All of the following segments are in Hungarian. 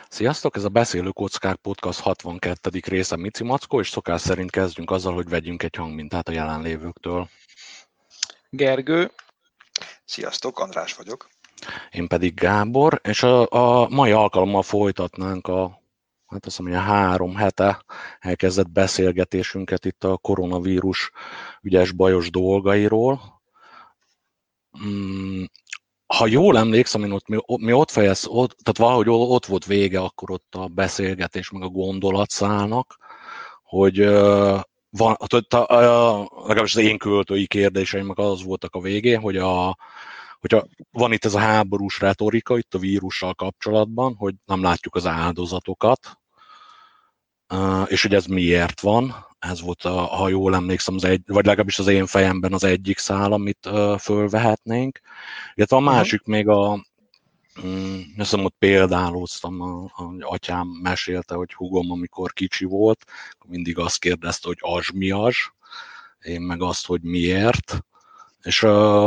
Sziasztok, ez a Beszélő Kockák Podcast 62. része Mici Mackó, és szokás szerint kezdjünk azzal, hogy vegyünk egy hangmintát a jelenlévőktől. Gergő. Sziasztok, András vagyok. Én pedig Gábor, és a mai alkalommal folytatnánk azt hiszem, hogy a 3 hete elkezdett beszélgetésünket itt a koronavírus ügyes bajos dolgairól. Ha jól emlékszem, én mi ott tehát valahogy ott volt vége akkor ott a beszélgetés, meg a gondolatszálnak, hogy van, legalábbis az én költői kérdéseim az voltak a végén, hogyha van itt ez a háborús retorika itt a vírussal kapcsolatban, hogy nem látjuk az áldozatokat, és hogy ez miért van. Ez volt, ha jól emlékszem, vagy legalábbis az én fejemben az egyik szál, amit fölvehetnénk. Illetve a másik még azt ott példálóztam, hogy atyám mesélte, hogy húgom, amikor kicsi volt, mindig azt kérdezte, hogy az mi az, én meg azt, hogy miért. És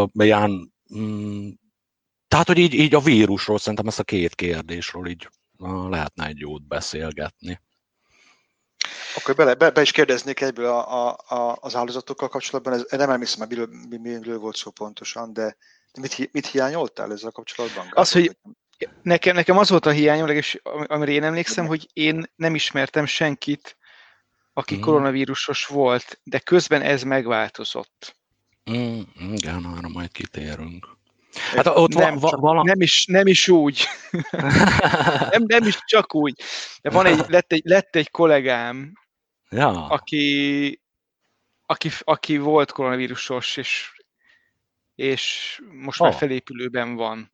tehát, hogy így a vírusról szerintem ezt a két kérdésről így lehetne egy jót beszélgetni. Akkor be is kérdeznék egyből az áldozatokkal kapcsolatban, nem emlékszem, miről volt szó pontosan, de mit hiányoltál ezzel kapcsolatban? Az, hogy nekem az volt a hiányom, és amire én emlékszem, hogy én nem ismertem senkit, aki koronavírusos volt, de közben ez megváltozott. Igen, arra majd kitérünk. Hát ott nem is úgy. nem is csak úgy. De lett egy kollégám, ja. aki volt koronavírusos, és most már felépülőben van.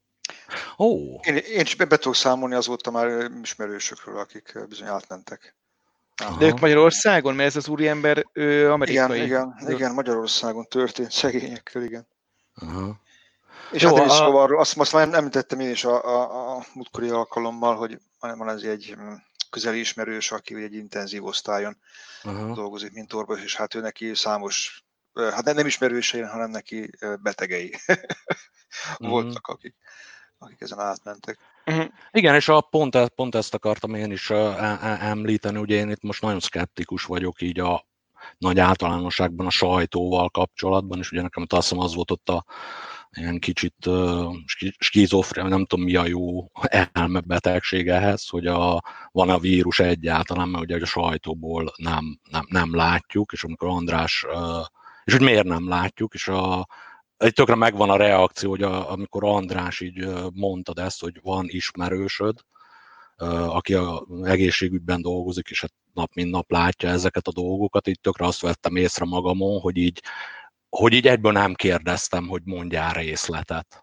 Én is be tudok számolni azóta már ismerősökről, akik bizony átmentek. Aha. De ők Magyarországon? Mert ez az úriember amerikai. Igen, Magyarországon történt, szegényekkel, igen. Aha. És jó, hát én is szóval azt már említettem én is a múltkori alkalommal, hogy van ez egy közeli ismerős, aki egy intenzív osztályon dolgozik, mint orvos, és hát ő neki számos, hát nem ismerősei, hanem neki betegei voltak, akik ezen átmentek. Igen, és pont ezt akartam én is említeni, ugye én itt most nagyon szkeptikus vagyok így a nagy általánosságban a sajtóval kapcsolatban, és ugye nekem azt hiszem az volt ott ilyen kicsit skizofrén, nem tudom mi a jó elmebetegség ehhez, hogy van a vírus egyáltalán, mert ugye a sajtóból nem látjuk, és amikor András, és hogy miért nem látjuk, és tökre megvan a reakció, hogy amikor András így mondtad ezt, hogy van ismerősöd, aki az egészségügyben dolgozik, és hát nap mint nap látja ezeket a dolgokat, így tökre azt vettem észre magamon, hogy így egyből nem kérdeztem, hogy mondjál részletet.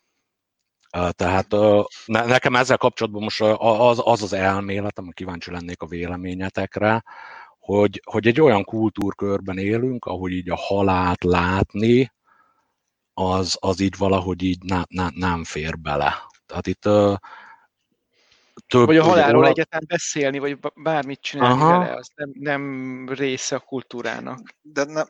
Tehát nekem ezzel kapcsolatban most az elméletem, kíváncsi lennék a véleményetekre, hogy egy olyan kultúrkörben élünk, ahogy így a halált látni, az így valahogy így nem fér bele. Tehát itt vagy a halálról egyáltalán beszélni, vagy bármit csinálni vele, az nem része a kultúrának. De nem,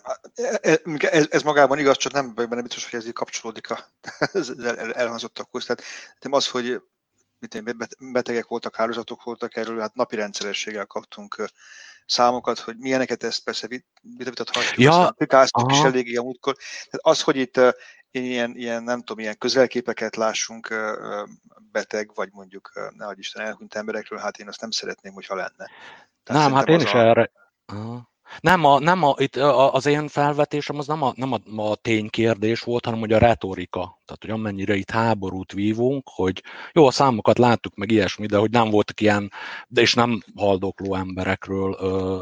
ez magában igaz, csak nem biztos, hogy ez így kapcsolódik az elhangzottakhoz. Tehát az, hogy betegek voltak, áldozatok voltak, erről hát napi rendszerességgel kaptunk számokat, hogy milyeneket, ezt persze vitathatjuk, aztán pikáztuk is eléggé a múltkor. Tehát az, hogy itt ilyen nem tudom, ilyen közelképeket lássunk beteg, vagy mondjuk nehogy Isten elhunyt emberekről, hát én azt nem szeretném, hogyha lenne. Tehát nem, hát én is erre... Itt az én felvetésem az nem a ténykérdés volt, hanem hogy a retorika. Tehát, hogy amennyire itt háborút vívunk, hogy jó, a számokat láttuk meg ilyesmi, de hogy nem voltak ilyen, de és nem haldokló emberekről,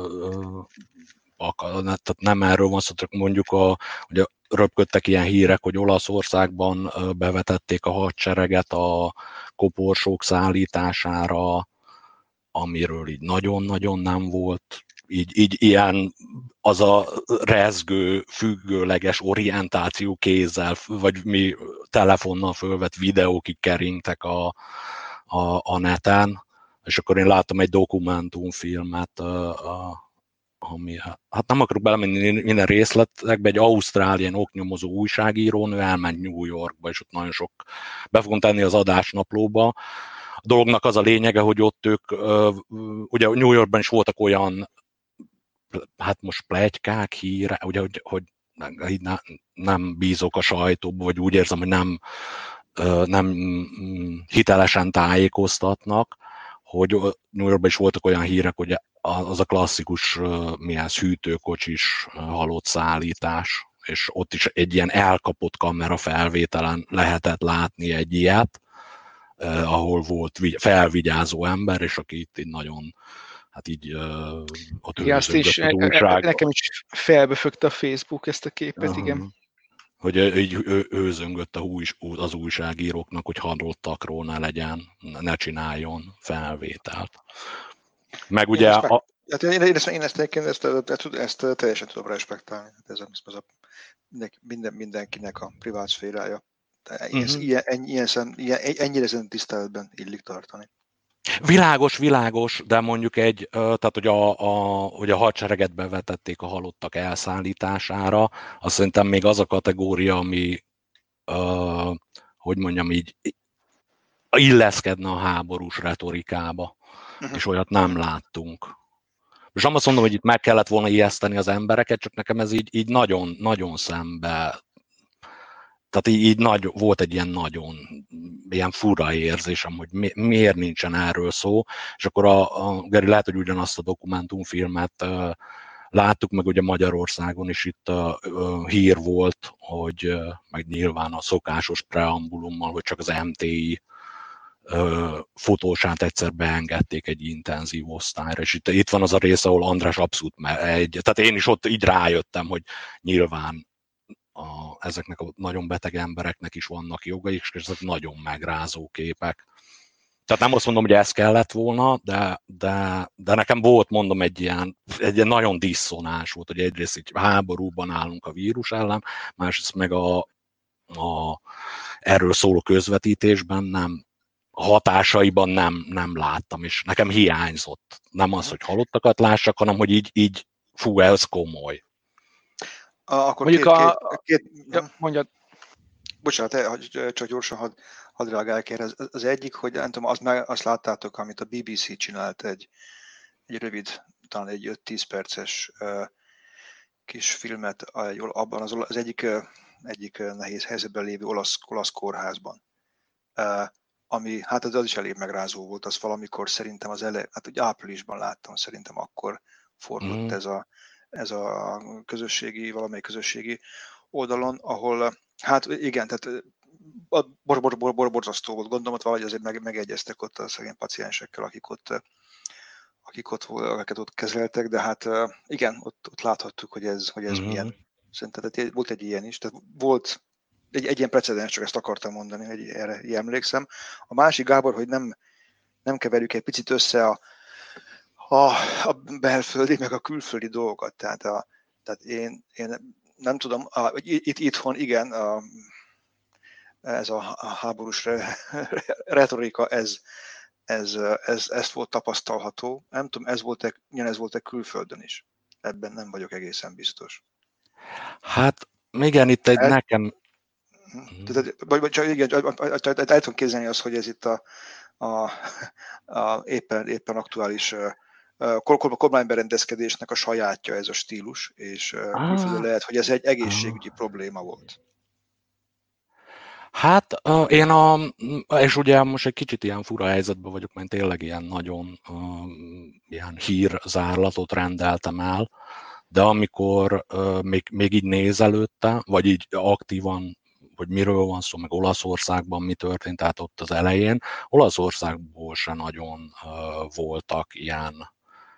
tehát nem erről van szó, mondjuk hogy röpködtek ilyen hírek, hogy Olaszországban bevetették a hadsereget a koporsók szállítására, amiről így nagyon-nagyon nem volt. Így ilyen az a rezgő, függőleges orientáció kézzel, vagy mi telefonnal fölvett videók így keringtek a neten, és akkor én láttam egy dokumentumfilmet, ami, hát nem akarok belemenni minden részletekbe, egy ausztrál oknyomozó újságírónő elment New Yorkba, és ott nagyon sok, be fogom tenni az adásnaplóba, A dolognak az a lényege, hogy ott ők, ugye New Yorkban is voltak olyan, hát most pletykák, híre, ugye, hogy nem bízok a sajtóba, vagy úgy érzem, hogy nem hitelesen tájékoztatnak, hogy New Yorkban is voltak olyan hírek, hogy az a klasszikus milyen hűtőkocsis halott szállítás, és ott is egy ilyen elkapott kamera felvételen lehetett látni egy ilyet, ahol volt felvigyázó ember, és aki itt nagyon, hát így ott is, nekem is felbefögte a Facebook ezt a képet, igen. Hogy így őzöngött az újságíróknak, hogy halottakról ne legyen, ne csináljon felvételt. Meg ugye... Én ezt teljesen tudom respektálni. Ez mindenkinek a privát szférája. Ennyire ezen tiszteletben illik tartani. Világos, de mondjuk tehát hogy a hadsereget bevetették a halottak elszállítására, azt szerintem még az a kategória, ami, hogy mondjam így, illeszkedne a háborús retorikába, és olyat nem láttunk. És nem azt mondom, hogy itt meg kellett volna ijeszteni az embereket, csak nekem ez így nagyon, nagyon szembe. Tehát így volt egy ilyen fura érzésem, hogy miért nincsen erről szó, és akkor Geri, lehet, hogy ugyanazt a dokumentumfilmet láttuk, meg ugye Magyarországon is itt hír volt, hogy meg nyilván a szokásos preambulummal, hogy csak az MTI fotósát egyszer beengedték egy intenzív osztályra, és itt van az a rész, ahol András abszolút tehát én is ott így rájöttem, hogy nyilván ezeknek a nagyon beteg embereknek is vannak jogaik, és ezek nagyon megrázó képek. Tehát nem azt mondom, hogy ez kellett volna, de nekem volt, mondom, egy ilyen nagyon disszonás volt, hogy egyrészt így háborúban állunk a vírus ellen, másrészt meg erről szóló közvetítésben a hatásaiban nem láttam, és nekem hiányzott. Nem az, hogy halottakat lássak, hanem hogy így fú, ez komoly. Akkor mondjad. Bocsánat, csak gyorsan hadd reagáljak erre. Az egyik, hogy nem tudom, azt láttátok, amit a BBC csinált egy rövid, talán egy 5-10 perces kis filmet abban az egyik nehéz helyzetben lévő olasz kórházban. Ami, hát az is elég megrázó volt, az valamikor szerintem ugye áprilisban láttam, szerintem akkor fordult ez a valamelyik közösségi oldalon, volna, hát igen, tehát borzasztó volt, gondolom, hogy valahogy azért megegyeztek ott a szegény paciensekkel, akiket ott kezeltek, de hát igen, ott láthattuk, hogy ez milyen. Szerintem volt egy ilyen is, tehát volt egy ilyen precedens, csak ezt akartam mondani, hogy erre emlékszem. A másik, Gábor, hogy nem keverjük egy picit össze a belföldi, meg a külföldi dolgokat. Tehát én nem tudom, itthon igen, ez a háborús retorika, ez volt tapasztalható. Nem tudom, ez volt-e külföldön is. Ebben nem vagyok egészen biztos. Hát igen, itt nekem... Csak igen, el tudom képzelni azt, hogy ez itt éppen aktuális kormányberendezkedésnek a sajátja ez a stílus, és külföldön lehet, hogy ez egy egészségügyi probléma volt. Hát és ugye most egy kicsit ilyen fura helyzetben vagyok, mert tényleg ilyen nagyon ilyen hírzárlatot rendeltem el, de amikor még így nézelődtem, vagy így aktívan, hogy miről van szó, meg Olaszországban mi történt, tehát ott az elején, Olaszországból se nagyon voltak ilyen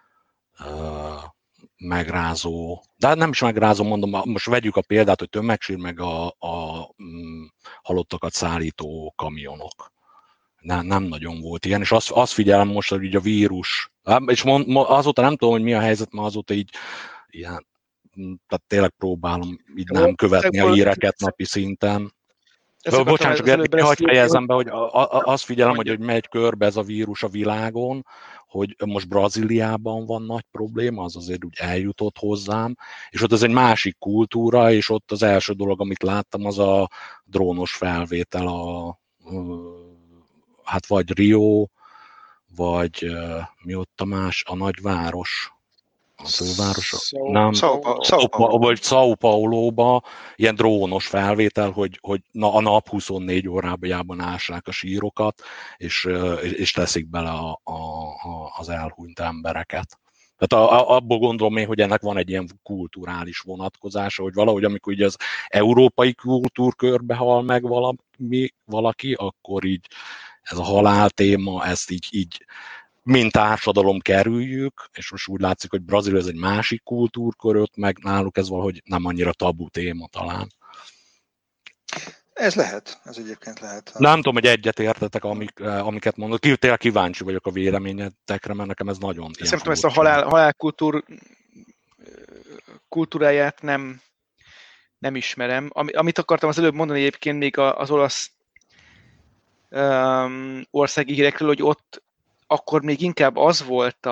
megrázó, de nem is megrázó, mondom, most vegyük a példát, hogy tömegsír meg a halottakat szállító kamionok. Nem nagyon volt ilyen, és azt figyelem most, hogy így a vírus, és azóta nem tudom, hogy mi a helyzet, mert azóta így ilyen, tehát tényleg próbálom így nem követni a híreket napi szinten. Bocsánat, csak hagyj fejezem be, hogy azt figyelem, hogy megy körbe ez a vírus a világon, hogy most Brazíliában van nagy probléma, az azért úgy eljutott hozzám, és ott ez egy másik kultúra, és ott az első dolog, amit láttam, az a drónos felvétel hát vagy Rio, vagy mi ott a más, a nagyváros, a főváros, nem, vagy São Paulo-ba ilyen drónos felvétel, hogy a nap 24 órában ássák a sírokat, és teszik bele az elhunyt embereket. Tehát abból gondolom én, hogy ennek van egy ilyen kulturális vonatkozása, hogy valahogy amikor így az európai kultúrkörbe hal meg valaki, akkor így ez a halál téma, ezt így mint társadalom kerüljük, és most úgy látszik, hogy Brazília ez egy másik kultúrkör, ott meg náluk ez valahogy nem annyira tabu téma talán. Ez lehet, ez egyébként lehet. Nem tudom, hogy egyetértetek, amiket mondok. Tényleg kíváncsi vagyok a véleményetekre, mert nekem ez nagyon... Szerintem ezt a halálkultúr kultúráját nem ismerem. Amit akartam az előbb mondani egyébként még az olasz országi hírekről, hogy ott akkor még inkább az volt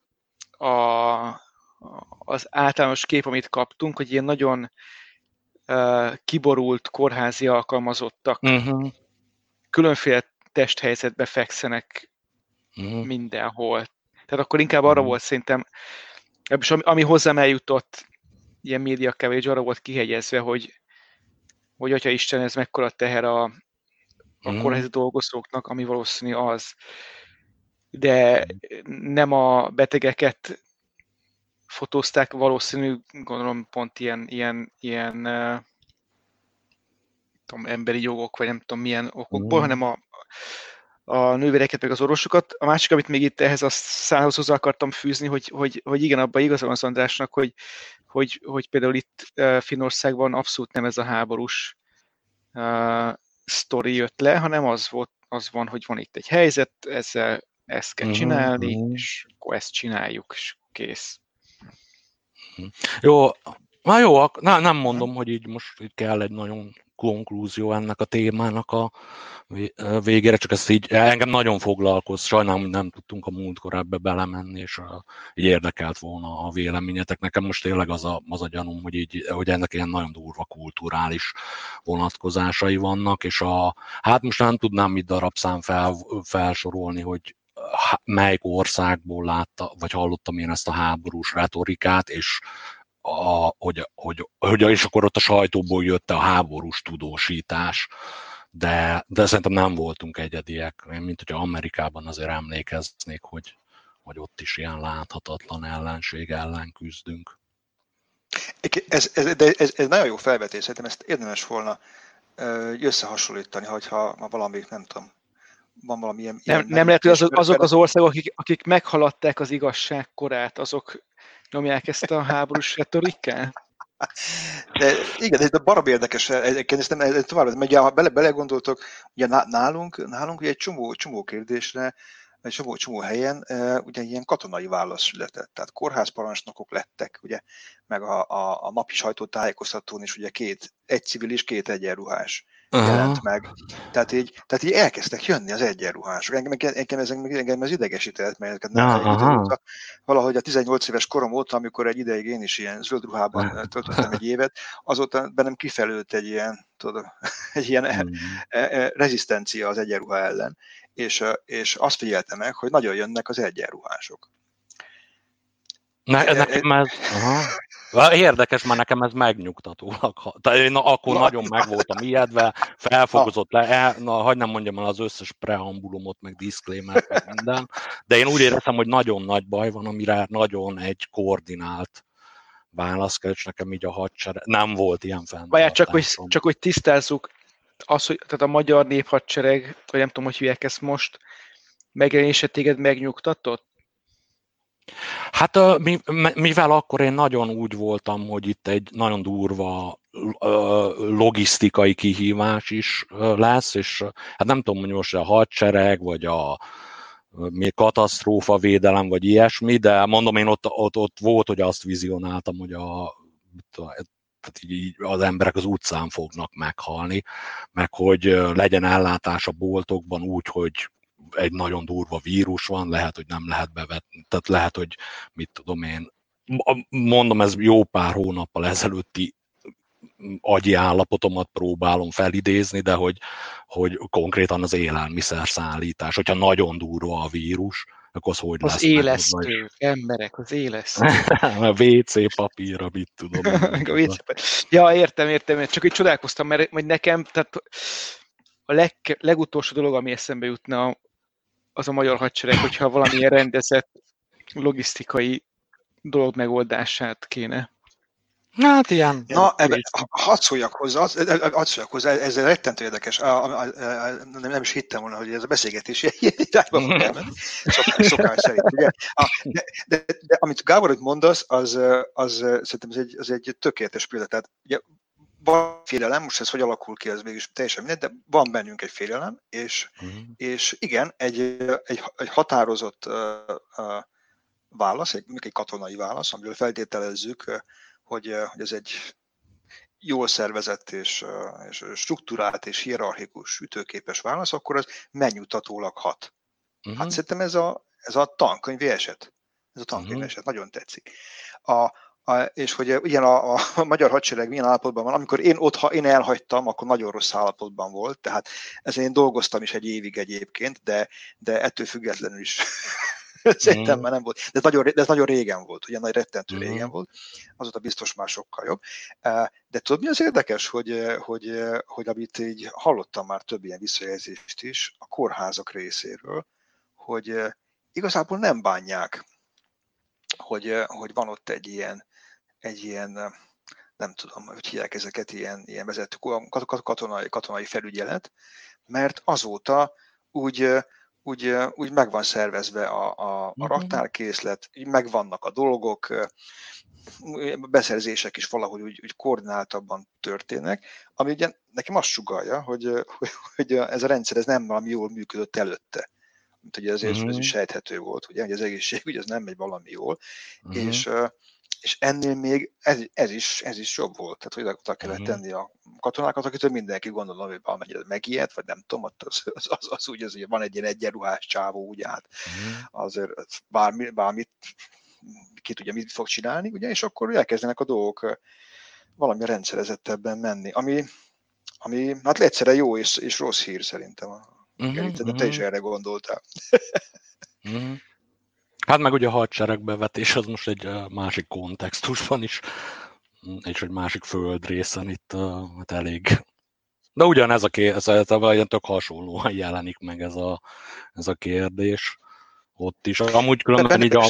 az általános kép, amit kaptunk, hogy ilyen nagyon kiborult kórházi alkalmazottak különféle testhelyzetbe fekszenek mindenhol. Tehát akkor inkább arra volt szerintem, és ami hozzám eljutott ilyen media coverage, arra volt kihegyezve, hogy Atya Isten, ez mekkora teher a kórházi dolgozóknak, ami valószínű az. De nem a betegeket fotózták, valószínű, gondolom pont ilyen emberi jogok, vagy nem tudom milyen okokból, hanem a nővéreket, meg az orvosokat. A másik, amit még itt ehhez a szához hozzá akartam fűzni, hogy igen, abban igaza van az Andrásnak, hogy például itt Finnországban abszolút nem ez a háborús sztori jött le, hanem az van, hogy van itt egy helyzet, ezzel ezt kell csinálni, és akkor ezt csináljuk, és kész. Jó, nem mondom, hogy így most így kell egy nagyon konklúzió ennek a témának a végére, csak ezt így engem nagyon foglalkoz, sajnálom, hogy nem tudtunk a múltkor ebbe belemenni, és így érdekelt volna a véleményetek. Nekem most tényleg az a gyanúm, hogy ennek ilyen nagyon durva kulturális vonatkozásai vannak, és hát most nem tudnám itt darabszám felsorolni, hogy melyik országból látta, vagy hallottam én ezt a háborús retorikát, és és akkor ott a sajtóból jött a háborús tudósítás, de szerintem nem voltunk egyediek, mint hogy Amerikában azért emlékeznék, hogy ott is ilyen láthatatlan ellenség ellen küzdünk. Ez nagyon jó felvetés, szerintem ezt érdemes volna összehasonlítani, hogyha valami, nem tudom, van valami ilyen... Nem lehet, hogy azok az országok, akik meghaladták az igazság korát, azok nyomják ezt a háborús retorikát? De igen, ez baromi érdekes, ezt tovább, mert ha belegondoltok, ugye nálunk ugye egy csomó kérdésre, egy csomó helyen ugye ilyen katonai válasz született, tehát kórházparancsnokok lettek, ugye, meg a napi sajtótájékoztatón is ugye egy civilis, 2 egyenruhás jelent meg. Tehát így elkezdtek jönni az egyenruhások. Engem ez idegesített, mert ezeket nem valahogy a 18 éves korom óta, amikor egy ideig én is ilyen zöld ruhában töltöttem egy évet, azóta bennem kifelőtt egy ilyen rezisztencia az egyenruha ellen. És azt figyeltem meg, hogy nagyon jönnek az egyenruhások. Nekem ez... Érdekes, mert nekem ez megnyugtatólag. Én akkor nagyon meg voltam ijedve, felfogozott le, hagyd nem mondjam el az összes preambulumot, meg disclaimer, meg minden, de én úgy éreztem, hogy nagyon nagy baj van, amire nagyon egy koordinált válasz kell, és nekem így a hadsereg nem volt ilyen fenntartásom. Csak hogy tisztázzuk, tehát a magyar néphadsereg, vagy nem tudom, hogy hívják ezt most, megjelenése téged megnyugtatott? Hát mivel akkor én nagyon úgy voltam, hogy itt egy nagyon durva logisztikai kihívás is lesz, és hát nem tudom, hogy most a hadsereg, vagy még katasztrófavédelem, vagy ilyesmi, de mondom, én ott volt, hogy azt vizionáltam, hogy tehát így az emberek az utcán fognak meghalni, meg hogy legyen ellátás a boltokban úgy, hogy egy nagyon durva vírus van, lehet, hogy nem lehet bevetni, tehát lehet, hogy mit tudom én, mondom, ez jó pár hónappal ezelőtti agyi állapotomat próbálom felidézni, de hogy konkrétan az élelmiszerszállítás, hogyha nagyon durva a vírus, akkor az hogy lesz? Az élesztő, emberek, az élesztő. A WC papír, mit tudom. A WC papír. Ja, értem, csak így csodálkoztam, mert nekem, tehát a legutolsó dolog, ami eszembe jutna, az a magyar hadsereg, hogyha valamilyen rendezett logisztikai dolog megoldását kéne. Hát ilyen. Na, hadd szóljak hozzá, ez rettentő érdekes. Nem is hittem volna, hogy ez a beszélgetés ilyen irányba fog elmenni, szokás szerint. Ugye? De amit Gábor mondasz, az szerintem az egy tökéletes példa. Tehát ugye van félelem, most ez hogy alakul ki, ez mégis teljesen mindegy, de van bennünk egy félelem, és igen, egy határozott válasz, egy katonai válasz, amiből feltételezzük, hogy ez egy jól szervezett és struktúrált és hierarchikus ütőképes válasz, akkor az megnyugtatólag hat. Hát szerintem ez a tankönyvi eset. Ez a tankönyvi eset, nagyon tetszik. És hogy ugyan a magyar hadsereg milyen állapotban van, amikor én elhagytam, akkor nagyon rossz állapotban volt, tehát ezen én dolgoztam is egy évig egyébként, de ettől függetlenül is szerintem már nem volt. De ez nagyon régen volt, ugye nagy rettentő régen volt, azóta biztos már sokkal jobb. De tudod, mi az érdekes, hogy amit így hallottam már több ilyen visszajelzést is a kórházak részéről, hogy igazából nem bánják, hogy van ott egy ilyen nem tudom, hogy hívják ezeket, ilyen vezető katonai felügyelet, mert azóta úgy meg van szervezve a raktárkészlet, megvannak a dolgok, beszerzések is valahogy úgy koordináltabban történnek, ami ugye nekem azt sugallja, hogy ez a rendszer ez nem valami jól működött előtte. Mint ugye azért ez is sejthető volt, ugye, hogy az egészségügy az nem megy valami jól, és ennél még ez is jobb volt. Tehát, hogy oda kellett tenni a katonákat, akitől mindenki gondolom, hogy valamennyire megijedt, vagy nem tudom, az úgy, hogy van egy ilyen egyenruhás csávó, úgy át. Azért bármit ki tudja, mit fog csinálni, ugye, és akkor elkezdenek a dolgok valami rendszerezettebben menni, ami hát egyszerre jó és rossz hír szerintem. De te is erre gondoltál. Hát meg ugye a hadseregbevetés az most egy másik kontextusban is, és egy másik földrészen itt hát elég. De ugyanez ilyen tök hasonlóan jelenik meg ez a kérdés ott is. Amúgy különben így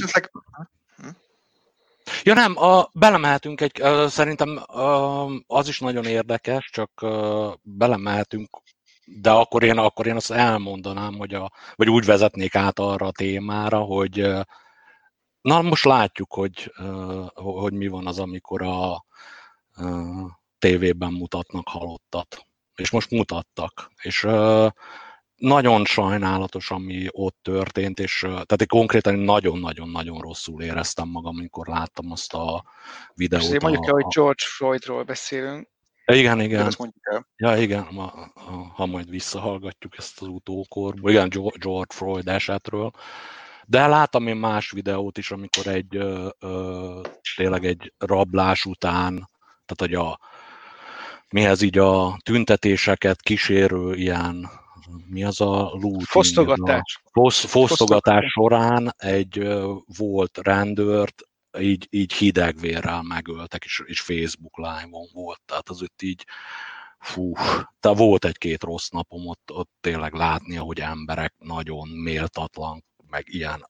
Ja nem, belemehetünk szerintem az is nagyon érdekes, csak belemehetünk, de akkor én azt elmondanám, vagy úgy vezetnék át arra a témára, hogy na most látjuk, hogy mi van az, amikor a tévében mutatnak halottat. És most mutattak. És nagyon sajnálatos, ami ott történt, és tehát én konkrétan nagyon-nagyon-nagyon rosszul éreztem magam, amikor láttam azt a videót. Azért mondjuk el, hogy George Floydról beszélünk. Igen. Ja, igen, ha majd visszahallgatjuk ezt az utókorból. Igen, George Floyd esetről. De láttam én más videót is, amikor tényleg egy rablás után, tehát hogy mihez így a tüntetéseket kísérő ilyen, mi az a looting? Fosztogatás során egy volt rendőrt így hidegvérrel megöltek, és Facebook live-on volt. Tehát az ott így, tehát volt egy-két rossz napom ott tényleg látni, ahogy emberek nagyon méltatlan, meg ilyen,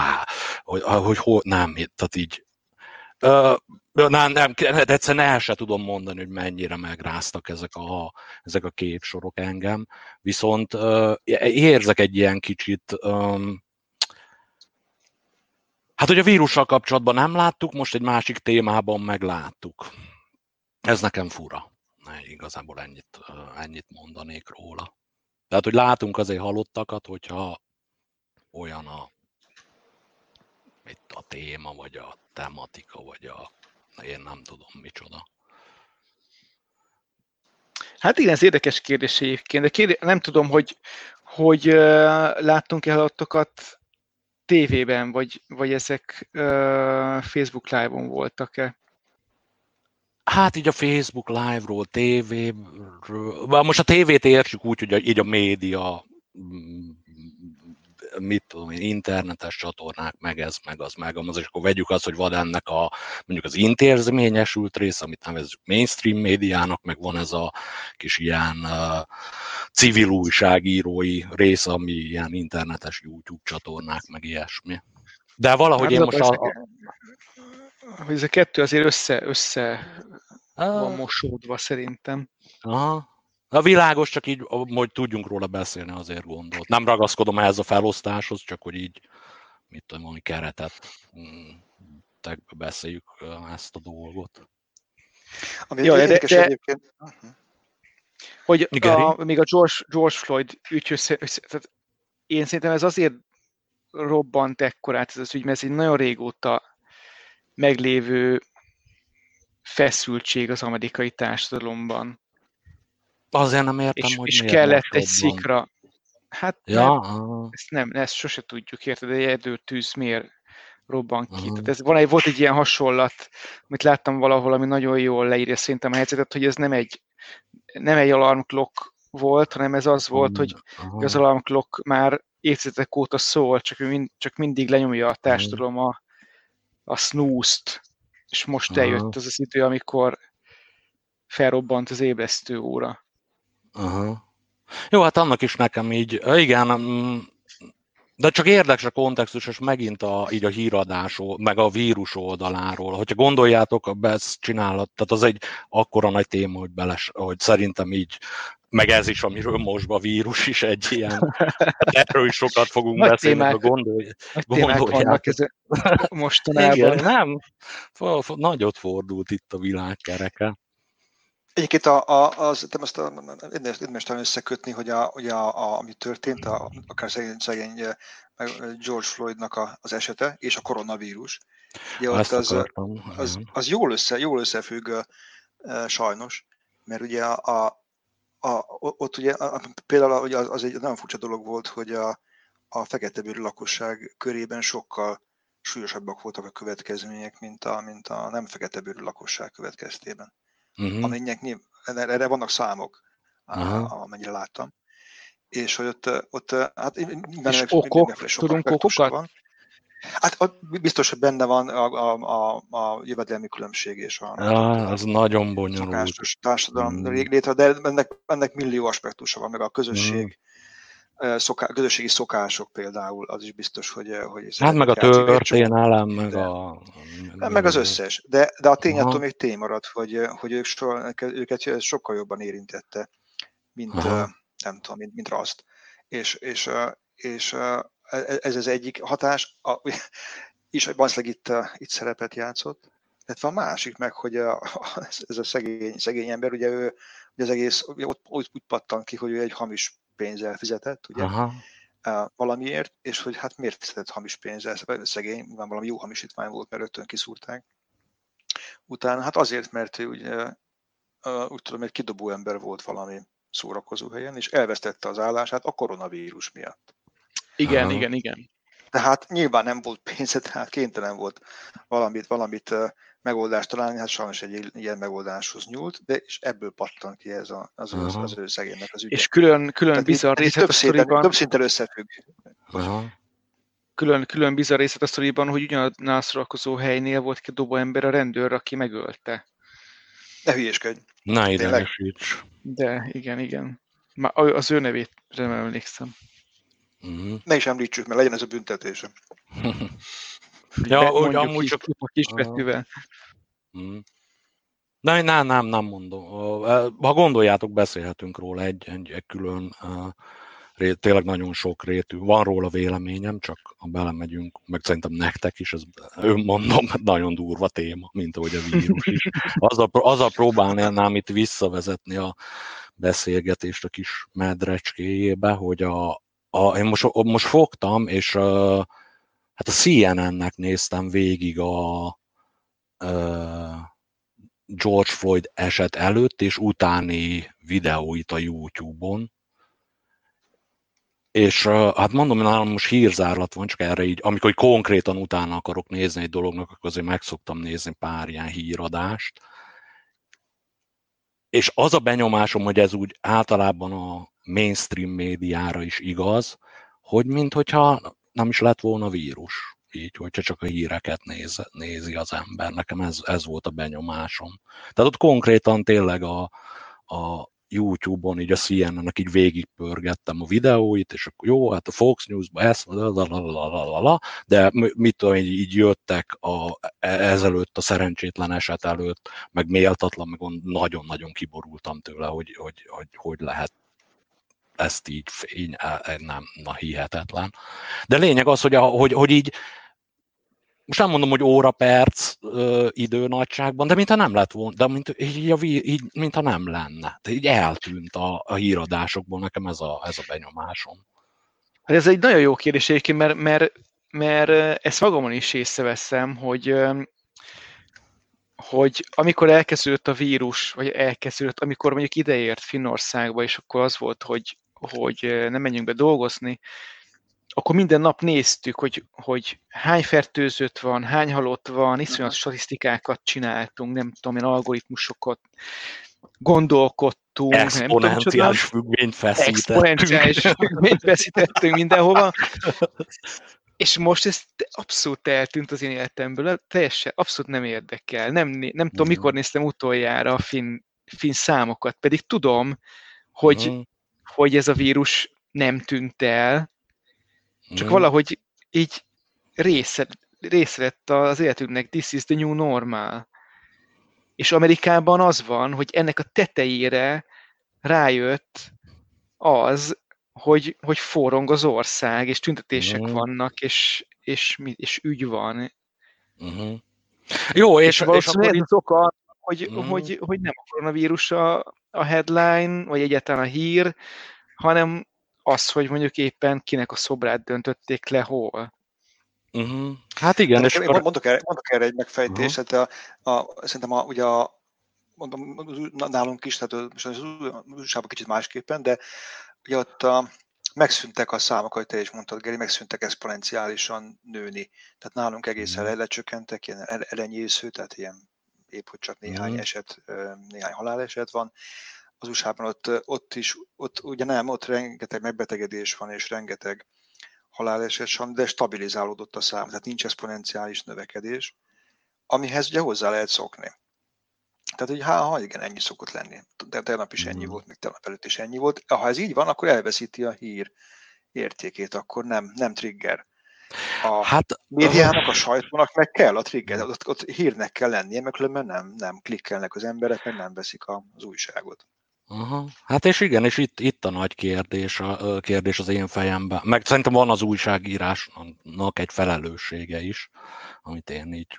nem, tehát így, nem, egyszerűen el sem tudom mondani, hogy mennyire megráztak ezek a képsorok engem, viszont érzek egy ilyen kicsit, hát, hogy a vírussal kapcsolatban nem láttuk, most egy másik témában megláttuk. Ez nekem fura. Igazából ennyit mondanék róla. Tehát, hogy látunk azért halottakat, hogyha olyan a téma, vagy a tematika, vagy én nem tudom micsoda. Hát igen, ez érdekes kérdés egyébként, de nem tudom, hogy láttunk-e halottakat tévében, vagy ezek Facebook Live-on voltak-e? Hát így a Facebook Live-ról, tévéről, most a tévét értsük úgy, hogy így a média, mit tudom én, internetes csatornák, meg ez, meg az, és akkor vegyük azt, hogy van ennek mondjuk az intézményesült rész, amit nevezzük mainstream médiának, meg van ez a kis ilyen civil újságírói rész, ami ilyen internetes YouTube csatornák, meg ilyesmi. De valahogy én most ez a kettő azért össze van mosódva szerintem. Aha. A világos, csak így, hogy tudjunk róla beszélni, azért gondolt. Nem ragaszkodom ehhez a felosztáshoz, csak hogy így, mit tudom, valami keretet beszéljük ezt a dolgot. Ami érdekes egyébként. Hogy még a George Floyd ügyhöz, tehát én szerintem ez azért robbant ekkorát ez az ügy, mert ez egy nagyon régóta meglévő feszültség az amerikai társadalomban. Azért nem értem, hogy és kellett egy szikra. Hát ezt sose tudjuk, érted, de egy erdőtűz miért robban ki. Tehát volt egy ilyen hasonlat, amit láttam valahol, ami nagyon jól leírja szerintem a helyzetet, hogy ez nem egy alarm clock volt, hanem ez az volt, hogy az alarm clock már évtizedek óta szól, csak mindig lenyomja a társadalom a snooze-t, és most eljött az idő, amikor felrobbant az ébresztő óra. Aha. Jó, hát annak is nekem így, igen, de csak érdekes a kontextus, és megint így a híradásról, meg a vírus oldaláról. Hogyha gondoljátok, ezt csinálhat, tehát az egy akkora nagy téma, hogy szerintem így, meg ez is, amiről most a vírus is egy ilyen, erről is sokat fogunk beszélni, de gondoljátok. Mostanában. Igen, nem, nagyot fordult itt a világkereke. Egyébként azt érdemes talán összekötni, hogy ami történt, akár szegény George Floydnak az esete, és a koronavírus. Ugye ott az jól összefügg sajnos, mert ugye ott ugye például az egy nagyon furcsa dolog volt, hogy a feketebőrű lakosság körében sokkal súlyosabbak voltak a következmények, mint a nem feketebőrű lakosság következtében. Aminek erre vannak számok, amennyire láttam. És hogy ott hát és okok, tudunk okokat? Van. Hát biztos, hogy benne van a jövedelmi különbség és az nagyon bonyolult. Társadalom létre, de ennek millió aspektusa van, meg a közösség, közösségi szokások például, az is biztos, hogy hát meg a történelem, meg az összes. De a tény attól még tény maradt, hogy őket sokkal jobban érintette, mint nem tudom, mint Raszt. És ez az egyik hatás, és Banszleg itt szerepet játszott, illetve a másik meg, hogy ez a szegény ember, ugye ő az egész úgy pattan ki, hogy ő egy hamis pénzzel fizetett, ugye, valamiért, és hogy hát miért fizetett hamis pénzzel, szegény, van valami jó hamisítvány volt, mert rögtön kiszúrták. Utána hát azért, mert ő úgy tudom, egy kidobó ember volt valami szórakozó helyen, és elvesztette az állását a koronavírus miatt. Igen. Tehát nyilván nem volt pénze, tehát kénytelen volt valamit megoldást találni, hát sajnos egy ilyen megoldáshoz nyúlt, de és ebből pattan ki ez az ő szegénynek az ügye. És külön bizarr részlet a sztoriban... Több szinten összefügg. Külön bizarr részlet a sztoriban, hogy ugyanannál szórakozó helynél volt egy dobó ember, a rendőr, aki megölte. Ne hülyéskedj. Na, idegesíts. De igen. Már az ő nevét nem emlékszem. Ne is említsük, mert legyen ez a büntetése. Ja, úgy amúgy csak a kisbetűvel. Nem mondom. Ha gondoljátok, beszélhetünk róla egy külön, tényleg nagyon sok rétű. Van róla véleményem, csak ha belemegyünk, meg szerintem nektek is, ez önmondom, nagyon durva téma, mint ahogy a vírus is. Azzal próbálnám itt visszavezetni a beszélgetést a kis medrecskéjébe, hogy én most fogtam, és hát a CNN-nek néztem végig a George Floyd eset előtt és utáni videóit a YouTube-on. És hát mondom, hogy nálam most hírzárlat van, csak erre így, amikor konkrétan utána akarok nézni egy dolognak, akkor azért meg szoktam nézni pár ilyen híradást. és az a benyomásom, hogy ez úgy általában a mainstream médiára is igaz, hogy minthogyha nem is lett volna vírus. Így, hogyha csak a híreket nézi az ember. Nekem ez volt a benyomásom. Tehát ott konkrétan tényleg a YouTube-on, így a CNN-nek így végigpörgettem a videóit, és akkor jó, hát a Fox News-ban ez, de mit tudom, így jöttek ezelőtt a szerencsétlen eset előtt, meg méltatlan, meg nagyon-nagyon kiborultam tőle, hogy lehet ezt így nem, hihetetlen. De lényeg az, hogy így most nem mondom, hogy óra-perc időnagyságban, de mintha nem lett volna, de mintha nem lenne. De így eltűnt a híradásokból, nekem ez a benyomásom. Hát ez egy nagyon jó kérdés egyébként, mert ezt magamon is észreveszem, hogy amikor elkezdődött a vírus, vagy amikor mondjuk ideért Finnországba, és akkor az volt, hogy nem menjünk be dolgozni, akkor minden nap néztük, hogy hány fertőzött van, hány halott van, iszonyat statisztikákat csináltunk, nem tudom én, algoritmusokat gondolkodtunk. Exponenciális függvényt feszítettünk mindenhova. És most ez abszolút eltűnt az én életemből, teljesen abszolút nem érdekel. Nem tudom, mikor néztem utoljára a finn számokat, pedig tudom, hogy ez a vírus nem tűnt el, csak valahogy így része lett az életünknek, this is the new normal. És Amerikában az van, hogy ennek a tetejére rájött az, hogy forrong az ország, és tüntetések vannak, és ügy van. Jó, és valószínűleg ez az oka, hogy nem a koronavírus a headline, vagy egyáltalán a hír, hanem az, hogy mondjuk éppen kinek a szobrát döntötték le hol. Hát igen. És mondok erre egy megfejtést, szerintem ugye nálunk is, tehát most az USA-ban kicsit másképpen, de ugye ott megszűntek a számok, ahogy te is mondtad, Geri, megszűntek exponenciálisan nőni. Tehát nálunk egészen lecsökkentek, ilyen elenyésző, tehát ilyen épp, hogy csak néhány haláleset van. Az USA-ban ott ugye nem, ott rengeteg megbetegedés van, és rengeteg haláleset van, de stabilizálódott a szám, tehát nincs exponenciális növekedés, amihez ugye hozzá lehet szokni. Tehát, hogy igen, ennyi szokott lenni. De tegnap is ennyi volt, még tegnap előtt is ennyi volt. Ha ez így van, akkor elveszíti a hír értékét, akkor nem trigger. A médiának, a sajtónak meg kell a trigger, ott hírnek kell lennie, mert különben nem klikkelnek az emberek, meg nem veszik az újságot. Hát és igen, és itt a nagy kérdés az én fejemben. Meg szerintem van az újságírásnak egy felelőssége is, amit én így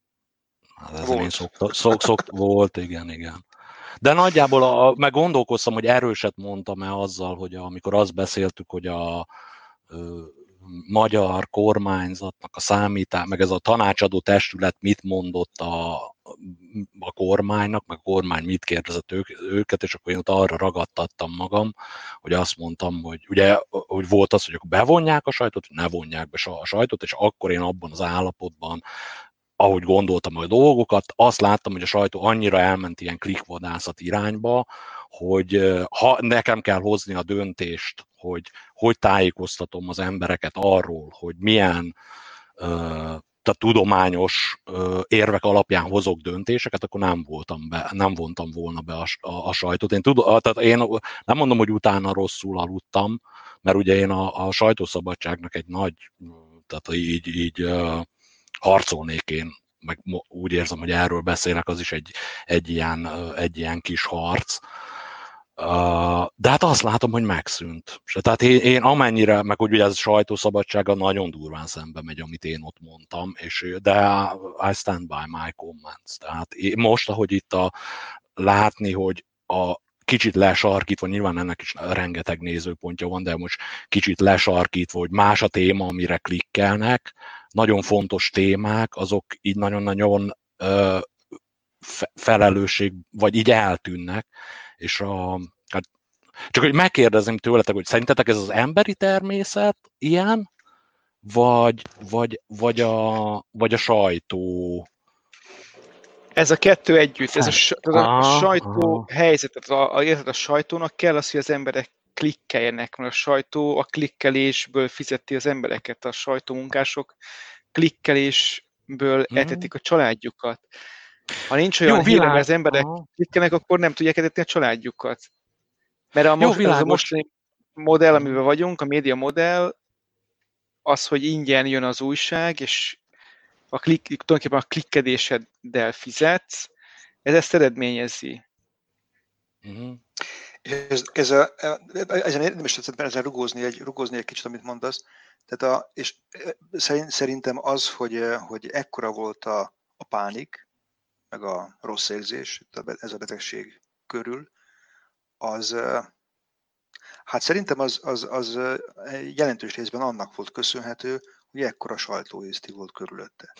volt, igen. De nagyjából meg gondolkoztam, hogy erőset mondtam-e azzal, hogy amikor azt beszéltük, hogy a magyar kormányzatnak a számítás, meg ez a tanácsadó testület mit mondott a kormánynak, meg a kormány mit kérdezett őket, és akkor én ott arra ragadtattam magam, hogy azt mondtam, hogy ugye hogy volt az, hogy akkor bevonják a sajtót, ne vonják be a sajtót, és akkor én abban az állapotban, ahogy gondoltam a dolgokat, azt láttam, hogy a sajtó annyira elment ilyen klikvadászat irányba, hogy ha nekem kell hozni a döntést, hogy tájékoztatom az embereket arról, hogy milyen tudományos érvek alapján hozok döntéseket, akkor nem vontam volna be a sajtót. Tehát én nem mondom, hogy utána rosszul aludtam, mert ugye én a sajtószabadságnak egy nagy, tehát így harcolnék én, meg úgy érzem, hogy erről beszélek, az is egy ilyen kis harc. De hát azt látom, hogy megszűnt. Tehát én amennyire, meg ugye ez a sajtószabadsága nagyon durván szembe megy, amit én ott mondtam, de I stand by my comments. Tehát most, ahogy itt látni, hogy a kicsit lesarkítva, nyilván ennek is rengeteg nézőpontja van, de most kicsit lesarkítva, hogy más a téma, amire klikkelnek, nagyon fontos témák, azok így nagyon-nagyon felelősség, vagy így eltűnnek, és csak hogy megkérdezem tőletek, hogy szerintetek ez az emberi természet ilyen, vagy a sajtó Ez a kettő együtt, ez a sajtó helyzetet, érted, a sajtónak kell az, hogy az emberek klikkeljenek, mert a sajtó a klikkelésből fizeti az embereket, a sajtómunkások klikkelésből etetik a családjukat. Ha nincs olyan hír, mert az emberek klikkelnek, akkor nem tudják etetni a családjukat. Mert a mostani modell, amiben vagyunk, a média modell, az, hogy ingyen jön az újság, és tulajdonképpen a klikkedéseddel fizetsz, ez ezt eredményezi. Ezen érdemes ezen rugózni egy kicsit, amit mondasz. Tehát és szerintem az, hogy ekkora volt a pánik, meg a rossz érzés, ez a betegség körül, az hát szerintem az jelentős részben annak volt köszönhető, hogy ekkora sajtóészti volt körülötte.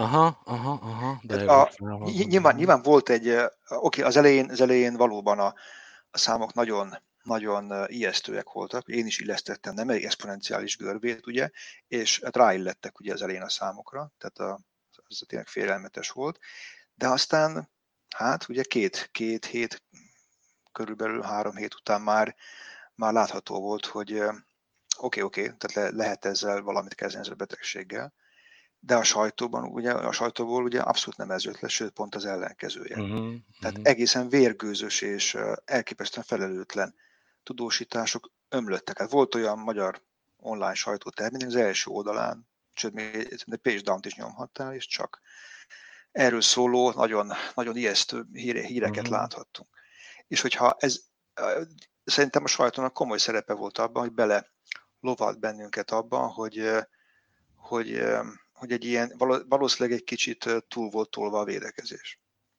De nyilván volt az elején valóban a számok nagyon, nagyon ijesztőek voltak. Én is illesztettem, nem egy exponenciális görbét, ugye, és hát ráillettek ugye az elején a számokra, tehát az tényleg félelmetes volt. De aztán, hát ugye két hét, körülbelül 3 hét után már látható volt, hogy oké, tehát lehet ezzel valamit kezdeni, ezzel a betegséggel, de a sajtóból ugye abszolút nem ez jött le, sőt pont az ellenkezője. Tehát egészen vérgőzös és elképesztően felelőtlen tudósítások ömlöttek. Hát volt olyan magyar online sajtótermék, az első oldalán, sőt még page down-t is nyomhattál, és csak erről szóló, nagyon, nagyon ijesztő híreket láthattunk. És hogyha szerintem a sajtónak komoly szerepe volt abban, hogy bele lovalt bennünket abban, hogy egy ilyen, valószínűleg egy kicsit túl volt tolva a védekezés.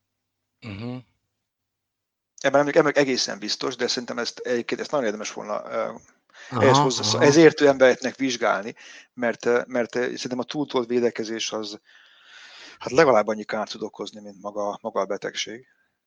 Ebben egészen biztos, de szerintem ezt nagyon érdemes volna ehhez értő embereknek vizsgálni, mert szerintem a túltolt védekezés az hát legalább annyi kárt tud okozni, mint maga a betegség.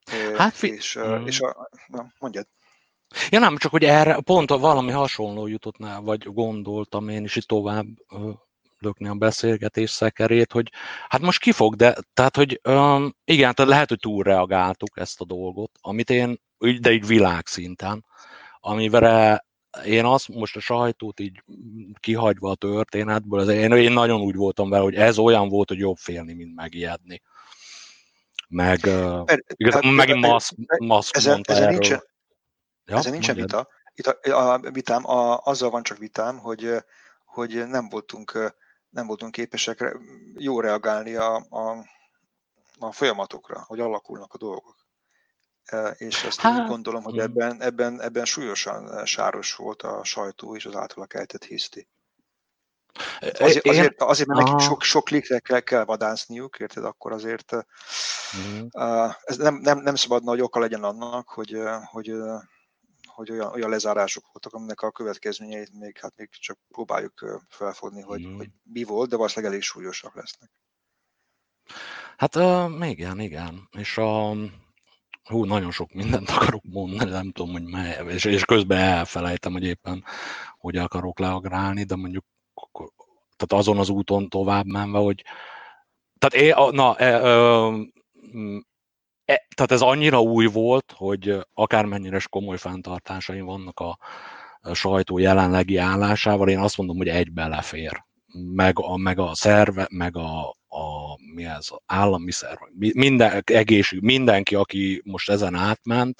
Mondjad. Ja nem, csak hogy erre pont valami hasonló jutott, vagy gondoltam én is itt tovább lökni a beszélgetés szekerét, hogy hát most kifog, de tehát, hogy igen, tehát lehet, hogy túlreagáltuk ezt a dolgot, amit de így világszinten, amivel én most a sajtót így kihagyva a történetből, én nagyon úgy voltam vele, hogy ez olyan volt, hogy jobb félni, mint megijedni. Meg igazából megint Musk mondta erről. Ezen nincsen vita. Itt a vitám, azzal van csak vitám, hogy nem voltunk képesek jól reagálni a folyamatokra, hogy alakulnak a dolgok. És ezt úgy gondolom, hogy ebben súlyosan sáros volt a sajtó és az általa keltett hiszti. Azért mert nekik sok klikre kell vadászniuk, érted? Akkor azért ez nem szabadna, hogy oka legyen annak, hogy olyan lezárások voltak, aminek a következményeit még csak próbáljuk felfogni, hogy mi volt, de valószínűleg elég súlyosak lesznek. Hát igen. És nagyon sok mindent akarok mondani, nem tudom, hogy mely, és közben elfelejtem, hogy éppen hogy akarok reagálni, de mondjuk tehát azon az úton tovább menve, hogy tehát ez annyira új volt, hogy akármennyire komoly fenntartásaim vannak a sajtó jelenlegi állásával, én azt mondom, hogy egybe lefér. Meg a szerve, meg az állami szerve, mindenki, aki most ezen átment,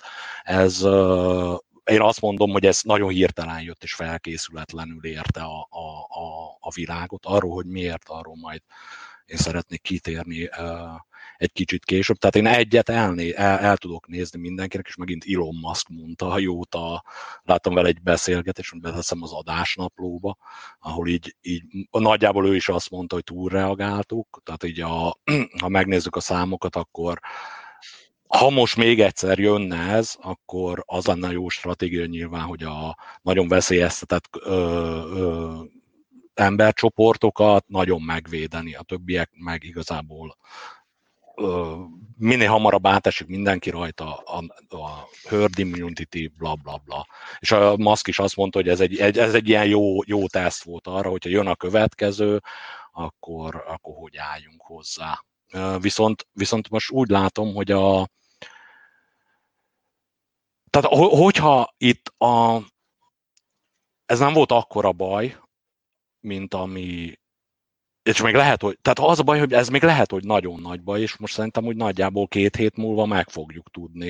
én azt mondom, hogy ez nagyon hirtelen jött, és felkészületlenül érte a világot. Arról, hogy miért, arról majd én szeretnék kitérni egy kicsit később. Tehát én egyet el tudok nézni mindenkinek, és megint Elon Musk mondta, jóta láttam vele egy beszélgetést, amit beteszem az adásnaplóba, ahol így nagyjából ő is azt mondta, hogy túlreagáltuk. Tehát így ha megnézzük a számokat, akkor ha most még egyszer jönne ez, akkor az lenne a jó stratégia nyilván, hogy a nagyon veszélyeztetett embercsoportokat nagyon megvédeni, a többiek meg igazából minél hamarabb átesik mindenki rajta a herd immunity, bla bla bla. És a Musk is azt mondta, hogy ez egy ilyen jó teszt volt arra, hogyha jön a következő, akkor hogy álljunk hozzá. Viszont most úgy látom, hogy tehát hogyha itt ez nem volt akkora baj, mint ami, és még lehet, hogy, tehát az a baj, hogy ez még lehet, hogy nagyon nagy baj, és most szerintem úgy nagyjából 2 hét múlva meg fogjuk tudni,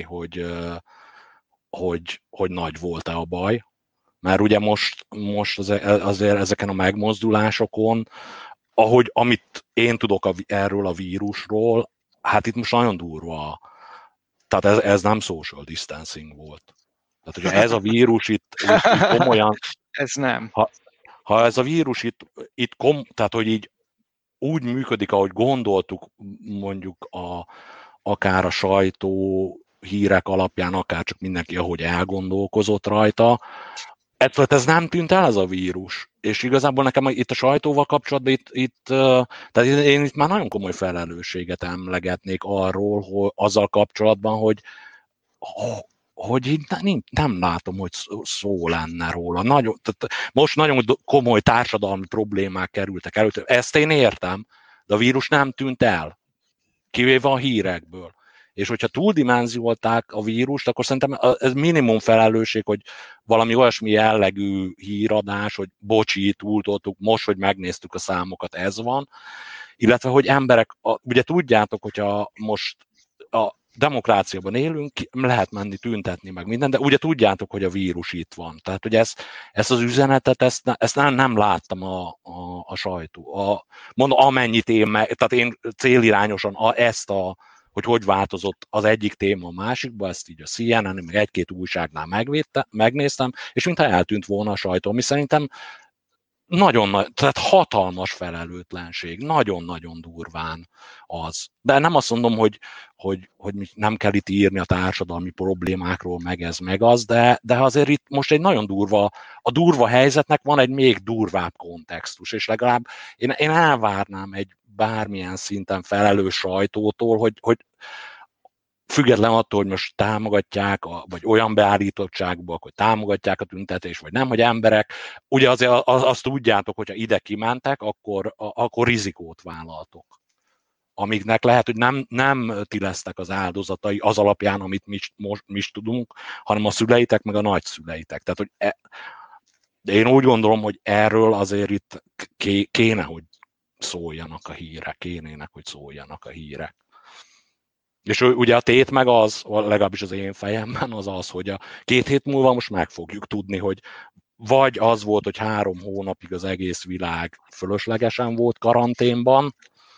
hogy nagy volt-e a baj. Mert ugye most azért ezeken a megmozdulásokon, amit én tudok erről a vírusról, hát itt most nagyon durva. Tehát ez nem social distancing volt. Tehát, hogyha ez a vírus itt komolyan... Ez nem. Ha ez a vírus tehát, hogy így úgy működik, ahogy gondoltuk, mondjuk akár a sajtó hírek alapján, akár csak mindenki, ahogy elgondolkozott rajta, ez nem tűnt el, ez a vírus. És igazából nekem itt a sajtóval kapcsolatban, tehát én itt már nagyon komoly felelősséget emlegetnék arról, azzal kapcsolatban, hogy így nem látom, hogy szó lenne róla. Most nagyon komoly társadalmi problémák kerültek elő. Ezt én értem, de a vírus nem tűnt el, kivéve a hírekből. És hogyha túldimenziolták a vírust, akkor szerintem ez minimum felelősség, hogy valami olyasmi jellegű híradás, hogy bocsi, túltoltuk, most, hogy megnéztük a számokat, ez van. Illetve, hogy emberek, ugye tudjátok, hogyha most a demokráciában élünk, lehet menni tüntetni meg minden, de ugye tudjátok, hogy a vírus itt van. Tehát, hogy ezt az üzenetet, ezt nem láttam a sajtó. Mondom, amennyit tehát én célirányosan hogy változott az egyik téma a másikba, ezt így a CNN-en, meg egy-két újságnál megnéztem, és mintha eltűnt volna a sajtó, ami szerintem nagyon nagy, tehát hatalmas felelőtlenség, nagyon-nagyon durván az. De nem azt mondom, hogy nem kell itt írni a társadalmi problémákról, meg ez, meg az, de azért itt most egy nagyon a durva helyzetnek van egy még durvább kontextus, és legalább én elvárnám egy bármilyen szinten felelős sajtótól, hogy független attól, hogy most támogatják, vagy olyan beállítottságban, hogy támogatják a tüntetést, vagy nem, hogy emberek, ugye azért azt tudjátok, hogyha ide kimentek, akkor rizikót vállaltok. Amiknek lehet, hogy nem ti lesztek az áldozatai az alapján, amit mi is tudunk, hanem a szüleitek, meg a nagyszüleitek. Tehát, hogy de én úgy gondolom, hogy erről azért itt kéne, hogy szóljanak a hírek. És ugye a tét meg az, legalábbis az én fejemben az, hogy a 2 hét múlva most meg fogjuk tudni, hogy vagy az volt, hogy 3 hónapig az egész világ fölöslegesen volt karanténban,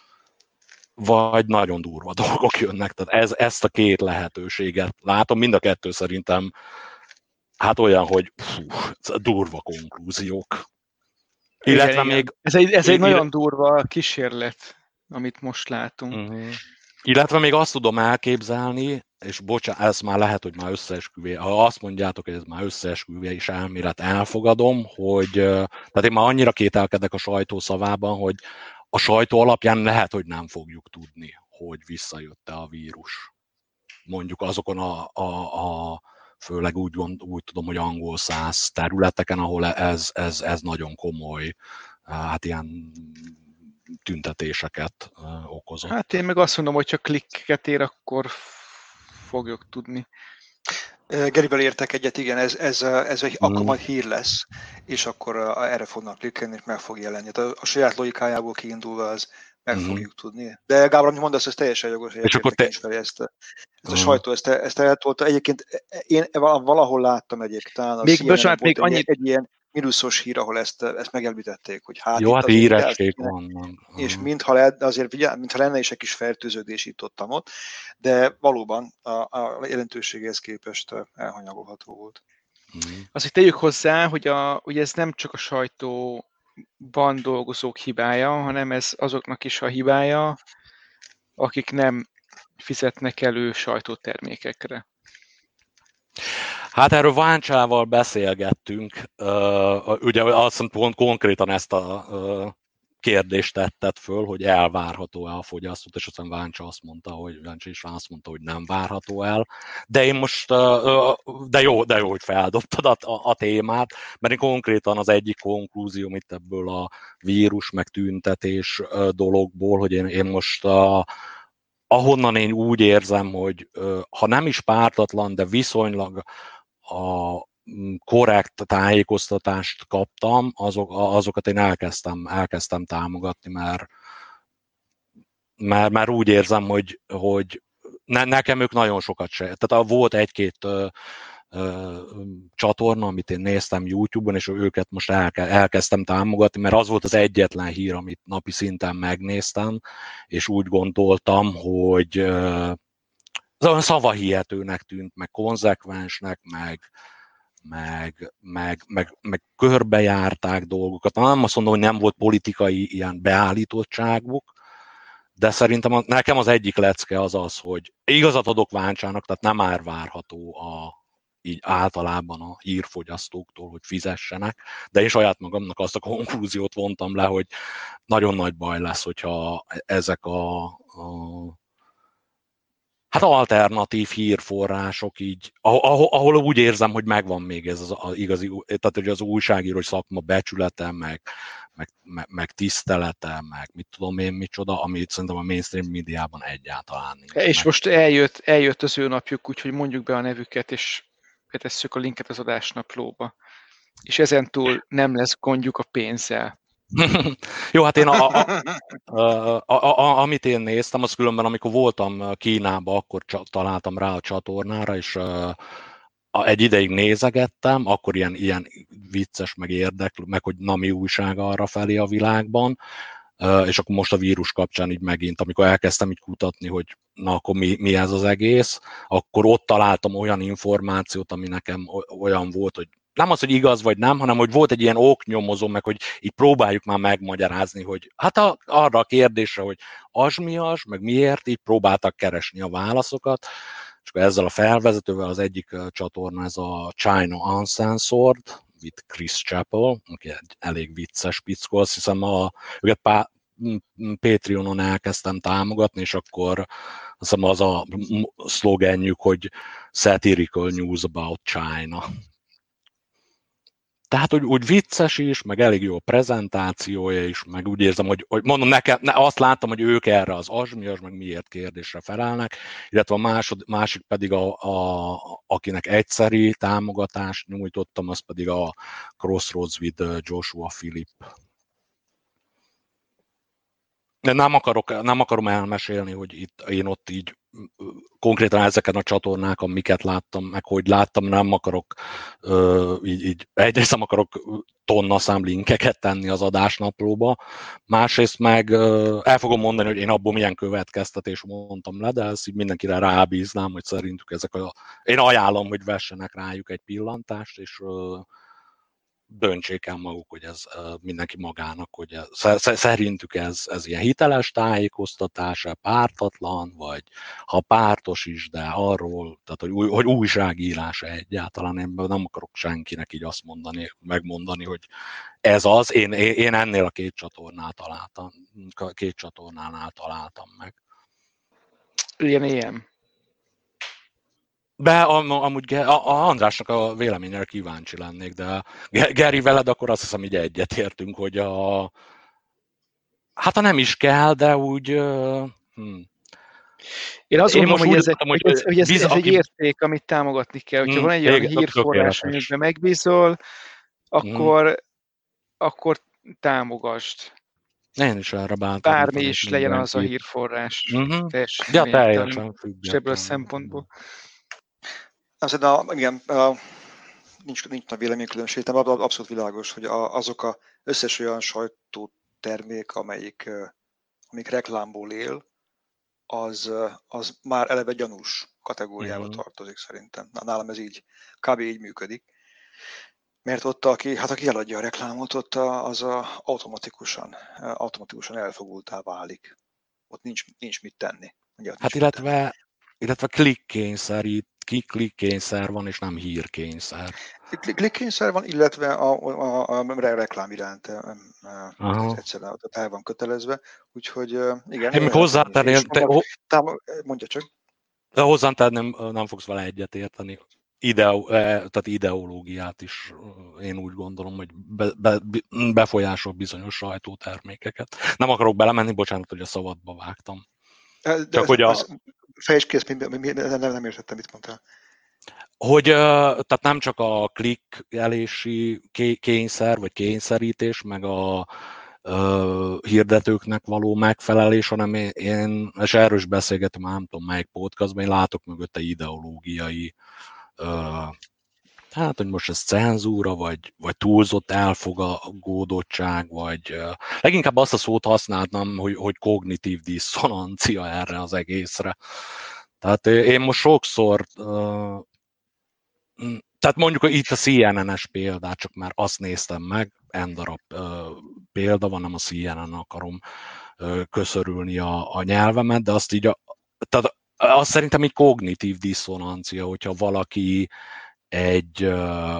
vagy nagyon durva dolgok jönnek. Tehát ezt a 2 lehetőséget látom. Mind a 2 szerintem hát olyan, hogy durva konklúziók. Illetve még... Ez egy nagyon durva kísérlet, amit most látunk. Uh-huh. Illetve még azt tudom elképzelni, és bocsánat, ez már lehet, hogy már összeesküvés, ha azt mondjátok, hogy ez már összeesküvés elmélet, elfogadom, hogy tehát én már annyira kételkedek a sajtó szavában, hogy a sajtó alapján lehet, hogy nem fogjuk tudni, hogy visszajött-e a vírus. Mondjuk azokon főleg úgy tudom, hogy angol száz területeken, ahol ez nagyon komoly, hát ilyen tüntetéseket okozott. Hát én meg azt mondom, hogy csak klikkeket ér, akkor fogjuk tudni. Gerivel értek egyet, igen, ez akkor majd hír lesz, és akkor erre fognak klikkelni, és meg fog jelenni. A saját logikájából kiindulva az meg fogjuk tudni. De Gábor, amit mondasz, ez teljesen jogos, hogy ezt a sajtó, ezt eltolta. Egyébként én valahol láttam egyébként, talán még annyit... egy ilyen mínuszos hír, ahol ezt megemlítették, hogy jó, hát híresség vannak. És mintha lenne is egy kis fertőződés itt-ott, de valóban a jelentőséghez képest elhanyagolható volt. Azt, hogy tegyük hozzá, hogy ez nem csak a sajtóban dolgozók hibája, hanem ez azoknak is a hibája, akik nem fizetnek elő sajtótermékekre. Hát erről Váncsával beszélgettünk, ugye azt mondom, konkrétan ezt kérdést tetted föl, hogy elvárható-e a fogyasztót, és aztán Váncsa azt mondta, hogy nem várható el. De én most, de jó, hogy feldobtad a témát, mert én konkrétan az egyik konklúzióm itt ebből a vírus meg tüntetés dologból, hogy én most ahonnan én úgy érzem, hogy ha nem is pártatlan, de viszonylag a korrekt tájékoztatást kaptam, azokat én elkezdtem támogatni, mert úgy érzem, hogy nekem ők nagyon sokat se. Tehát volt egy-két csatorna, amit én néztem YouTube-on, és őket most elkezdtem támogatni, mert az volt az egyetlen hír, amit napi szinten megnéztem, és úgy gondoltam, hogy az olyan szavahihetőnek tűnt, meg konzekvensnek, meg körbejárták dolgokat. Nem azt mondom, hogy nem volt politikai ilyen beállítottságuk, de szerintem nekem az egyik lecke az, hogy igazat adok Váncsának, tehát nem várható így általában a hírfogyasztóktól, hogy fizessenek, de én saját magamnak azt a konklúziót vontam le, hogy nagyon nagy baj lesz, hogyha ezek hát alternatív hírforrások így, ahol úgy érzem, hogy megvan még ez az igazi, tehát hogy az újságíró szakma becsülete, meg tisztelete, meg mit tudom én micsoda, amit szerintem a mainstream médiában egyáltalán nincs. És meg. Most eljött az ő napjuk, úgyhogy mondjuk be a nevüket, és betesszük a linket az adásnaplóba. És ezentúl nem lesz gondjuk a pénzzel. Jó, hát én amit én néztem, az különben, amikor voltam Kínában, akkor találtam rá a csatornára, és egy ideig nézegettem, akkor ilyen vicces, meg érdeklő, meg hogy nami újság arra felé a világban, és akkor most a vírus kapcsán így megint, amikor elkezdtem így kutatni, hogy na akkor mi ez az egész, akkor ott találtam olyan információt, ami nekem olyan volt, hogy nem az, hogy igaz vagy nem, hanem hogy volt egy ilyen oknyomozó, meg hogy így próbáljuk már megmagyarázni, hogy hát arra a kérdésre, hogy az mi az, meg miért, így próbáltak keresni a válaszokat, és akkor ezzel a felvezetővel az egyik csatorna, ez a China Uncensored, with Chris Chappell, aki egy elég vicces pickó, azt hiszem őket Patreonon elkezdtem támogatni, és akkor azt hiszem az a szlogenjük, hogy satirical news about China. Tehát úgy vicces is, meg elég jó a prezentációja is, meg úgy érzem, hogy mondom nekem, azt láttam, hogy ők erre az meg miért kérdésre felelnek, illetve a másik pedig akinek egyszeri támogatást nyújtottam, az pedig a Crossroads with Joshua Philip. De nem akarom elmesélni, hogy én ott így konkrétan ezeken a csatornákon miket láttam, meg hogy láttam, nem akarok egyrészt nem akarok tonnaszám linkeket tenni az adásnaplóba, másrészt meg el fogom mondani, hogy én abból milyen következtetés mondtam le, de ezt így mindenkire rábíznám, hogy szerintük én ajánlom, hogy vessenek rájuk egy pillantást, és döntsék el maguk, hogy ez mindenki magának, hogy szerintük ez ilyen hiteles tájékoztatás, pártatlan, vagy ha pártos is, de arról, tehát hogy újságírás egyáltalán, én nem akarok senkinek így azt megmondani, hogy ez az, én ennél a két csatornánál találtam meg. Ilyen. De amúgy a Andrásnak a véleményére kíváncsi lennék, de Geri, veled akkor azt hiszem így egyetértünk, hogy hát ha nem is kell, de úgy... Én azt gondolom, hogy ez egy érték, amit támogatni kell. Hogyha van egy olyan hírforrás, amiben megbízol, akkor támogasd. Én is erre bántam. Bármi is legyen az a hírforrás. Teljesen független. Ebből a szempontból. Igen, nincs a véleménykülönbség, de abszolút világos, hogy azok az összes olyan sajtótermék, amelyik reklámból él, az már eleve gyanús kategóriába tartozik szerintem. Nálam ez így, kb. Így működik. Mert ott, aki eladja a reklámot, ott az automatikusan elfogultá válik. Ott nincs mit tenni. Hát illetve klikkényszer van, és nem hírkényszer. Klikkényszer van, illetve a reklám iránt egyszerűen el van kötelezve, úgyhogy igen. Én még hozzátenném, mondja csak. De hozzátenném, nem fogsz vele egyetérteni. Tehát ideológiát is én úgy gondolom, hogy befolyásol bizonyos sajtótermékeket. Nem akarok belemenni, bocsánat, hogy a szabadba vágtam. Csak hogy fejtsd ki ezt, nem értettem, mit mondtál. Hogy tehát nem csak a klikkelési kényszer, vagy kényszerítés, meg a hirdetőknek való megfelelés, hanem én, és erről is beszélgetem, nem tudom melyik podcastban, én látok mögötte ideológiai, hát, hogy most ez cenzúra, vagy túlzott elfogadódottság, vagy leginkább azt a szót használtam, hogy kognitív diszonancia erre az egészre. Tehát én most sokszor, tehát mondjuk itt a CNN-es példát, csak már azt néztem meg, darab példa van, nem a CNN akarom köszörülni a nyelvemet, de azt így, tehát azt szerintem egy kognitív diszonancia, hogyha valaki egy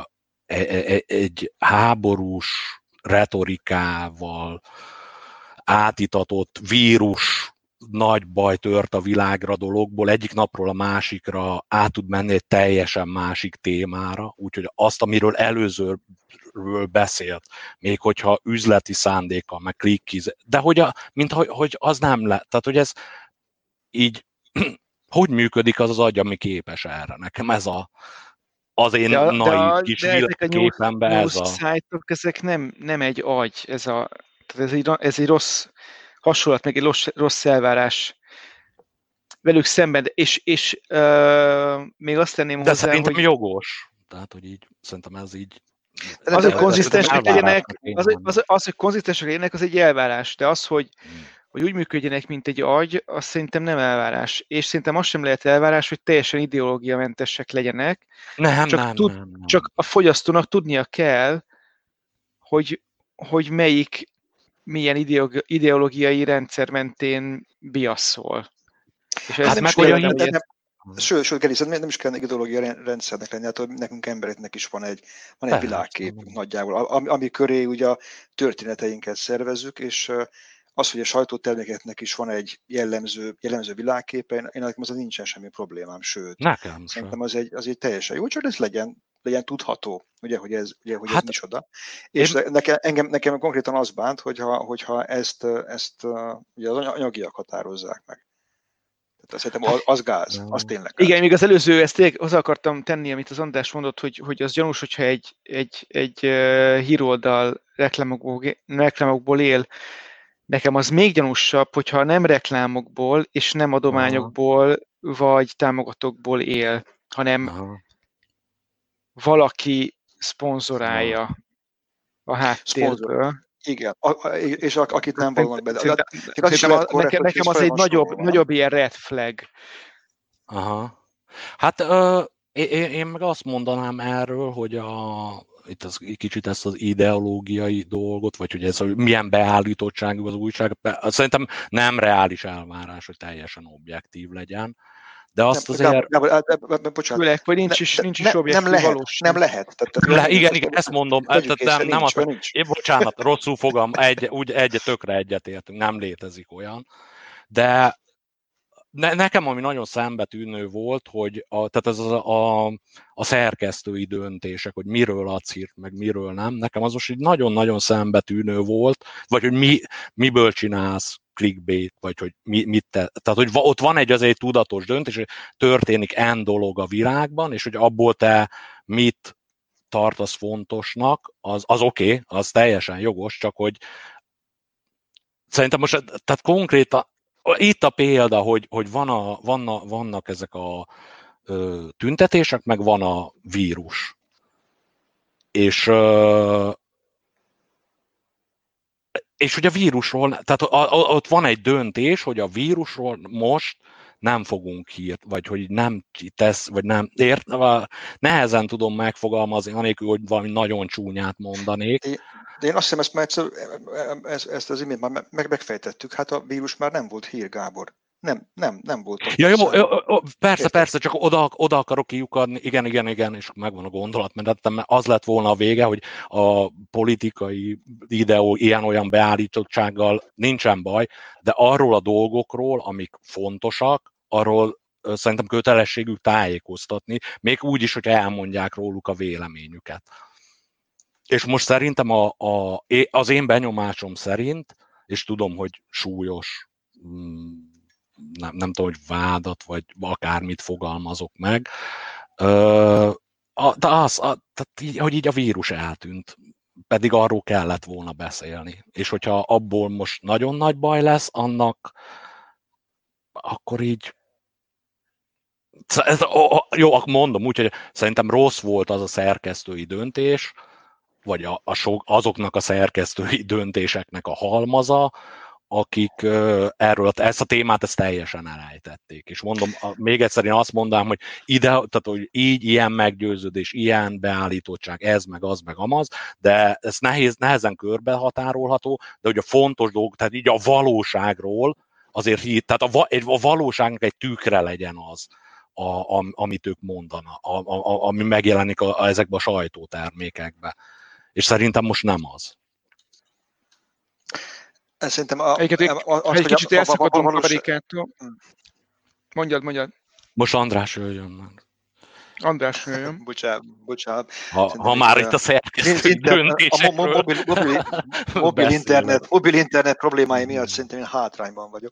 háborús retorikával átitatott vírus nagy baj tört a világra dologból, egyik napról a másikra át tud menni egy teljesen másik témára, úgyhogy azt, amiről előzőről beszélt, még hogyha üzleti szándékkal, meg klikkiz, de hogy az nem lehet, tehát hogy ez így, hogy működik az agy, ami képes erre? Nekem ez az én naív kis világképemben ez a... szájtok, ezek nem egy agy, ez egy rossz hasonlat, meg egy rossz elvárás velük szemben, és még azt tenném hozzá, szerintem hogy... jogos. Tehát, hogy így, szerintem ez így... Az, hogy konzisztensek legyenek, hogy konzisztensek legyenek, az egy elvárás, de az, hogy úgy működjenek, mint egy agy, az szerintem nem elvárás. És szerintem az sem lehet elvárás, hogy teljesen ideológiamentesek legyenek. Csak a fogyasztónak tudnia kell, hogy milyen ideológiai rendszer mentén biasszol. És ez hát meg olyan Sőt, Geri, nem is kell ideológiai rendszernek lenni, hát nekünk embereknek is van egy világkép nagyjából, ami köré ugye a történeteinket szervezzük, és az, hogy a sajtótermékeknek is van egy jellemző világképe, én nekem az nincsen semmi problémám, sőt, szerintem az egy teljesen jó, csak ez legyen tudható, ugye, hogy ez micsoda. És nekem konkrétan az bánt, hogyha ezt ugye az anyagiak határozzák meg. Tehát szerintem az gáz, az tényleg gáz. Igen, még az előző, ezt tényleg hozzá akartam tenni, amit az András mondott, hogy az gyanús, hogyha egy híroldal reklámokból él. Nekem az még gyanúsabb, hogyha nem reklámokból és nem adományokból vagy támogatókból él, hanem valaki szponzorálja a háttérből. Igen, és akit nem vallanak be. Nekem az egy nagyobb ilyen red flag. Aha. Hát én meg azt mondanám erről, hogy itt kicsit ezt az ideológiai dolgot, vagy hogy ez milyen beállítottságú az újság, szerintem nem reális elvárás, hogy teljesen objektív legyen. De azt azért... Bocsánat. Főleg, hogy nincs is objektív valóság. Nem lehet. Igen, ezt mondom. Bocsánat, rosszul fogam, tökre egyetértünk, nem létezik olyan. De nekem ami nagyon szembetűnő volt, hogy tehát ez a szerkesztői döntések, hogy miről adsz hírt, meg miről nem, nekem az most így nagyon-nagyon szembetűnő volt, vagy hogy miből csinálsz clickbait, vagy hogy mit te. Tehát, hogy ott van egy tudatos döntés, hogy történik N dolog a világban, és hogy abból te mit tartasz fontosnak, az oké, az teljesen jogos, csak hogy szerintem most, tehát konkrétan itt a példa, hogy vannak ezek a tüntetések, meg van a vírus. És hogy a vírusról, tehát ott van egy döntés, hogy a vírusról most nem fogunk hírt, vagy hogy nem tesz, vagy nem ért, nehezen tudom megfogalmazni, anélkül, hogy valami nagyon csúnyát mondanék. De én azt hiszem, ezt az imént már megfejtettük, hát a vírus már nem volt hír, Gábor. Nem volt. Ja, jó, persze, csak oda akarok kiukadni, igen, és megvan a gondolatmenetem, mert az lett volna a vége, hogy a politikai ideó ilyen-olyan beállítottsággal nincsen baj, de arról a dolgokról, amik fontosak, arról szerintem kötelességük tájékoztatni, még úgy is, hogy elmondják róluk a véleményüket. És most szerintem az én benyomásom szerint, és tudom, hogy súlyos, nem tudom, hogy vádat, vagy akármit fogalmazok meg, hogy így a vírus eltűnt, pedig arról kellett volna beszélni. És hogyha abból most nagyon nagy baj lesz, annak akkor így jó, mondom úgy, hogy szerintem rossz volt az a szerkesztői döntés, vagy azoknak a szerkesztői döntéseknek a halmaza, akik erről ezt a témát teljesen elejtették. És mondom, még egyszer én azt mondanám, hogy tehát, hogy így, ilyen meggyőződés, ilyen beállítottság, ez, meg az, meg amaz, de ez nehezen körbehatárolható, de hogy a fontos dolgok, tehát így a valóságról azért tehát a valóságnak egy tükre legyen az, amit ők mondanak, ami megjelenik ezekben a sajtótermékekben. És szerintem most nem az. Szerintem egy kicsit elszakadunk Amerikától. Mondjad. Most András jöjjön meg. András jöjjön. Bocsánat. Ha már itt a szerkesztő döntésekről. Mobil internet problémái miatt szerintem én hátrányban vagyok.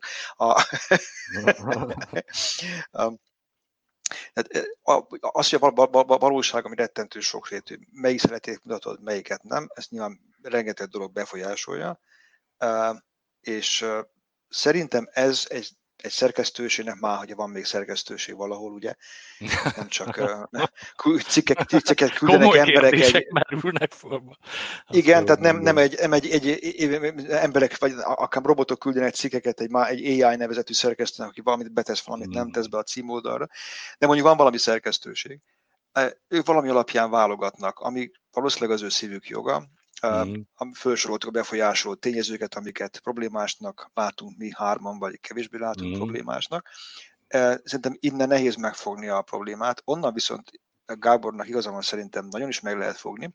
Az, hogy a valóság, ami rettentő sokrétű, melyik szeretét mutatod, melyiket nem, ezt nyilván rengeteg dolog befolyásolja, és szerintem ez egy szerkesztőségnek már, hogy van még szerkesztőség valahol, ugye, nem csak cikkeket küldenek emberek. Merülnek föl. Igen, tehát nem egy emberek, vagy akár robotok küldenek cikkeket egy AI nevezetű szerkesztőnek, aki valamit betesz, valamit nem tesz be a címoldalra, de mondjuk van valami szerkesztőség. Ők valami alapján válogatnak, ami valószínűleg az ő szívük joga. Felsoroltuk a befolyásoló tényezőket, amiket problémásnak látunk mi hárman, vagy kevésbé látunk problémásnak. Szerintem innen nehéz megfogni a problémát. Onnan viszont Gábornak igaza van, szerintem nagyon is meg lehet fogni,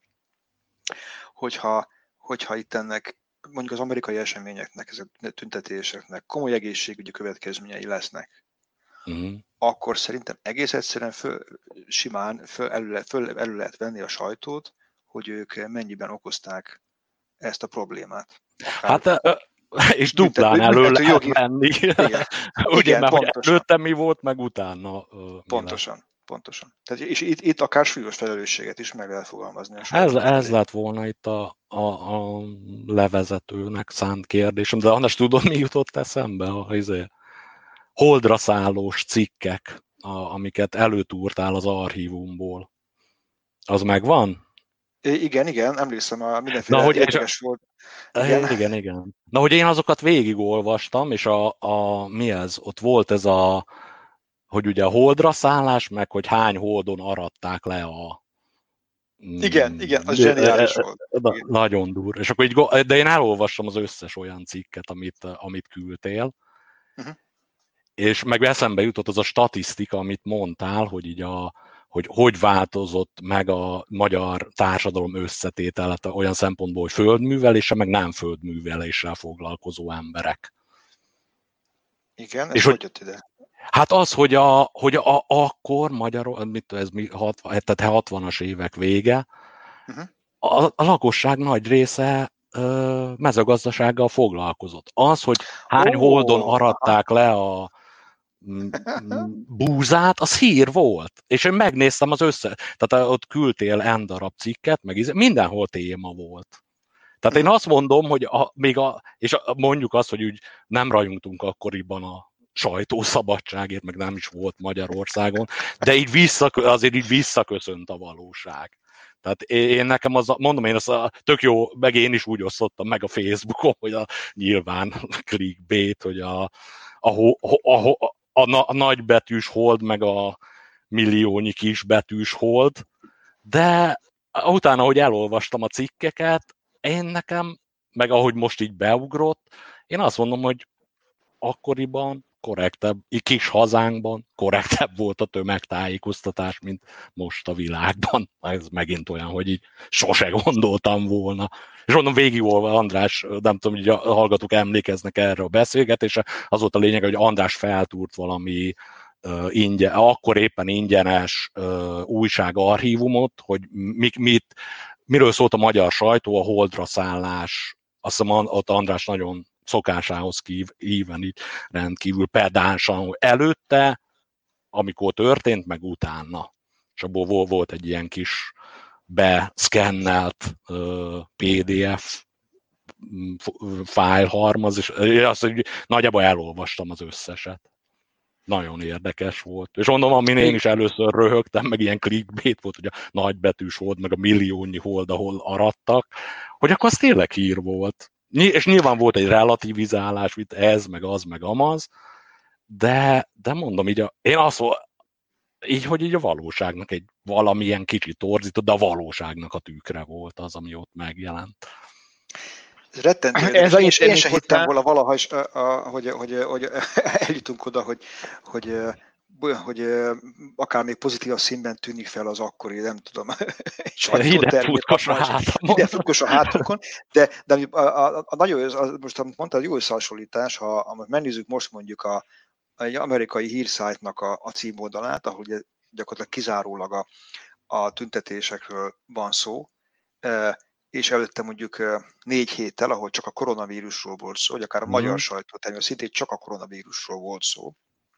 hogyha itt ennek mondjuk az amerikai eseményeknek, ezek tüntetéseknek komoly egészségügyi következményei lesznek, akkor szerintem egész egyszerűen simán elő lehet venni a sajtót, hogy ők mennyiben okozták ezt a problémát. Hát, és duplán elő lehet venni. Ugye, mert előtte mi volt, meg utána. Pontosan. Tehát, és itt akár súlyos felelősséget is meg lehet fogalmazni. Ez lett volna itt a levezetőnek szánt kérdésem, de András, tudod, mi jutott eszembe? Holdra szállós cikkek, amiket előtúrtál az archívumból. Az megvan? Igen, emlékszem, mindenféle érdekes volt. Igen. Na, hogy én azokat végigolvastam, és mi ez? Ott volt ez hogy ugye a holdra szállás, meg hogy hány holdon aratták le Igen, az zseniális volt. Nagyon durva. És akkor de én elolvastam az összes olyan cikket, amit küldtél, és meg eszembe jutott az a statisztika, amit mondtál, hogy így hogy változott meg a magyar társadalom összetétele olyan szempontból, hogy földművelése, meg nem földműveléssel foglalkozó emberek. Igen, és hogy jött ide? Hát az, hogy akkor ez 60-as évek vége, a lakosság nagy része mezőgazdasággal foglalkozott. Az, hogy hány holdon aratták le a búzát, az hír volt. És én megnéztem tehát ott küldtél N darab cikket, meg mindenhol téma volt. Tehát én azt mondom, hogy és mondjuk azt, hogy úgy nem rajongtunk akkoriban a sajtószabadságért, meg nem is volt Magyarországon, de azért így visszaköszönt a valóság. Tehát én nekem én tök jó, meg én is úgy osztottam meg a Facebookon, hogy nyilván clickbait, hogy a nagybetűs hold, meg a milliónyi kisbetűs hold, de utána, hogy elolvastam a cikkeket, én nekem, meg ahogy most így beugrott, én azt mondom, hogy akkoriban korrektebb, kis hazánkban korrektebb volt a tömegtájékoztatás, mint most a világban. Ez megint olyan, hogy így sose gondoltam volna. És mondom, végigolva András, nem tudom, hogy a hallgatók emlékeznek erre a beszélgetésre, az volt a lényeg, hogy András feltúrt valami akkor éppen ingyenes újságarchívumot, hogy miről szólt a magyar sajtó, a holdra szállás. Azt hiszem, ott András nagyon szokásához híven így rendkívül pedánsan, hogy előtte, amikor történt, meg utána. És abból volt egy ilyen kis beszkennelt PDF fájlhalmaz, és azt, hogy nagyjából elolvastam az összeset. Nagyon érdekes volt. És mondom, amin én is először röhögtem, meg ilyen clickbait volt, hogy a nagybetűs hold, meg a milliónyi hold, ahol arattak, hogy akkor az tényleg hír volt. És nyilván volt egy relativizálás, mint ez, meg az, meg amaz, de mondom, én azt mondom, hogy így a valóságnak egy valamilyen kicsit torzított, de a valóságnak a tükre volt az, ami ott megjelent. Ez rettentő. Én sem hittem volna valaha is, hogy eljutunk oda, hogy akár még pozitív színben tűnik fel az akkori, nem tudom, hidegfutkos a hátunkon, de nagyon, most amit mondtad, jó összehasonlítás, ha megnézzük most mondjuk egy amerikai hírszájtnak a címoldalát, ahol gyakorlatilag kizárólag a tüntetésekről van szó, és előtte mondjuk 4 héttel, ahol csak a koronavírusról volt szó, vagy akár a magyar sajtó szintén csak a koronavírusról volt szó,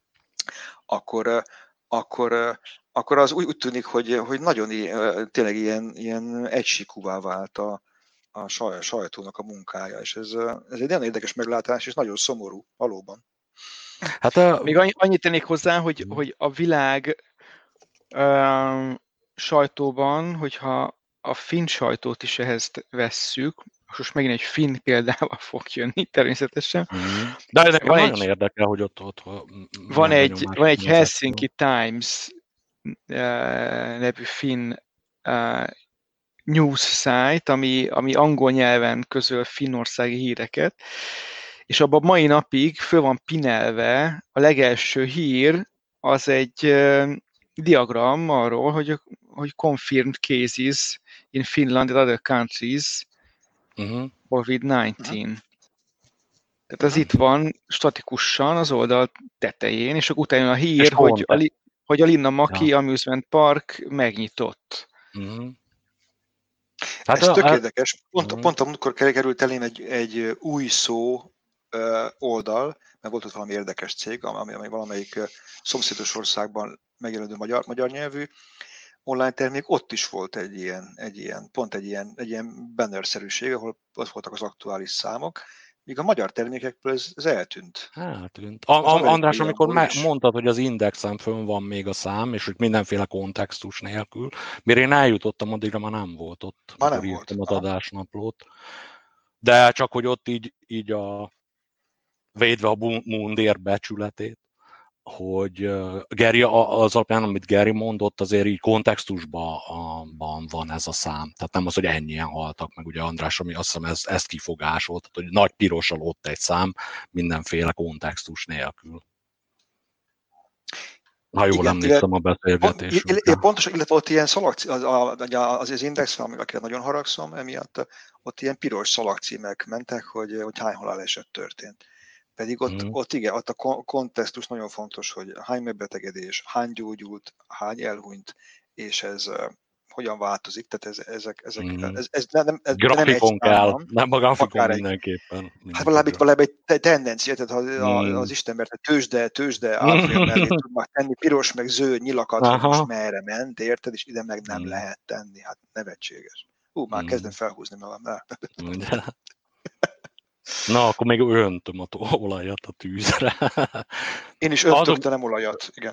akkor az úgy tűnik, hogy nagyon tényleg ilyen egysíkúvá vált a sajtónak a munkája, és ez egy nagyon érdekes meglátás, és nagyon szomorú, valóban. Hát még annyit tennék hozzá, hogy a világ sajtóban, hogyha a finn sajtót is ehhez vesszük, most megint egy finn példával fog jönni, természetesen. De ennek nagyon érdekel, hogy ott van egy Helsinki Times nevű finn news site, ami angol nyelven közöl finnországi híreket, és abban mai napig föl van pinelve a legelső hír, az egy diagram arról, hogy confirmed cases in Finland and other countries COVID-19. Tehát az itt van statikusan az oldal tetején, és utána a hír, hogy a Linnanmäki Amusement Park megnyitott. Hát ez tök érdekes. Pont amikor került elém egy új szó oldal, mert volt ott valami érdekes cég, ami valamelyik szomszédos országban megjelenő magyar nyelvű online termék, ott is volt egy ilyen banner-szerűség, ahol ott voltak az aktuális számok, míg a magyar termékekből ez eltűnt. Eltűnt. András, amikor mondtad, hogy az Indexen fönn van még a szám, és hogy mindenféle kontextus nélkül, mire én eljutottam, addigra már nem volt ott. Már nem volt. Az adásnaplót. De csak, hogy ott így védve a mundér becsületét, hogy Geri, az alapján, amit Geri mondott, azért így kontextusban van ez a szám. Tehát nem az, hogy ennyien haltak meg, ugye András, ami azt hiszem ezt kifogásolt, hogy nagy pirossal ott egy szám, mindenféle kontextus nélkül. Ha jól emlékszem a beszélgetésünkre. Pontosan, illetve ott ilyen az Index, amire nagyon haragszom emiatt, ott ilyen piros szalagcímek mentek, hogy hány haláleset történt. Pedig ott igen, ott a kontextus nagyon fontos, hogy hány megbetegedés, hány gyógyult, hány elhunyt, és ez hogyan változik. Tehát ez grafikon kell, nem a grafikon mindenképpen. Hát valami egy tendencia, tehát az Istenbert a tőzsde átfél mellé tudnak tenni piros meg zöld nyilakat, hogy most merre ment, érted, és ide meg nem lehet tenni. Hát nevetséges. Már kezdem felhúzni magam. Na, akkor még öntöm a olajat a tűzre. Én is öntök, de nem olajat. Igen.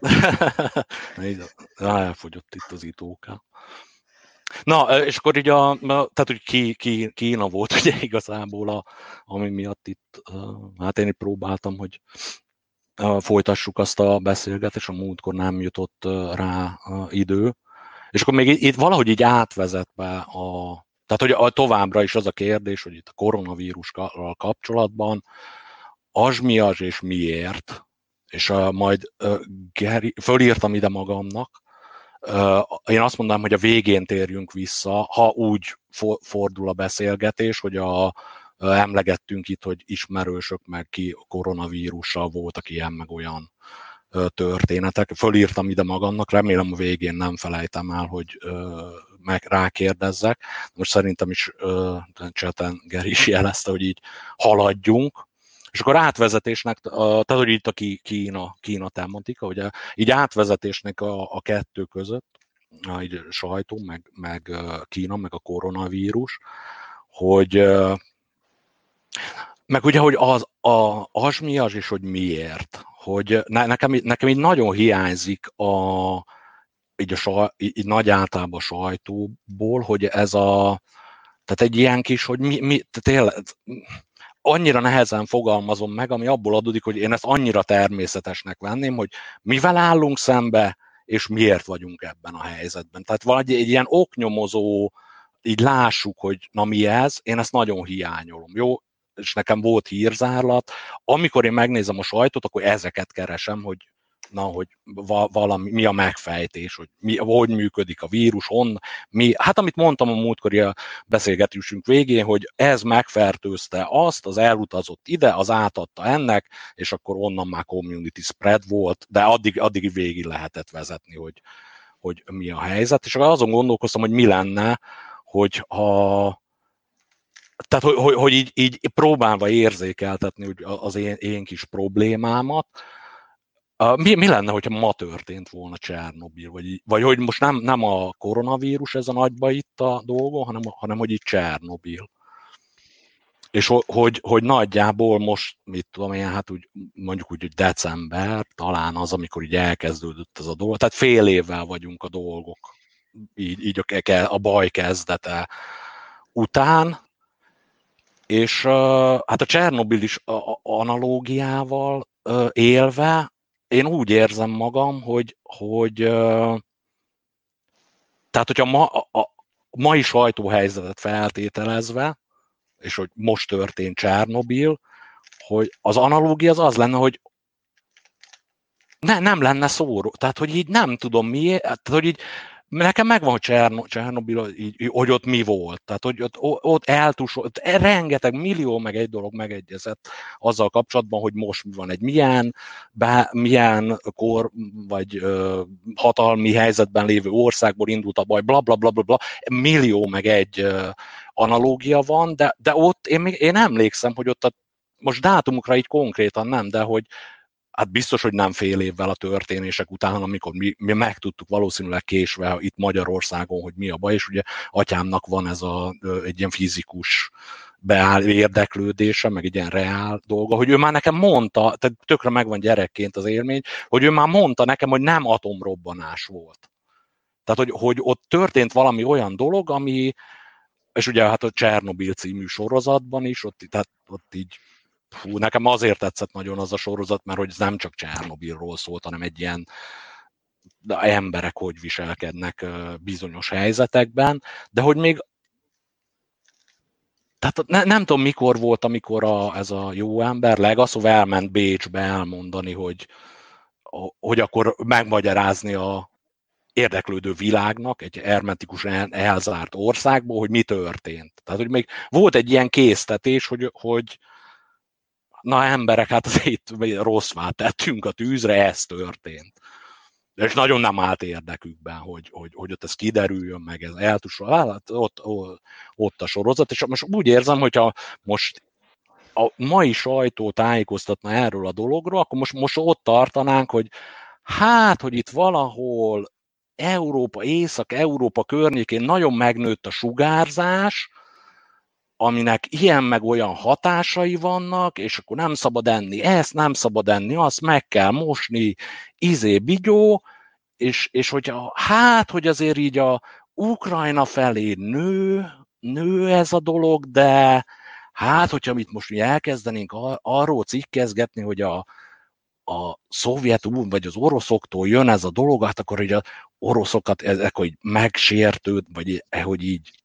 Elfogyott itt az itóka. Na, és akkor így tehát, hogy Kína volt ugye igazából, ami miatt itt, hát én itt próbáltam, hogy folytassuk azt a beszélgetést, a múltkor nem jutott rá idő. És akkor még itt valahogy így átvezet be tehát, hogy továbbra is az a kérdés, hogy itt a koronavírussal kapcsolatban az mi az és miért, és majd Geri, fölírtam ide magamnak, én azt mondanám, hogy a végén térjünk vissza, ha úgy fordul a beszélgetés, hogy emlegettünk itt, hogy ismerősök meg ki koronavírussal voltak ilyen meg olyan történetek. Fölírtam ide magamnak, remélem a végén nem felejtem el, hogy meg rákérdezzek. Most szerintem is chaten Geri is jelezte, hogy így haladjunk. És akkor átvezetésnek, tehát hogy itt a Kína tematika, ugye így átvezetésnek a kettő között, így sajtó, meg Kína, meg a koronavírus, hogy meg ugye, hogy az mi az, és hogy miért. Hogy nekem így nagyon hiányzik így nagy általában a sajtóból, hogy ez tehát egy ilyen kis, hogy tényleg annyira nehezen fogalmazom meg, ami abból adódik, hogy én ezt annyira természetesnek venném, hogy mivel állunk szembe, és miért vagyunk ebben a helyzetben. Tehát valahogy egy ilyen oknyomozó, így lássuk, hogy na mi ez, én ezt nagyon hiányolom. Jó, és nekem volt hírzárlat. Amikor én megnézem a sajtót, akkor ezeket keresem, hogy valami, mi a megfejtés, hogy működik a vírus, hát amit mondtam a múltkori beszélgetésünk végén, hogy ez megfertőzte azt, az elutazott ide, az átadta ennek, és akkor onnan már community spread volt, de addig végig lehetett vezetni, hogy mi a helyzet, és azon gondolkoztam, hogy mi lenne, tehát, hogy így próbálva érzékeltetni hogy az én kis problémámat. Mi lenne, hogyha ma történt volna Csernobil? Vagy hogy most nem a koronavírus ez a nagyba itt a dolgon, hanem hogy itt Csernobil. És hogy nagyjából most, mit tudom én, hát úgy, mondjuk úgy, hogy december, talán az, amikor így elkezdődött ez a dolog. Tehát fél évvel vagyunk a dolgok. Így a baj kezdete után. És hát a Csernobil is analógiával élve, én úgy érzem magam, hogy tehát, hogyha a mai sajtóhelyzetet feltételezve, és hogy most történt Csernobil, hogy az analógia az lenne, hogy nem lenne szóró. Tehát, hogy így nem tudom miért, tehát, hogy így nekem megvan, hogy Csernobil, hogy ott mi volt. Tehát, hogy ott eltusolt, rengeteg millió meg egy dolog megegyezett azzal kapcsolatban, hogy most mi van, egy milyen kor vagy hatalmi helyzetben lévő országból indult a baj, bla bla bla bla bla, millió meg egy analógia van, de ott én emlékszem, hogy ott most dátumokra így konkrétan nem, de hogy hát biztos, hogy nem fél évvel a történések után, amikor mi megtudtuk valószínűleg késve itt Magyarországon, hogy mi a baj, és ugye atyámnak van ez egy ilyen fizikus érdeklődése, meg egy ilyen reál dolga, hogy ő már nekem mondta, tehát tökre megvan gyerekként az élmény, hogy ő már mondta nekem, hogy nem atomrobbanás volt. Tehát, hogy ott történt valami olyan dolog, ami, és ugye hát a Csernobil című sorozatban is, ott így nekem azért tetszett nagyon az a sorozat, mert hogy ez nem csak Csernobilról szólt, hanem egy ilyen emberek hogy viselkednek bizonyos helyzetekben, de hogy még tehát nem tudom mikor volt, amikor ez a jó ember Legasov elment Bécsbe elmondani, hogy akkor megmagyarázni a érdeklődő világnak, egy hermetikus elzárt országból, hogy mi történt. Tehát, hogy még volt egy ilyen késztetés, hogy na emberek, hát azért rossz vált tettünk a tűzre, ez történt. És nagyon nem állt érdekükben, hogy ott ez kiderüljön, meg ez eltusol. Ott a sorozat, és most úgy érzem, hogyha most a mai sajtó tájékoztatna erről a dologról, akkor most ott tartanánk, hogy hogy itt valahol Észak-Európa környékén nagyon megnőtt a sugárzás, aminek ilyen meg olyan hatásai vannak, és akkor nem szabad enni ezt, nem szabad enni azt, meg kell mosni, bigyó, és hogy azért így a Ukrajna felé nő ez a dolog, de hogyha itt most mi elkezdenénk arról cikkezgetni, hogy a Szovjetunió vagy az oroszoktól jön ez a dolog, hát akkor így az oroszokat akkor így megsértőd, vagy hogy így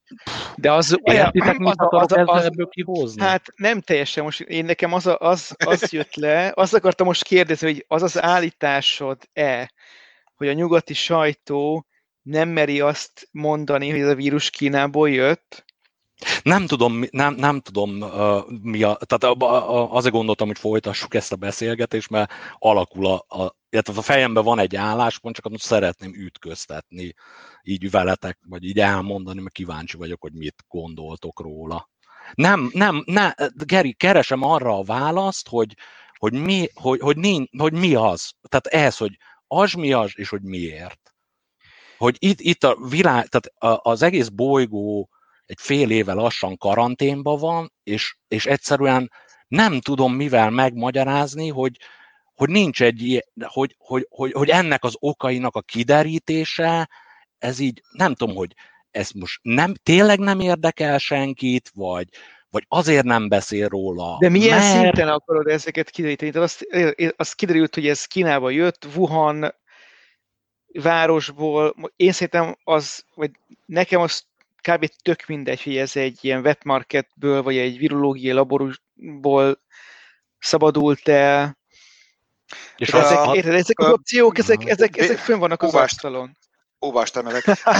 De az... Értitek, mit akarok ebből kihozni? Hát nem teljesen. Most én nekem az jött le, azt akartam most kérdezni, hogy az az állításod-e, hogy a nyugati sajtó nem meri azt mondani, hogy ez a vírus Kínából jött? Nem tudom, mi tehát azért gondoltam, hogy folytassuk ezt a beszélgetést, mert alakul illetve a fejemben van egy álláspont, csak most szeretném ütköztetni így veletek, vagy így elmondani, mert kíváncsi vagyok, hogy mit gondoltok róla. Geri, keresem arra a választ, hogy mi az. Tehát ez, hogy az mi az, és hogy miért. Hogy itt a világ, tehát az egész bolygó egy fél éve lassan karanténban van, és egyszerűen nem tudom mivel megmagyarázni, hogy nincs hogy ennek az okainak a kiderítése, ez így, nem tudom, hogy ez most tényleg nem érdekel senkit, vagy azért nem beszél róla. De milyen szinten akarod ezeket kideríteni? Tehát azt kiderült, hogy ez Kínába jött, Wuhan városból. Én szerintem vagy nekem az kb. Tök mindegy, hogy ez egy ilyen wet marketből, vagy egy virológiai laborból szabadult el. És ezek az opciók, ezek fönn vannak az asztalon. Óvást emelek.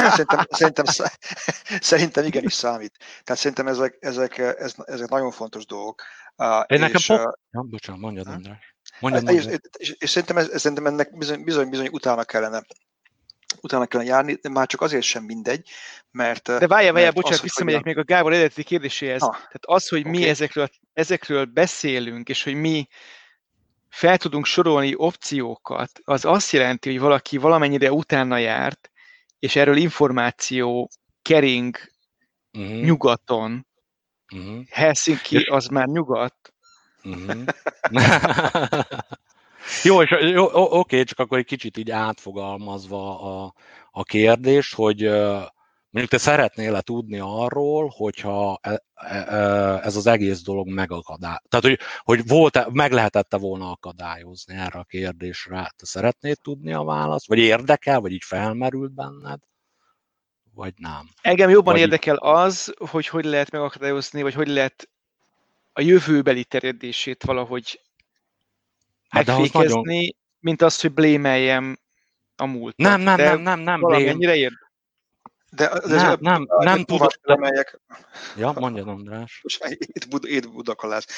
Szerintem igenis számít. Tehát szerintem ezek nagyon fontos dolgok. Bocsánat, mondjad, András. És szerintem ennek bizony utána kellene járni, már csak azért sem mindegy, mert... De várjál, bocsánat, visszamegyek még a Gábor eredeti kérdéséhez. Tehát az, hogy mi ezekről beszélünk, és hogy mi fel tudunk sorolni opciókat, az azt jelenti, hogy valaki valamennyire utána járt, és erről információ kering nyugaton. Helsinki az már nyugat. Jó, oké, csak akkor egy kicsit így átfogalmazva a kérdést, hogy mondjuk te szeretnél tudni arról, hogyha ez az egész dolog tehát, hogy meg lehetette volna akadályozni erre a kérdésre. Te szeretnéd tudni a választ? Vagy érdekel, vagy így felmerült benned? Vagy nem? Engem jobban érdekel az, hogy lehet megakadályozni, vagy hogy lehet a jövőbeli terjedését valahogy megfékezni, mint az, hogy blémeljem a múltat. Nem. Valamennyire érdekel. Nem tudom. Ja, mondjad, András. Itt budakolás.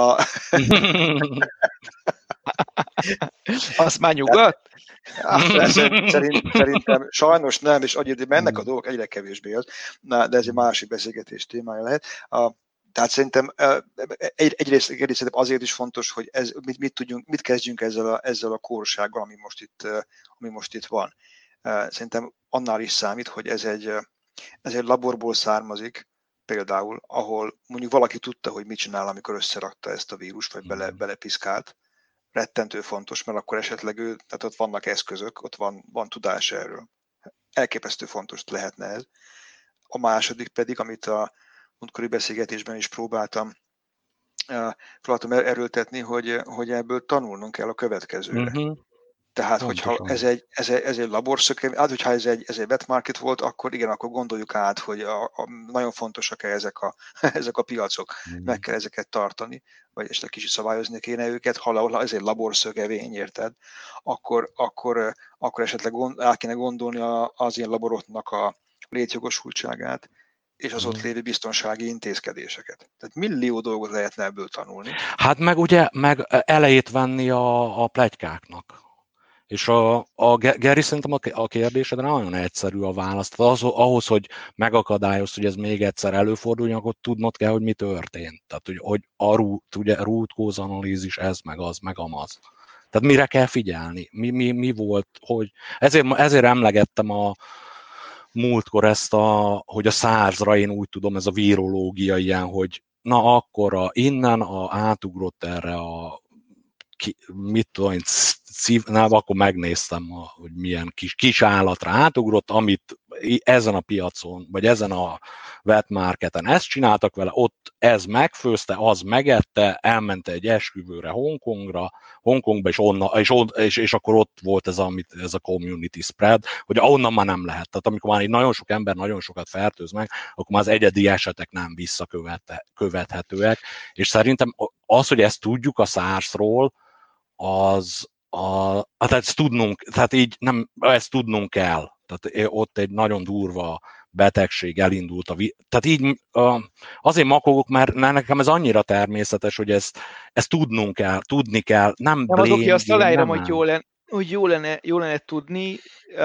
Az már nyugat? Szerintem sajnos nem, és mennek a dolgok egyre kevésbé az, de ez egy másik beszélgetés témája lehet. Tehát szerintem egyrészt azért is fontos, hogy mit kezdjünk ezzel a kórsággal, ami most itt van. Szerintem annál is számít, hogy ez egy laborból származik, például, ahol mondjuk valaki tudta, hogy mit csinál, amikor összerakta ezt a vírust, vagy belepiszkált. Rettentő fontos, mert akkor esetleg tehát ott vannak eszközök, ott van tudás erről. Elképesztő fontos lehetne ez. A második pedig, amit a múltkori beszélgetésben is próbáltam erőltetni, hogy ebből tanulnunk kell a következőre. Tehát, hogyha ez egy laborszökevény, hogyha ez egy wet market volt, akkor igen, akkor gondoljuk át, hogy nagyon fontosak-e ezek a piacok. Meg kell ezeket tartani, vagy esetleg kicsit szabályozni kéne őket. Ha ez egy laborszökevény, érted? Akkor esetleg el kéne gondolni az ilyen laboroknak a létjogosultságát, és az ott lévő biztonsági intézkedéseket. Tehát millió dolgot lehetne ebből tanulni. Hát meg elejét venni a pletykáknak. És Geri, szerintem a kérdésedre nagyon egyszerű a válasz. Ahhoz, hogy megakadályozz, hogy ez még egyszer előforduljon, akkor tudnod kell, hogy mi történt. Tehát, hogy a root cause analízis, ez, meg az, meg amaz. Tehát mire kell figyelni? Mi volt, hogy... Ezért emlegettem a múltkor hogy a SARS-ra én úgy tudom, ez a virológia ilyen, hogy na akkor innen átugrott erre mit tudom, akkor megnéztem, hogy milyen kis állatra átugrott, amit ezen a piacon, vagy ezen a wet marketen ezt csináltak vele, ott ez megfőzte, az megette, elmente egy esküvőre Hongkongba, és akkor ott volt ez a community spread, hogy onnan már nem lehet. Tehát amikor már nagyon sok ember nagyon sokat fertőz meg, akkor már az egyedi esetek nem visszakövethetőek, és szerintem az, hogy ezt tudjuk a SARS-ról, ezt tudnunk kell. Tehát ott egy nagyon durva betegség elindult. Tehát így azért makogok, mert nekem ez annyira természetes, hogy ezt tudni kell. Nem oké, azt aláírom, hogy jó lenne tudni,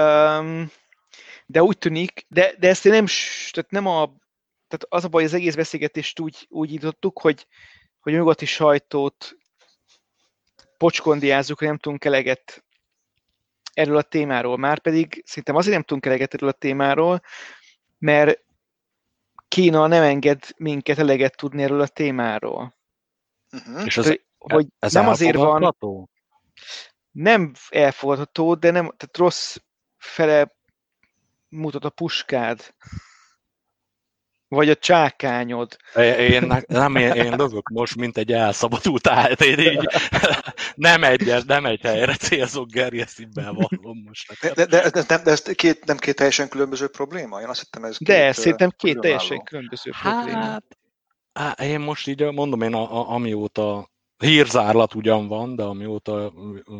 de úgy tűnik, de ezt én tehát az a baj, az egész beszélgetést úgy indítottuk, hogy a nyugati sajtót pocskondiázzuk, hogy nem tudunk eleget erről a témáról. Márpedig szerintem azért nem tudunk eleget erről a témáról, mert Kína nem enged minket eleget tudni erről a témáról. És ez nem azért van, nem elfogadható, de nem, tehát rossz fele mutat a puskád. Vagy a csákányod. Én lövök most, mint egy elszabadult állat. Én így nem egy helyre célzok, Geri, ezt így bevallom most. De ez nem két teljesen különböző probléma? Én azt hittem, ez szerintem két teljesen különböző probléma. Hát, én most így mondom, amióta hírzárlat ugyan van, de amióta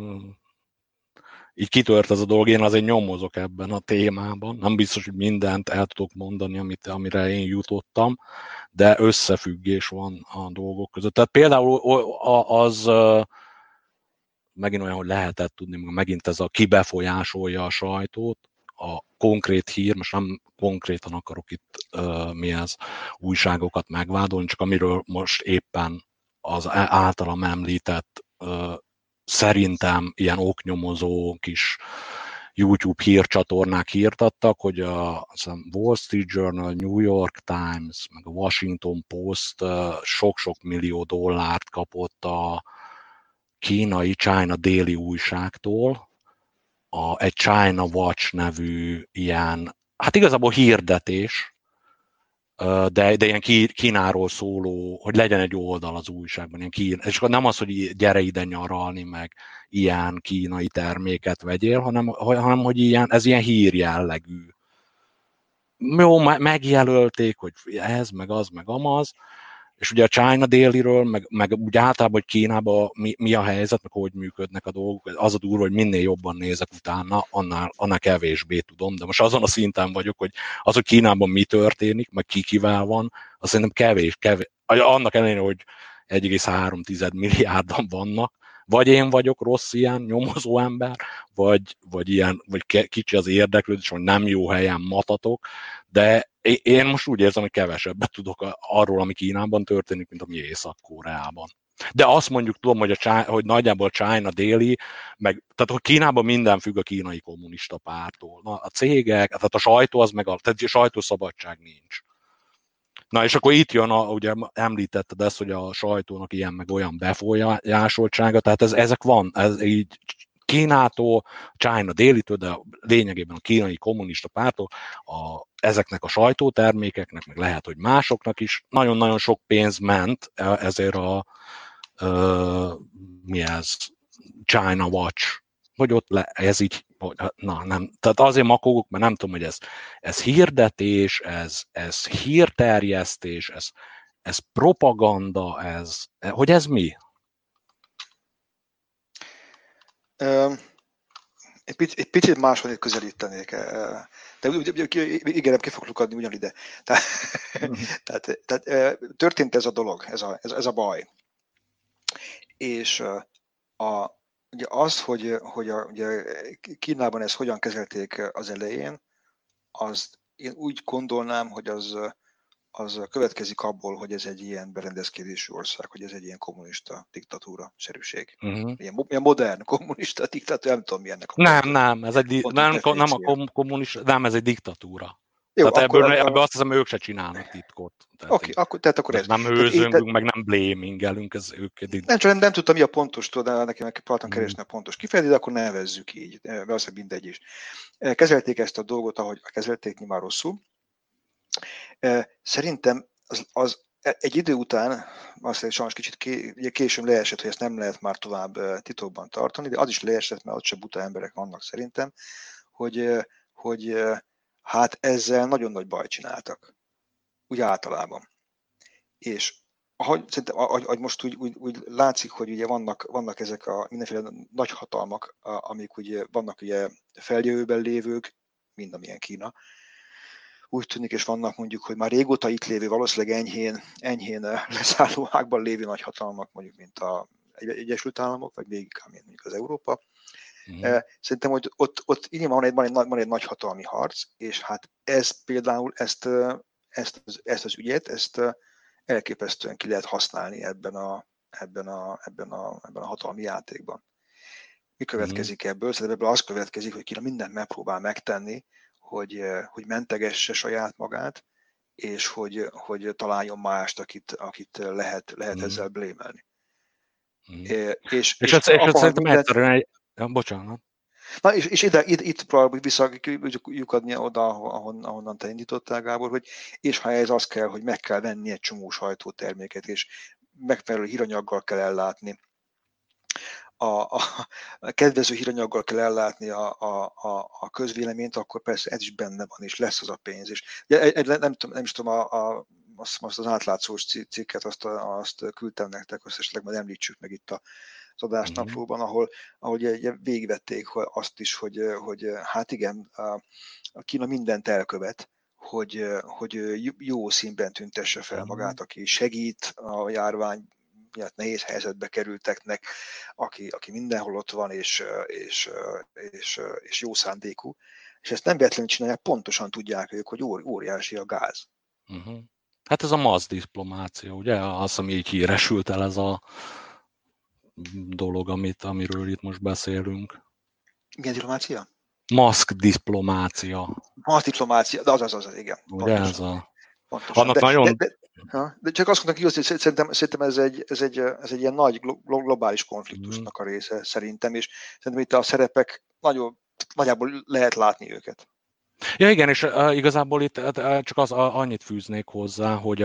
így kitört ez a dolog, én azért nyomozok ebben a témában. Nem biztos, hogy mindent el tudok mondani, amire én jutottam, de összefüggés van a dolgok között. Tehát például az megint olyan, hogy lehetett tudni, megint ez a kibefolyásolja a sajtót, a konkrét hír, most nem konkrétan akarok itt újságokat megvádolni, csak amiről most éppen az általam említett szerintem ilyen oknyomozó kis YouTube hírcsatornák hírtattak, hogy a Wall Street Journal, New York Times, meg a Washington Post sok-sok millió dollárt kapott a kínai China Daily újságtól, egy China Watch nevű ilyen, hát igazából hirdetés, de ilyen Kínáról szóló, hogy legyen egy oldal az újságban, és akkor nem az, hogy gyere ide nyaralni, meg ilyen kínai terméket vegyél, hanem hogy ez ilyen hír jellegű. Jó, megjelölték, hogy ez, meg az, meg amaz, és ugye a China Dailyről, meg úgy általában, hogy Kínában mi a helyzet, meg hogy működnek a dolgok, az a durva, hogy minél jobban nézek utána, annál kevésbé tudom, de most azon a szinten vagyok, hogy az, hogy Kínában mi történik, meg kivel van, az szerintem kevés. Annak ellenére, hogy 1,3 milliárdan vannak, vagy én vagyok rossz ilyen nyomozó ember, vagy kicsi az érdeklődés, vagy nem jó helyen matatok, de én most úgy érzem, hogy kevesebbet tudok arról, ami Kínában történik, mint ami Észak-Koreában. De azt mondjuk tudom, hogy nagyjából a China Daily, tehát hogy Kínában minden függ a kínai kommunista pártól. Na, a cégek, tehát a sajtó tehát a sajtószabadság nincs. Na és akkor itt jön, ugye említetted ezt, hogy a sajtónak ilyen meg olyan befolyásoltsága, tehát ezek van, ez így Kínától, China Daily-től, de lényegében a kínai kommunista pártól, ezeknek a sajtótermékeknek, meg lehet, hogy másoknak is nagyon-nagyon sok pénz ment ezért China Watch, hogy ott ez így, nem. Tehát azért makogok, mert nem tudom, hogy ez hirdetés, ez hírterjesztés, ez propaganda, hogy ez mi? Egy picit máshol közelítenék, de igen, ki fog lukadni ugyanide. Tehát történt ez a dolog, ez a baj. És ugye az, hogy ugye Kínában ezt hogyan kezelték az elején, én úgy gondolnám, hogy az következik abból, hogy ez egy ilyen berendezkedésű ország, hogy ez egy ilyen kommunista diktatúra-szerűség. Ilyen modern kommunista diktatúra, nem tudom mi ennek a nem, ez egy kommunista, nem, ez egy diktatúra. Jó, tehát ebből azt hiszem, ők se csinálnak titkot. Oké, akkor ez. Nem őzöngünk, meg nem blémingelünk, ez őket. Nem tudtam, mi a pontos, de neki meg próbáltam keresni a pontos kifejezést, de akkor nevezzük így, valószínűleg mindegy is. Kezelték ezt a dolgot, ahogy kezelték, nyilván rosszul. Szerintem az egy idő után, azt sajnos kicsit későn leesett, hogy ezt nem lehet már tovább titokban tartani, de az is leesett, mert ott se buta emberek vannak szerintem, hogy hát ezzel nagyon nagy bajt csináltak. Úgy általában. És ahogy most úgy látszik, hogy ugye vannak ezek a mindenféle nagyhatalmak, amik ugye vannak ugye feljövőben lévők, mind amilyen Kína, úgy tűnik, és vannak mondjuk, hogy már régóta itt lévő, valószínűleg enyhén leszálló ágban lévő nagyhatalmak, mondjuk, mint az Egyesült Államok, vagy még mondjuk az Európa. Szerintem, hogy ott nyilván van egy nagyhatalmi harc, és hát ez például ezt az ügyet, ezt elképesztően ki lehet használni ebben a hatalmi játékban. Mi következik ebből? Szerintem ebből az következik, hogy Kína mindent megpróbál megtenni, hogy mentegesse saját magát, és hogy találjon mást, akit lehet ezzel blémelni. És szerintem egyszerűen bocsánat. Na, és itt próbáljuk visszalyukadni oda, ahonnan te indítottál, Gábor, hogy és ha ez az kell, hogy meg kell venni egy csomó sajtóterméket, és megfelelő híranyaggal kell ellátni, a kedvező híranyaggal kell ellátni a közvéleményt, akkor persze ez is benne van, és lesz az a pénz. És nem is tudom, azt az átlátszós cikket, azt küldtem nektek, azt esetleg majd említsük meg itt az adásnaplóban, ahol végigvették azt is, hogy hát igen, a Kína mindent elkövet, hogy jó színben tüntesse fel magát, aki segít a járvány miatt nehéz helyzetbe kerülteknek, aki mindenhol ott van, és jó szándékú. És ezt nem véletlenül csinálják, pontosan tudják ők, hogy óriási a gáz. Hát ez a masszdiplomácia, ugye? Az, ami így híresült el, ez a dolog, amiről itt most beszélünk. Milyen diplomácia? Maszkdiplomácia. Maszkdiplomácia, de az, igen. Ugye ez a... Pontosan. De csak azt mondtam, hogy szerintem ez egy ilyen nagy globális konfliktusnak a része szerintem, és szerintem itt a szerepek nagyjából lehet látni őket. Ja igen, és igazából itt csak annyit fűznék hozzá, hogy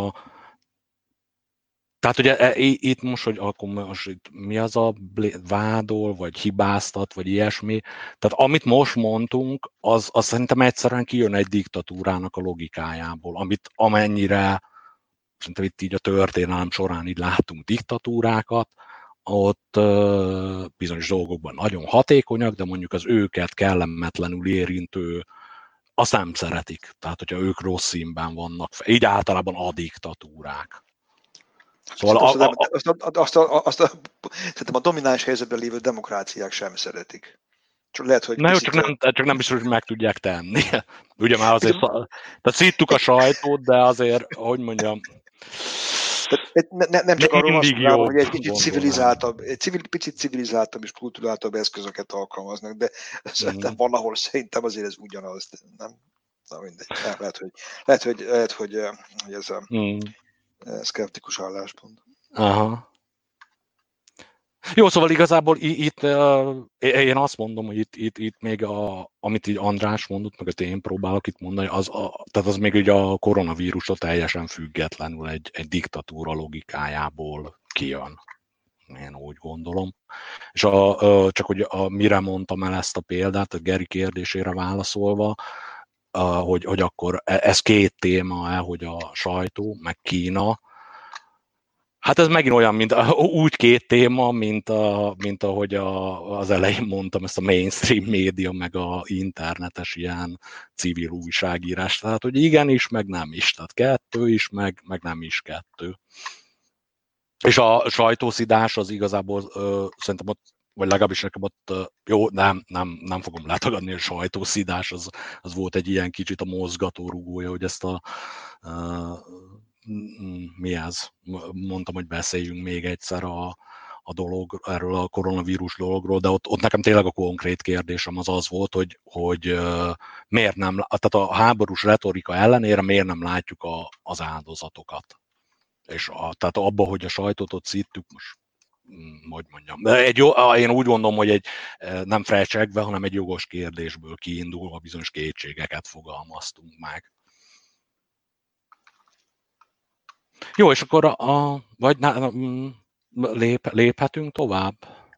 tehát ugye itt most, hogy akkor most itt mi az a vádol, vagy hibáztat, vagy ilyesmi, tehát amit most mondtunk, az szerintem egyszerűen kijön egy diktatúrának a logikájából, amennyire szerintem itt így a történelem során így láttunk diktatúrákat, ott bizonyos dolgokban nagyon hatékonyak, de mondjuk az őket kellemetlenül érintő, azt nem szeretik. Tehát, hogyha ők rossz színben vannak, így általában a diktatúrák. Szóval szerintem a domináns helyzetben lévő demokráciák sem szeretik. Csak lehet, hogy csak nem biztos, hogy meg tudják tenni. Ugye már azért, tehát szíttuk a sajtót, de azért, hogy mondjam... Nem csak arról azt mondom, hogy egy kicsit civilizáltabb, picit civilizáltabb és kulturáltabb eszközöket alkalmaznak, de szerintem valahol szerintem azért ez ugyanaz. Nem? Na mindegy. Lehet, hogy ez a szkeptikus álláspont. Aha. Jó, szóval igazából itt én azt mondom, hogy itt még amit így András mondott, meg amit én próbálok itt mondani, tehát az még ugye a koronavírustól teljesen függetlenül egy diktatúra logikájából kijön. Én úgy gondolom. És csak hogy mire mondtam el ezt a példát, a Geri kérdésére válaszolva, hogy akkor ez két téma, hogy a sajtó, meg Kína. Hát ez megint olyan, úgy két téma, mint ahogy az elején mondtam, ezt a mainstream média, meg a internetes ilyen civil újságírás. Tehát, hogy igenis, meg nem is. Tehát kettő is, meg nem is kettő. És a sajtószidás az igazából szerintem ott, vagy legalábbis nekem ott, jó, nem fogom látogatni, a sajtószidás az volt egy ilyen kicsit a mozgatórugója, hogy ezt mi ez? Mondtam, hogy beszéljünk még egyszer erről a koronavírus dologról, de ott nekem tényleg a konkrét kérdésem az volt, hogy miért nem, tehát a háborús retorika ellenére miért nem látjuk az áldozatokat. És tehát abba, hogy a sajtót ott szíttük, most hogy mondjam. Én úgy gondolom, hogy nem felcsegve, hanem egy jogos kérdésből kiindulva bizonyos kétségeket fogalmaztunk meg. Jó, és akkor léphetünk tovább?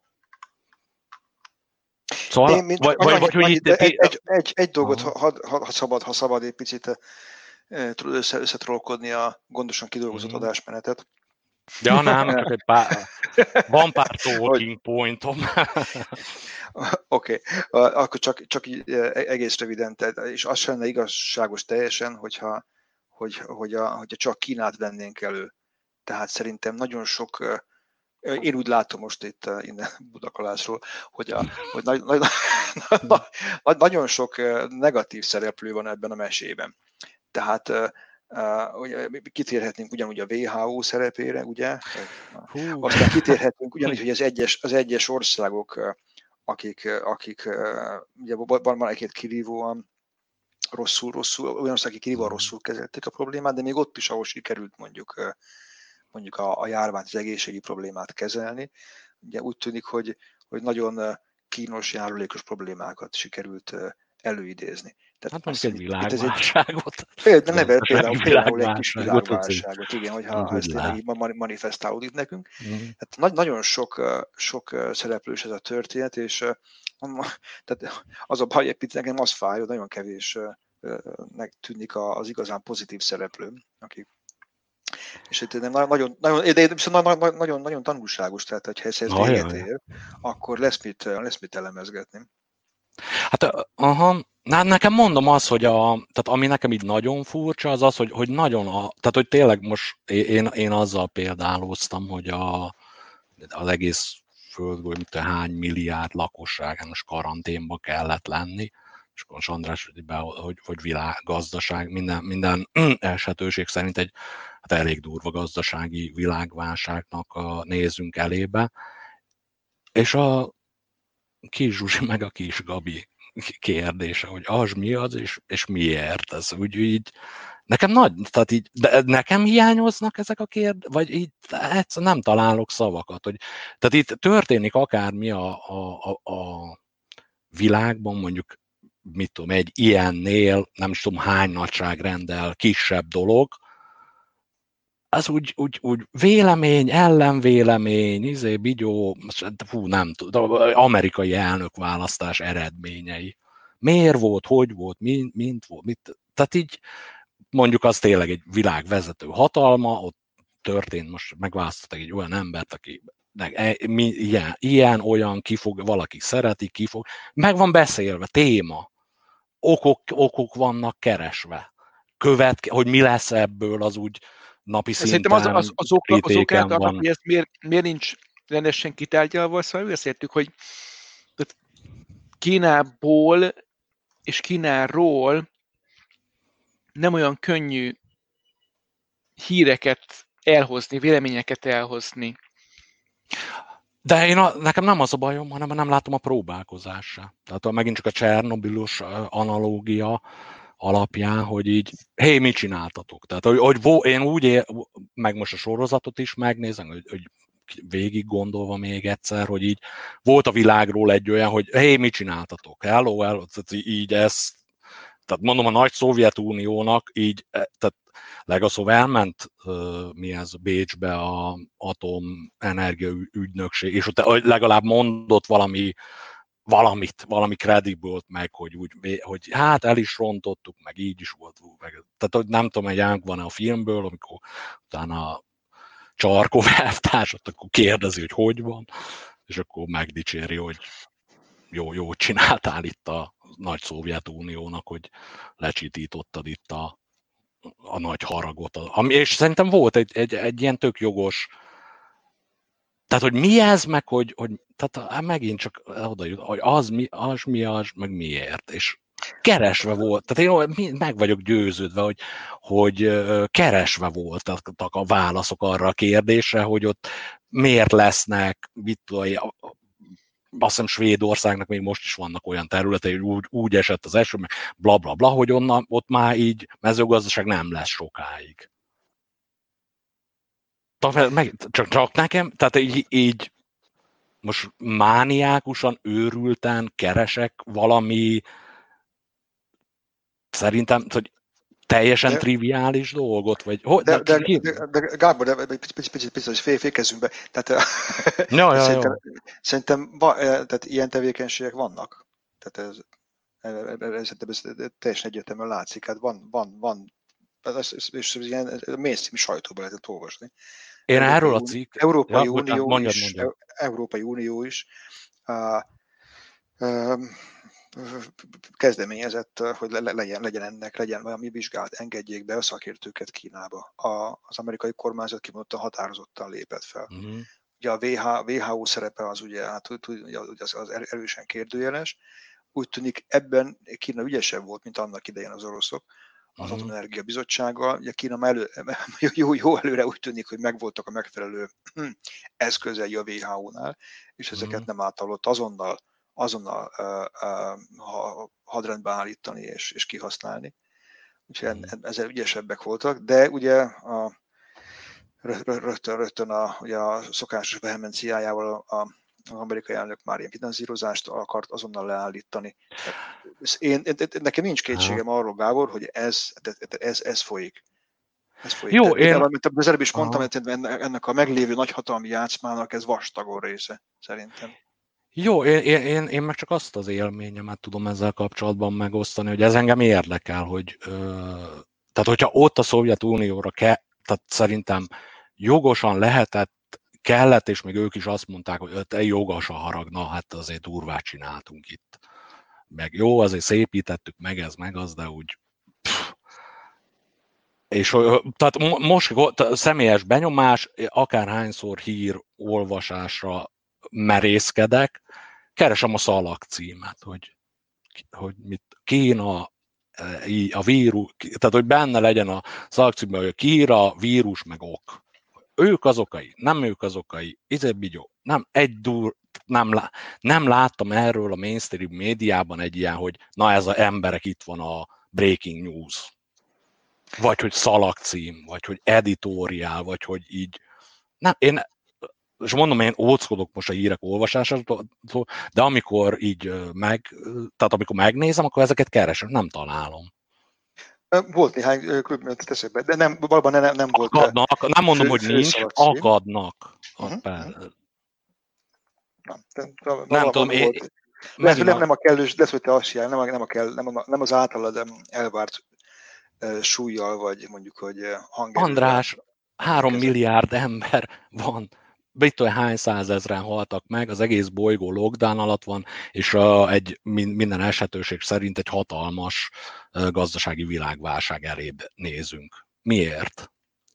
Szóval, egy dolgot, ha szabad egy picit összetrollkodni a gondosan kidolgozott adásmenetet. Ja, nem, csak van pár talking pointom. Oké, akkor csak egész röviden, és az sem lenne igazságos teljesen, hogyha csak Kínát vennénk elő. Tehát szerintem nagyon sok, én úgy látom most itt innen Budakalászról, hogy nagyon sok negatív szereplő van ebben a mesében. Tehát kitérhetnénk ugyanúgy a WHO szerepére, ugye? Aztán kitérhetünk ugyanúgy, hogy az egyes országok, akik ugye van egy-két kirívóan rosszul, olyan országok, akik kirívóan rosszul kezelték a problémát, de még ott is, ahol sikerült mondjuk a járványt, az egészségi problémát kezelni, ugye úgy tűnik, hogy nagyon kínos, járulékos problémákat sikerült előidézni. Tehát mondjuk egy világválságot. Például egy kis világválságot, igen, hogyha ez tényleg manifestálódik nekünk. Tehát nagyon sok szereplős ez a történet, és tehát az a baj, egy picit nekem az fáj, hogy nagyon kevésnek tűnik az igazán pozitív szereplő, aki és itt nagyon tanulságos, tehát hogyha ez véget ér, akkor lesz mit elemezgetni. Hát nekem mondom azt, hogy tehát ami nekem így nagyon furcsa, az, hogy nagyon, tehát hogy tényleg most én azzal példáloztam, hogy az egész földgolyó hány milliárd lakosságános karanténba kellett lenni, és akkor András, hogy világgazdaság, minden esetőség szerint egy elég durva gazdasági világválságnak nézünk elébe, és a kis Zsuzsi meg a kis Gabi kérdése, hogy az mi az, és miért. Ez úgy így, tehát így, de nekem hiányoznak ezek a kérdések, vagy így nem találok szavakat. Tehát itt történik akármi a világban, mondjuk, mit tudom, egy ilyennél, nem is tudom hány nagyságrendel kisebb dolog, az úgy vélemény, ellenvélemény, bigyó, nem tudom, amerikai elnökválasztás eredményei. Miért volt, hogy volt, mint volt, tehát így mondjuk az tényleg egy világvezető hatalma, ott történt, most megválasztottak egy olyan embert, aki ilyen, olyan, valaki szereti, meg van beszélve, téma, okok vannak keresve, hogy mi lesz ebből, az úgy napi szinten. Szerintem azok által, hogy ez miért nincs rendesen kitárgyalva, szóval beszéltük, hogy Kínából és Kínáról nem olyan könnyű híreket elhozni, véleményeket elhozni. De nekem nem az a bajom, hanem nem látom a próbálkozásra. Tehát megint csak a Csernobilos analógia alapján, hogy így, mit csináltatok? Tehát, hogy én úgy meg most a sorozatot is megnézem, hogy végig gondolva még egyszer, hogy így volt a világról egy olyan, hogy mit csináltatok? Hello, tehát így ez, tehát mondom a nagy Szovjetuniónak így, tehát Legaszov elment Bécsbe a atomenergia ügynökség, és ott legalább mondott valami credible-t meg, hogy hát el is rontottuk, meg így is volt. Tehát hogy nem tudom, egy ánk van a filmből, amikor utána a Csarkov elvtársat, akkor kérdezi, hogy van, és akkor megdicséri, hogy jó csináltál itt a nagy Szovjetuniónak, hogy lecsitítottad itt a nagy haragot. És szerintem volt egy ilyen tök jogos, tehát, hogy mi ez, meg tehát megint csak oda jut, hogy az mi az, meg miért. És keresve volt, tehát én meg vagyok győződve, hogy keresve voltak a válaszok arra a kérdésre, hogy ott miért lesznek, azt hiszem Svédországnak még most is vannak olyan területei, hogy úgy esett az eső, meg bla bla bla, hogy onnan ott már így mezőgazdaság nem lesz sokáig. Csak nekem, tehát így most mániákusan, őrülten keresek valami, szerintem, hogy teljesen triviális dolgot, vagy... De Gábor, de picit fékezzünk be. Tehát, szerintem tehát ilyen tevékenységek vannak. Tehát ez teljesen egyértelműen látszik. Hát van és ilyen mainstream sajtóban lehetett olvasni. Én erről a cikk... Európai Unió is kezdeményezett, hogy legyen valami vizsgálat, engedjék be a szakértőket Kínába. Az amerikai kormányzat kimondottan határozottan lépett fel. Ugye a WHO szerepe az ugye az erősen kérdőjeles. Úgy tűnik ebben Kína ügyesebb volt, mint annak idején az oroszok, az Atomenergia Bizottsággal. Ugye Kína jó előre úgy tűnik, hogy megvoltak a megfelelő eszközei a WHO-nál, és ezeket nem általott azonnal hadrendbe állítani és kihasználni. Úgyhogy ezzel ügyesebbek voltak, de ugye rögtön a szokásos vehemenciájával az amerikai elnök már ilyen finanszírozást akart azonnal leállítani. Nekem nincs kétségem arról, Gábor, hogy ez folyik. Jó, amit az előbb is mondtam, hogy ennek a meglévő nagyhatalmi játszmának ez vastagon része, szerintem. Jó, én meg csak azt az élményemet tudom ezzel kapcsolatban megosztani, hogy ez engem érdekel, hogy tehát hogyha ott a Szovjetunióra tehát szerintem jogosan kellett, és még ők is azt mondták, hogy te jogos a harag, na hát azért durvát csináltunk itt. Meg jó, azért szépítettük meg az, de úgy... És tehát most személyes benyomás, akárhányszor hír olvasásra merészkedek, keresem a szalag címet, hogy mit Kína, a vírus, tehát hogy benne legyen a szalag címben, hogy Kína, vírus, meg ok. Ők az okai, nem ők az okai, bigyó, nem láttam erről a mainstream médiában egy ilyen, hogy na ez az emberek, itt van a breaking news. Vagy hogy szalagcím, vagy hogy editoriál, vagy hogy így. Nem, és mondom, én óckodok most a hírek olvasásától, de amikor tehát amikor megnézem, akkor ezeket keresem, nem találom. Volt néhány klub eszembe, de valóban nem volt. Akadnak, nem mondom, hogy nincs, akadnak. Nem tudom, nem a kellős, lesz, hogy te azt jár, nem az általad elvárt súlyjal, vagy mondjuk, hogy hangerővel. András, 3 milliárd ember van. Hány százezren haltak meg, az egész bolygó lockdown alatt van, és minden esetőség szerint egy hatalmas gazdasági világválság elébb nézünk. Miért?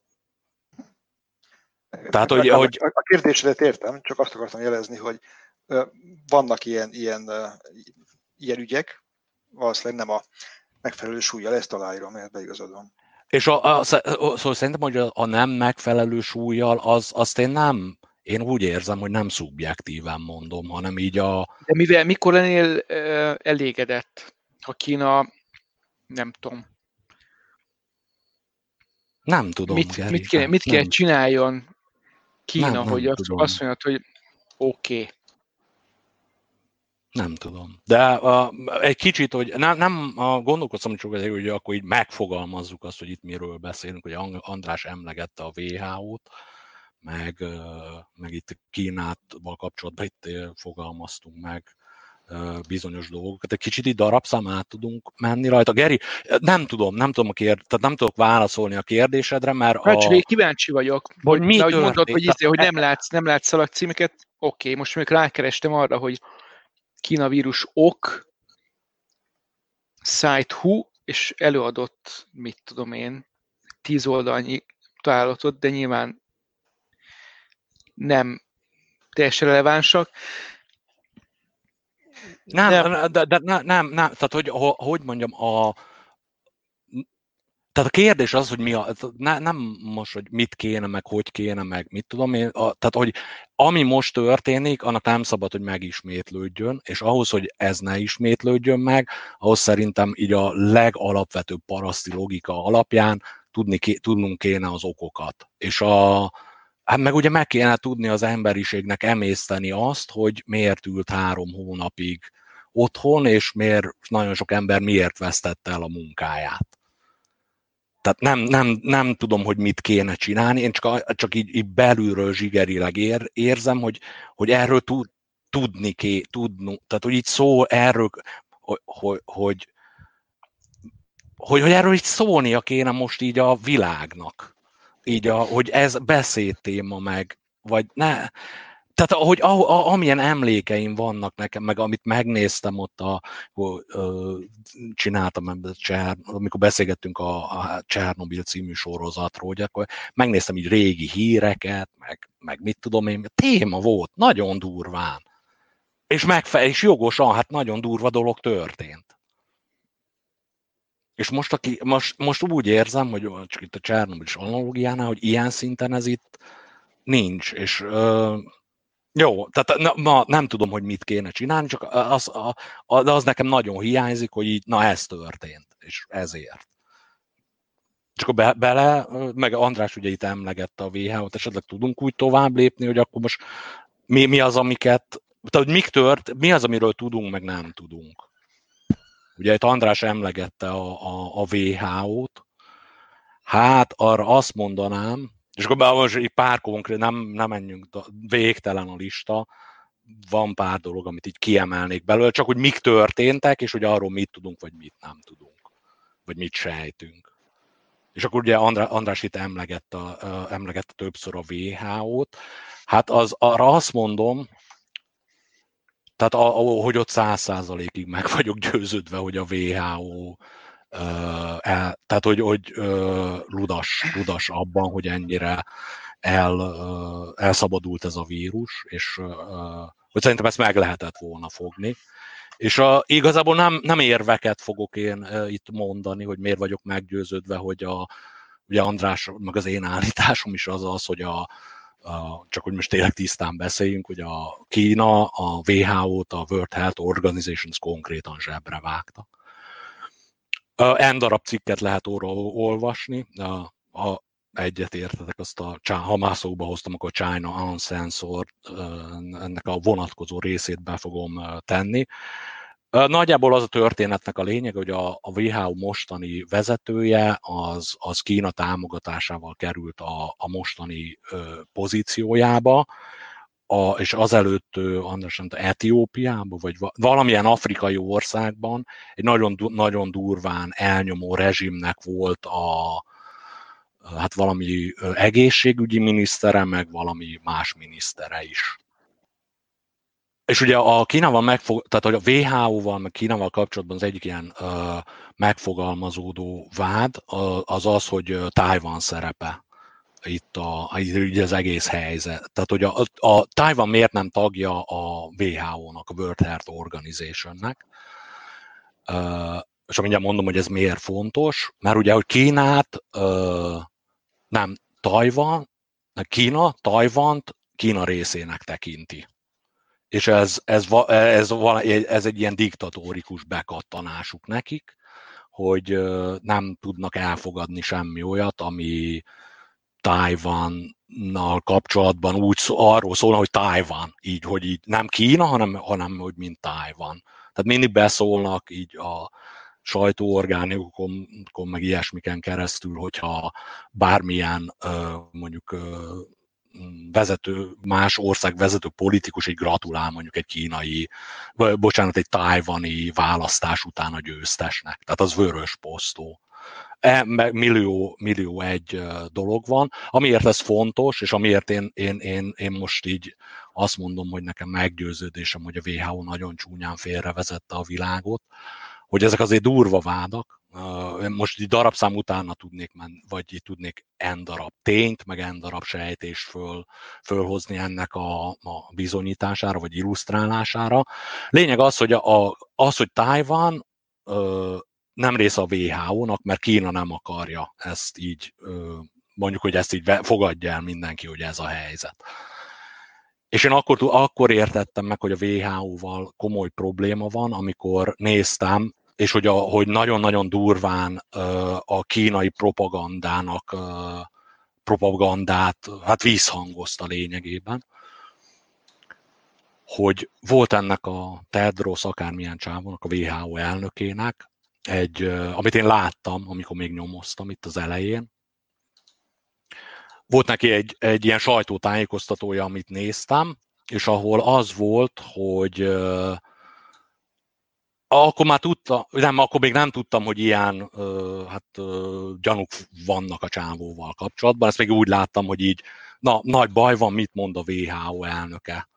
Tehát, hogy a kérdésedet értem, csak azt akartam jelezni, hogy vannak ilyen ügyek, valószínűleg nem a megfelelő súllyal, ezt aláírom, mert beigazad van. És szóval szerintem, hogy a nem megfelelő súllyal, azt én úgy érzem, hogy nem szubjektíven mondom, hanem így De mikor lennél elégedett, ha Kína, nem tudom. Nem tudom, mit kell csináljon Kína, hogy azt mondjad, hogy oké. Nem tudom. De egy kicsit, hogy nem gondolkoztam csak, hogy akkor így megfogalmazzuk azt, hogy itt miről beszélünk, hogy András emlegette a WHO-t, meg itt Kínával kapcsolatban itt fogalmaztunk meg bizonyos dolgokat. Egy kicsit így darabszám át tudunk menni rajta. Geri, nem tudom tehát nem tudok válaszolni a kérdésedre, mert csak kíváncsi vagyok, hogy mi történt, mondtad, hogy nem látsz szalagcímeket. Oké, most még rákerestem arra, hogy Kína vírus ok, site who, és előadott, mit tudom én, 10 oldalnyi találatot, de nyilván nem teljesen relevánsak. Nem, nem, tehát hogy mondjam, tehát a kérdés az, hogy nem most, hogy mit kéne, meg hogy kéne, meg mit tudom én, tehát hogy ami most történik, annak nem szabad, hogy megismétlődjön, és ahhoz, hogy ez ne ismétlődjön meg, ahhoz szerintem így a legalapvetőbb paraszti logika alapján tudnunk kéne az okokat. És hát meg ugye meg kéne tudni az emberiségnek emészteni azt, hogy miért ült 3 hónapig otthon, és nagyon sok ember miért vesztette el a munkáját. Tehát nem tudom, hogy mit kéne csinálni, én csak így belülről zsigerileg érzem, hogy erről tudni tehát hogy így szó erről, hogy erről így szólnia kéne most így a világnak. Így, hogy ez beszédtéma meg, vagy ne. Tehát, hogy amilyen emlékeim vannak nekem, meg amit megnéztem ott, csináltam, amikor beszélgettünk a Csernobil című sorozatról, hogy akkor megnéztem így régi híreket, meg mit tudom én, téma volt, nagyon durván. És jogosan, hát nagyon durva dolog történt. És most úgy érzem, hogy csak itt a Csernobilis analógiánál, hogy ilyen szinten ez itt nincs, és jó, tehát nem tudom, hogy mit kéne csinálni, csak az nekem nagyon hiányzik, hogy így, ez történt, és ezért. Csak meg András ugye itt emlegette a WHO-t, esetleg tudunk úgy tovább lépni, hogy akkor most mi az, mi az, amiről tudunk, meg nem tudunk. Ugye itt András emlegette a WHO-t, hát arra azt mondanám, és akkor most egy pár konkrét, nem menjünk, végtelen a lista, van pár dolog, amit így kiemelnék belőle, csak hogy mik történtek, és hogy arról mit tudunk, vagy mit nem tudunk, vagy mit sejtünk. És akkor ugye András itt emlegette többször a WHO-t, hát arra azt mondom, tehát hogy ott 100%-ig meg vagyok győződve, hogy a WHO tehát, hogy ludas abban, hogy ennyire elszabadult ez a vírus, és hogy szerintem ezt meg lehetett volna fogni. És igazából nem érveket fogok én itt mondani, hogy miért vagyok meggyőződve, hogy ugye András, meg az én állításom is az, hogy csak hogy most tényleg tisztán beszéljünk, hogy a Kína, a WHO-t, a World Health Organization konkrétan zsebre vágta. N darab cikket lehet olvasni, egyet értetek, ha már szóba hoztam, akkor China Uncensored, ennek a vonatkozó részét be fogom tenni. Nagyjából az a történetnek a lényeg, hogy a WHO mostani vezetője az Kína támogatásával került a mostani pozíciójába, és azelőtt András mondta, Etiópiában, vagy valamilyen afrikai országban egy nagyon, nagyon durván elnyomó rezsimnek volt hát valami egészségügyi minisztere, meg valami más minisztere is. És ugye a Kínával tehát hogy a WHO-val, meg Kínával kapcsolatban az egyik ilyen megfogalmazódó vád az, hogy Tajvan szerepe itt az egész helyzet. Tehát, hogy a Tajvan miért nem tagja a WHO-nak, a World Health Organization-nek. És mindjárt mondom, hogy ez miért fontos, mert ugye, hogy Kína részének tekinti. És ez egy ilyen diktatórikus bekattanásuk nekik, hogy nem tudnak elfogadni semmi olyat, ami Tajvannal kapcsolatban úgy arról szólna, hogy Tajvan, így, hogy így nem Kína, hanem hogy mint Tajvan. Tehát mindig beszólnak így a sajtóorgánokon, meg ilyesmiken keresztül, hogyha bármilyen mondjuk más ország vezető politikus egy gratulál mondjuk egy egy tajvani választás után a győztesnek. Tehát az vörös posztó. Millió egy dolog van, amiért ez fontos, és amiért én most így azt mondom, hogy nekem meggyőződésem, hogy a WHO nagyon csúnyán félrevezette a világot, hogy ezek azért durva vádak. Most így darabszám utána tudnék vagy így tudnék n darab tényt, meg n darab sejtést fölhozni ennek a bizonyítására, vagy illusztrálására. Lényeg az, hogy Tajvan nem része a WHO-nak, mert Kína nem akarja ezt így, mondjuk, hogy ezt így fogadja el mindenki, hogy ez a helyzet. És én akkor értettem meg, hogy a WHO-val komoly probléma van, amikor néztem, és hogy nagyon-nagyon durván a kínai propagandát hát visszhangozta lényegében, hogy volt ennek a Tedros akármilyen csávónak, a WHO elnökének, amit én láttam, amikor még nyomoztam itt az elején, volt neki egy ilyen sajtótájékoztatója, amit néztem, és ahol az volt, hogy akkor már tudtam, akkor még nem tudtam, hogy ilyen gyanúk vannak a csávóval kapcsolatban, ezt még úgy láttam, hogy így, nagy baj van, mit mond a WHO elnöke,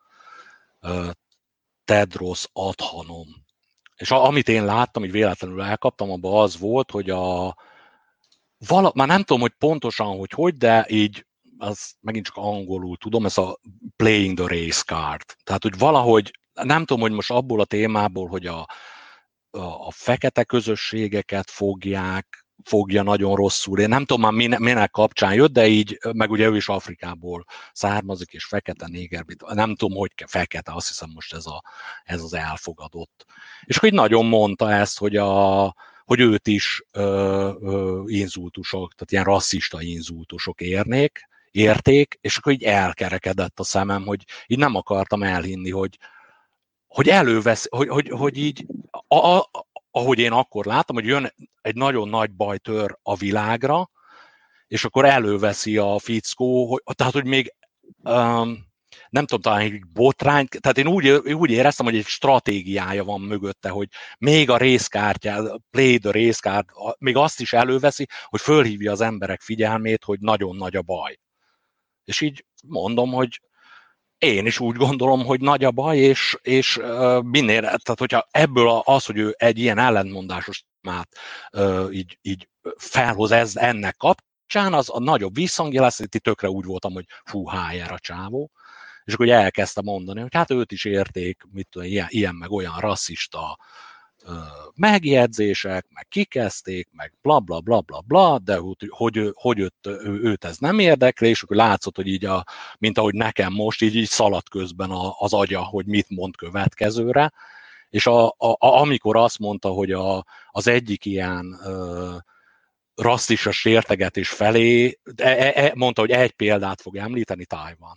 Tedros Adhanom. És amit én láttam, így véletlenül elkaptam, abban az volt, hogy már nem tudom, hogy pontosan, hogy, de így, az megint csak angolul tudom, ez a playing the race card. Tehát, hogy valahogy, nem tudom, hogy most abból a témából, hogy a fekete közösségeket fogja nagyon rosszul. Én nem tudom már minek kapcsán jött, de így, meg ugye ő is Afrikából származik, és fekete néger, nem tudom, hogy fekete, azt hiszem most ez az elfogadott. És akkor így nagyon mondta ezt, hogy őt is inzultusok, tehát ilyen rasszista inzultusok érték, és akkor így elkerekedett a szemem, hogy így nem akartam elhinni, hogy elővesz, hogy így, ahogy én akkor láttam, hogy jön egy nagyon nagy baj tör a világra, és akkor előveszi a fickó, tehát hogy még nem tudom, talán egy botrány, tehát én úgy éreztem, hogy egy stratégiája van mögötte, hogy még a részkártyát, play the részkárt, még azt is előveszi, hogy fölhívja az emberek figyelmét, hogy nagyon nagy a baj. És így mondom, hogy én is úgy gondolom, hogy nagy a baj, és minél, tehát hogyha ebből az, hogy ő egy ilyen ellentmondásos témát így felhoz ennek kapcsán, az a nagyobb visszhangja lesz, itt tökre úgy voltam, hogy fú, HR a csávó, és akkor elkezdte mondani, hogy hát őt is érték, mit tudom, ilyen meg olyan rasszista megjegyzések, meg kikezdték, meg bla bla bla bla bla, de hogy őt ez nem érdekli, és akkor látszott, hogy így mint ahogy nekem most, így szaladt közben az agya, hogy mit mond következőre, és amikor azt mondta, hogy az egyik ilyen rasszista sértegetés felé, mondta, hogy egy példát fog említeni, Tajvan.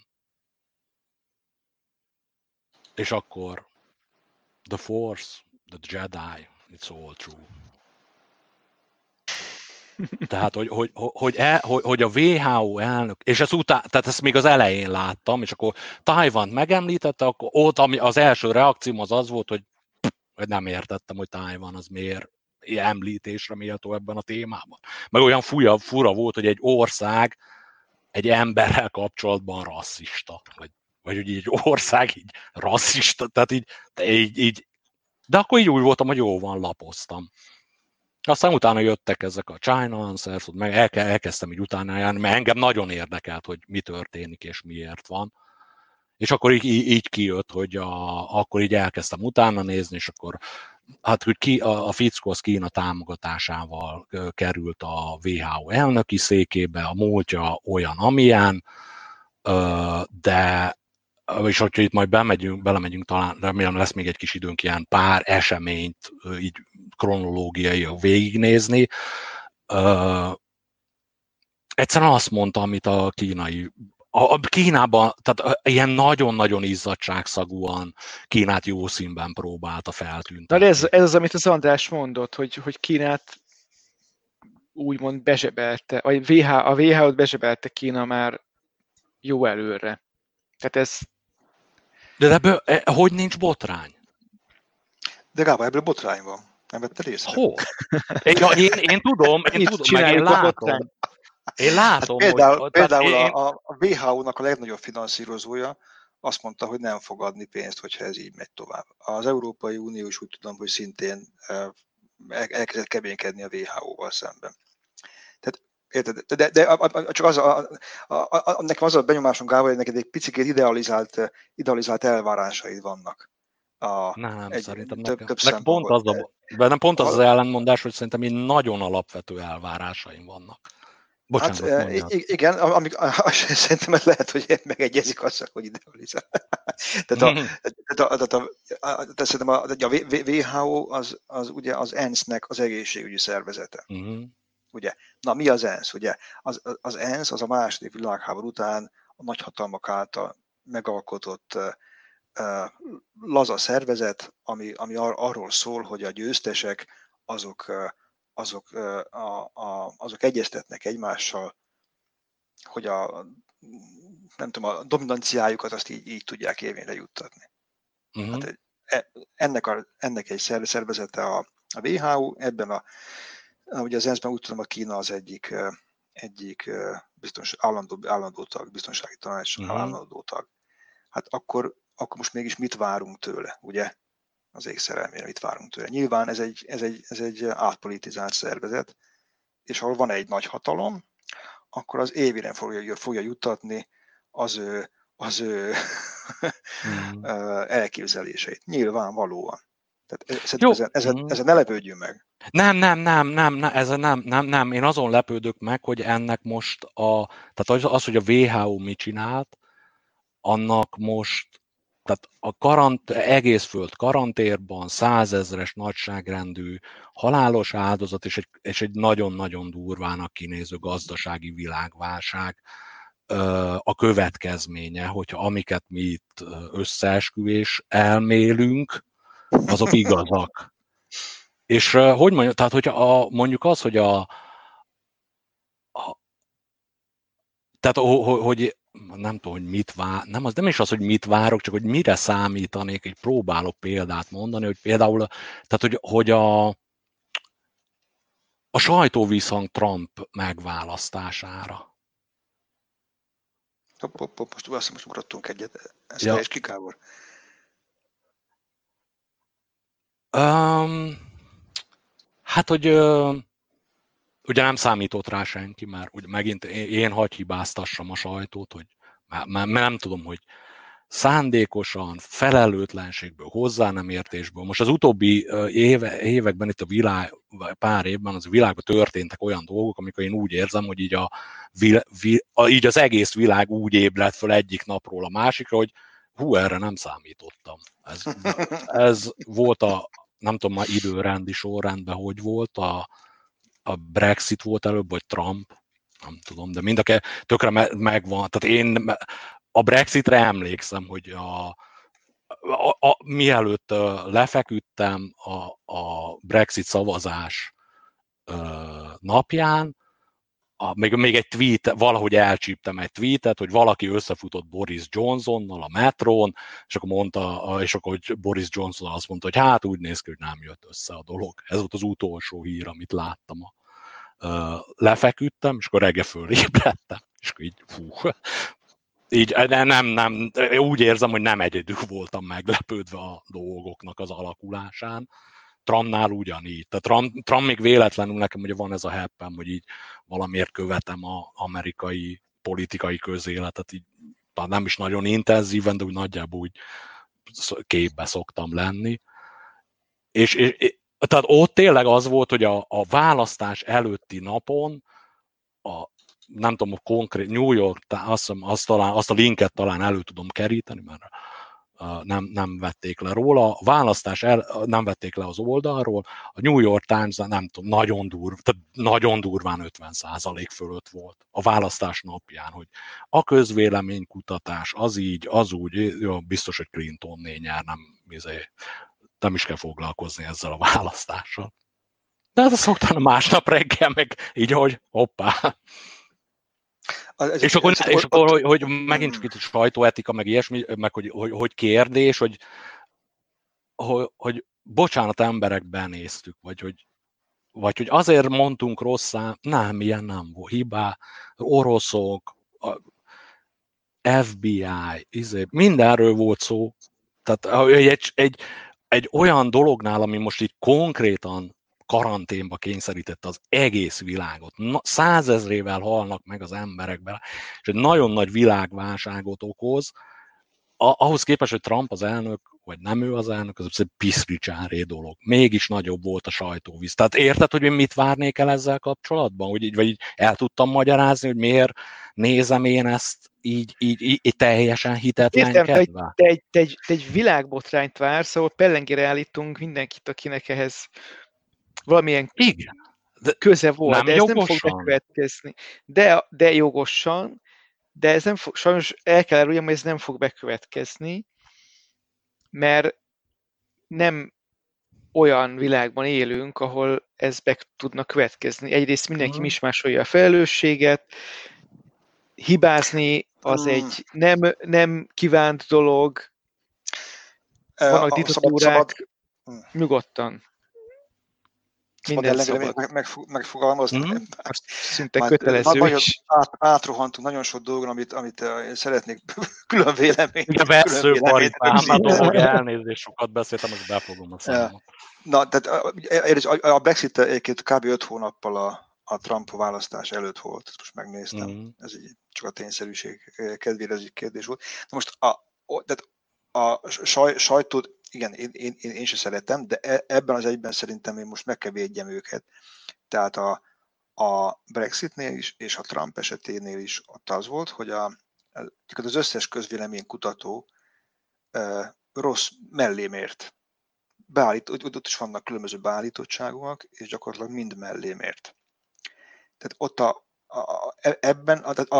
És akkor the Force, the Jedi, it's all true. Tehát, hogy a WHO elnök, és tehát ezt még az elején láttam, és akkor Tajvant megemlítette, akkor ott az első reakcióm az volt, hogy nem értettem, hogy Tajvan az miért említésre méltó ebben a témában. Meg olyan fura volt, hogy egy ország egy emberrel kapcsolatban rasszista, vagy hogy így egy ország így rasszista, tehát így de akkor így úgy voltam, hogy jó van, lapoztam. Aztán utána jöttek ezek a China Answers, meg elkezdtem így utána járni, mert engem nagyon érdekelt, hogy mi történik és miért van. És akkor így kijött, hogy akkor így elkezdtem utána nézni, és akkor hát, hogy a fickó az Kína támogatásával került a WHO elnöki székébe, a múltja olyan, amilyen, de és hogyha itt majd belemegyünk, talán remélem lesz még egy kis időnk ilyen pár eseményt így kronológiai végignézni. Egyszerűen azt mondta, amit a Kínában, tehát ilyen nagyon-nagyon izzadságszagúan Kínát jó színben próbálta feltüntetni. Na ez az, amit az András mondott, hogy Kínát úgymond bezsebelte, vagy a WHO-t bezsebelte Kína már jó előre. Tehát ez... De ebből hogy nincs botrány? De Gábor, ebből botrány van. Nem vetted észre? Hol? Én tudom, meg én látom. Én látom, például a WHO-nak a legnagyobb finanszírozója azt mondta, hogy nem fog adni pénzt, hogyha ez így megy tovább. Az Európai Unió is úgy tudom, hogy szintén elkezdett keménykedni a WHO-val szemben. Tehát, érted? De csak nekem az a benyomásom, Gábor, hogy neked egy picit idealizált elvárásaid vannak. Szerintem nekem pont az ellentmondás, hogy szerintem így nagyon alapvető elvárásaim vannak. Bocsánat, igen, szerintem lehet, hogy megegyezik azzal, hogy idealizál. Tehát szerintem a WHO az ugye az ENSZ-nek az egészségügyi szervezete. Ugye? Na, mi az ENSZ? Ugye? Az ENSZ az a második világháború után a nagyhatalmak által megalkotott laza szervezet, ami arról szól, hogy a győztesek azok egyeztetnek egymással, hogy nem tudom, a dominanciájukat azt így tudják érvényre juttatni. Hát ennek egy szervezete a WHO, ebben ugye az ENSZ-ben úgy tudom, a Kína az egyik állandó tag, biztonsági tanács állandó tag. Hát akkor most mégis mit várunk tőle, ugye? Az ég szerelmére mit várunk tőle. Nyilván ez egy átpolitizált szervezet, és ahol van egy nagy hatalom, akkor az évére fogja juttatni az ő elképzeléseit. Nyilvánvalóan. Tehát ezen ne lepődjünk meg. Nem. Én azon lepődök meg, hogy ennek most tehát az, hogy a WHO mit csinált, annak most tehát egész föld karantérban 100 000-es nagyságrendű halálos áldozat és egy nagyon-nagyon durvának kinéző gazdasági világválság a következménye, hogyha amiket mi itt összeesküvés elmélünk, azok igazak. És hogy mondjam, tehát hogyha mondjuk az, hogy tehát hogy nem tudom, hogy mit vár, nem is az, hogy mit várok, csak hogy mire számítanék, egy próbálok példát mondani, hogy például, tehát hogy a sajtóviszhang Trump megválasztásására. Most ugrottunk egyet, ez teljes ki, Gábor. Hát, hogy ugye nem számított rá senki, mert ugye megint én hagy hibáztassam a sajtót, hogy mert nem tudom, hogy szándékosan, felelőtlenségből, hozzá nem értésből. Most az utóbbi években itt pár évben az a világban történtek olyan dolgok, amikor én úgy érzem, hogy így az egész világ úgy ébredt föl egyik napról a másikra, hogy erre nem számítottam. Ez volt nem tudom már időrendi sorrendben, hogy volt, a Brexit volt előbb, vagy Trump, nem tudom, de mind tökre megvan. Tehát én a Brexitre emlékszem, hogy mielőtt lefeküdtem a Brexit szavazás napján, még egy tweet, valahogy elcsíptem egy tweetet, hogy valaki összefutott Boris Johnsonnal a metrón, és akkor Boris Johnson azt mondta, hogy hát úgy néz ki, hogy nem jött össze a dolog. Ez volt az utolsó hír, amit láttam. Lefeküdtem, és akkor reggel fölébredtem, és akkor így nem, úgy érzem, hogy nem egyedül voltam meglepődve a dolgoknak az alakulásán. Trumpnál ugyanígy. Tehát Trump még véletlenül nekem ugye van ez a heppem, hogy így valamiért követem az amerikai politikai közéletet, így nem is nagyon intenzíven, de úgy nagyjából úgy képbe szoktam lenni. És tehát ott tényleg az volt, hogy a választás előtti napon nem tudom, konkrét New York, azt a linket talán elő tudom keríteni, mert nem vették le róla. A választás nem vették le az oldalról. A New York Times, nem tudom, nagyon durván 50% fölött volt a választás napján, hogy a közvéleménykutatás az így, az úgy, jó, biztos, hogy Clintonné nyer, nem is kell foglalkozni ezzel a választással. De hát szoktam másnap reggel meg így, hogy hoppá. És akkor hogy megint csak itt sajtóetika, meg ilyesmi, meg hogy kérdés, hogy bocsánat, emberek, benéztük, vagy hogy azért mondtunk rosszá, nem, ilyen nem volt, hibá, oroszok, FBI, mindenről volt szó. Tehát egy olyan dolognál, ami most így konkrétan karanténba kényszerítette az egész világot. 100 000-ével halnak meg az emberekben, és egy nagyon nagy világválságot okoz. Ahhoz képest, hogy Trump az elnök, vagy nem ő az elnök, az egy piszricsáré dolog. Mégis nagyobb volt a sajtóvíz. Tehát érted, hogy én mit várnék el ezzel kapcsolatban? Vagy így el tudtam magyarázni, hogy miért nézem én ezt így teljesen hitetlenkedve? Te egy világbotrányt vársz, ahol pellengére állítunk mindenkit, akinek ehhez valamilyen köze volt. Nem de ez jogosan. nem fog bekövetkezni. De jogosan, de ez nem fog, sajnos el kell elrújjam, hogy ez nem fog bekövetkezni, mert nem olyan világban élünk, ahol ez be tudna következni. Egyrészt mindenki mismásolja a felelősséget, hibázni az egy nem kívánt dolog, vannak diktatúrák, nyugodtan. Minden szabad. Megfogalmazni. Azt szinte kötelező is. Átrohantunk nagyon sok dolgon, amit szeretnék külön véleményt. De veszőparipám, a dolog, elnézést, sokat beszéltem, azt befogom a számot. Na, tehát a Brexit egyébként kb. 5 hónappal a Trump választás előtt volt, ezt most megnéztem, ez így csak a tényszerűség kedvére ez egy kérdés volt. Na most a sajtót, igen, én sem szeretem, de ebben az egyben szerintem én most meg kell védjem őket. Tehát a Brexitnél is, és a Trump eseténél is ott az volt, hogy az összes közvéleménykutató rossz mellé mért. Ott is vannak különböző beállítottságúak, és gyakorlatilag mind mellé mért. Tehát ott ebben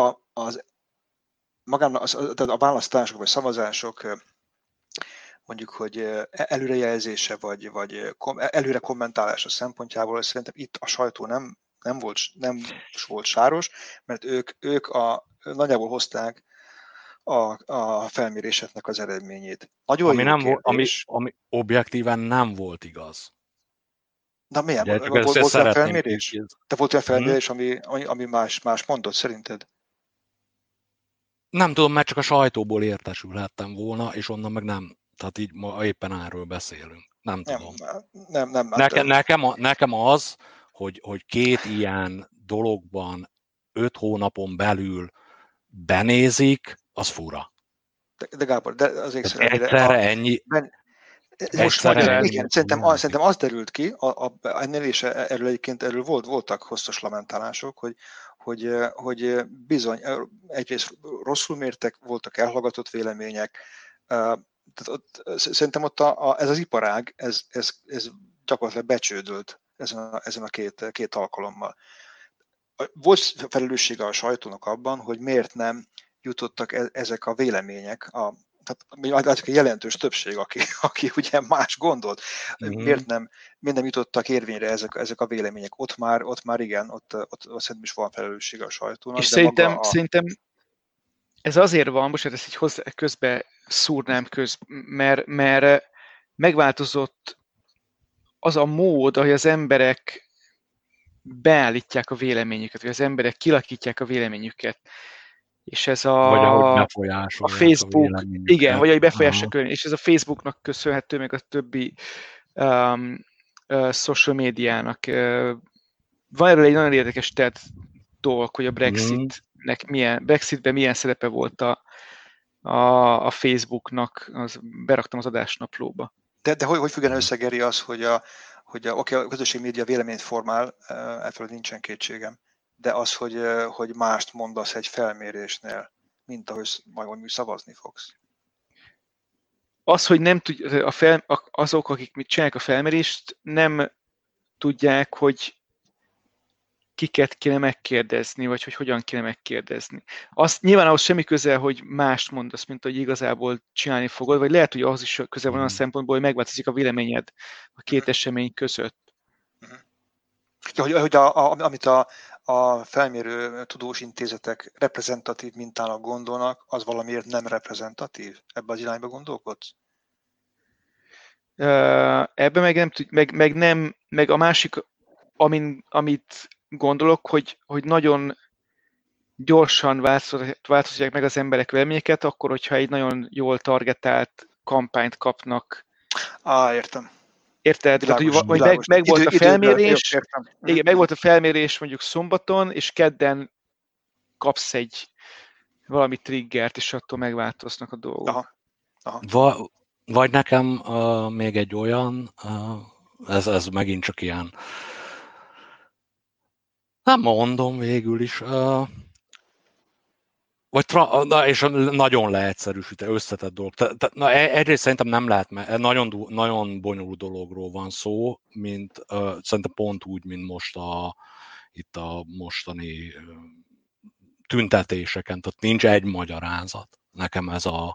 a választások vagy szavazások mondjuk, hogy előrejelzése vagy előre kommentálása szempontjából szerintem itt a sajtó nem volt sáros, mert ők nagyjából hozták a felméréseknek az eredményét. Nagyon ami objektíven nem volt igaz. Na milyen? Volt olyan felmérés? Te volt olyan felmérés, ami más mondott szerinted? Nem tudom, mert csak a sajtóból értesülhettem volna, és onnan meg nem. Tehát így ma éppen erről beszélünk. Nem tudom. Nem. Nekem az, hogy két ilyen dologban 5 hónapon belül benézik, az fura. De Gábor, de azért egyszerre ennyi. Most igen, szerintem az derült ki, ennél is erről voltak hosszas lamentálások, hogy bizony egyrészt rosszul mértek, voltak elhallgatott vélemények. Tehát szerintem ott ez az iparág, ez gyakorlatilag becsődölt ezen a két alkalommal. Volt felelőssége a sajtónak abban, hogy miért nem jutottak ezek a vélemények, tehát a jelentős többség, aki ugye más gondolt, miért nem jutottak érvényre ezek a vélemények. Ott már igen, ott szerintem is van felelőssége a sajtónak. És szerintem ez azért van, most ezt így közbe szúrnám mert megváltozott az a mód, ahogy az emberek beállítják a véleményüket, vagy az emberek kilakítják a véleményüket. És ez vagy ahogy befolyásolják a Facebook, igen, vagy ahogy befolyásolják, és ez a Facebooknak köszönhető, meg a többi social médiának. Van erről egy nagyon érdekes dolog, hogy a Brexitben milyen szerepe volt a Facebooknak, beraktam az adásnaplóba. De hogy függene össze, Geri, az, hogy a közösségi média véleményt formál, ettől nincsen kétségem, de az, hogy mást mondasz egy felmérésnél, mint ahogy majd szavazni fogsz. Az, hogy nem azok, akik mit csinálják a felmérést, nem tudják, hogy kiket kéne megkérdezni, vagy hogy hogyan kéne megkérdezni. Nyilván ahhoz semmi köze, hogy mást mondasz, mint hogy igazából csinálni fogod, vagy lehet, hogy ahhoz is köze van a szempontból, hogy megváltozik a véleményed a két esemény között. Hogy amit a felmérő tudós intézetek reprezentatív mintának gondolnak, az valamiért nem reprezentatív? Ebbe az irányba gondolkodsz? Ebben meg a másik, amit gondolok, hogy nagyon gyorsan változtatják meg az emberek véleményeket, akkor, hogyha egy nagyon jól targetált kampányt kapnak. Értem. Érted? Világos. Meg volt a felmérés, igen, meg volt a felmérés mondjuk szombaton, és kedden kapsz egy valami triggert, és attól megváltoznak a dolgok. Aha. Vagy nekem még egy olyan, ez megint csak ilyen, nem mondom végül is, és nagyon leegyszerűsített, összetett dolog. Egyrészt szerintem nem lehet, mert nagyon bonyolult dologról van szó, mint szerintem pont úgy, mint most itt a mostani tüntetéseken, tehát nincs egy magyarázat. Nekem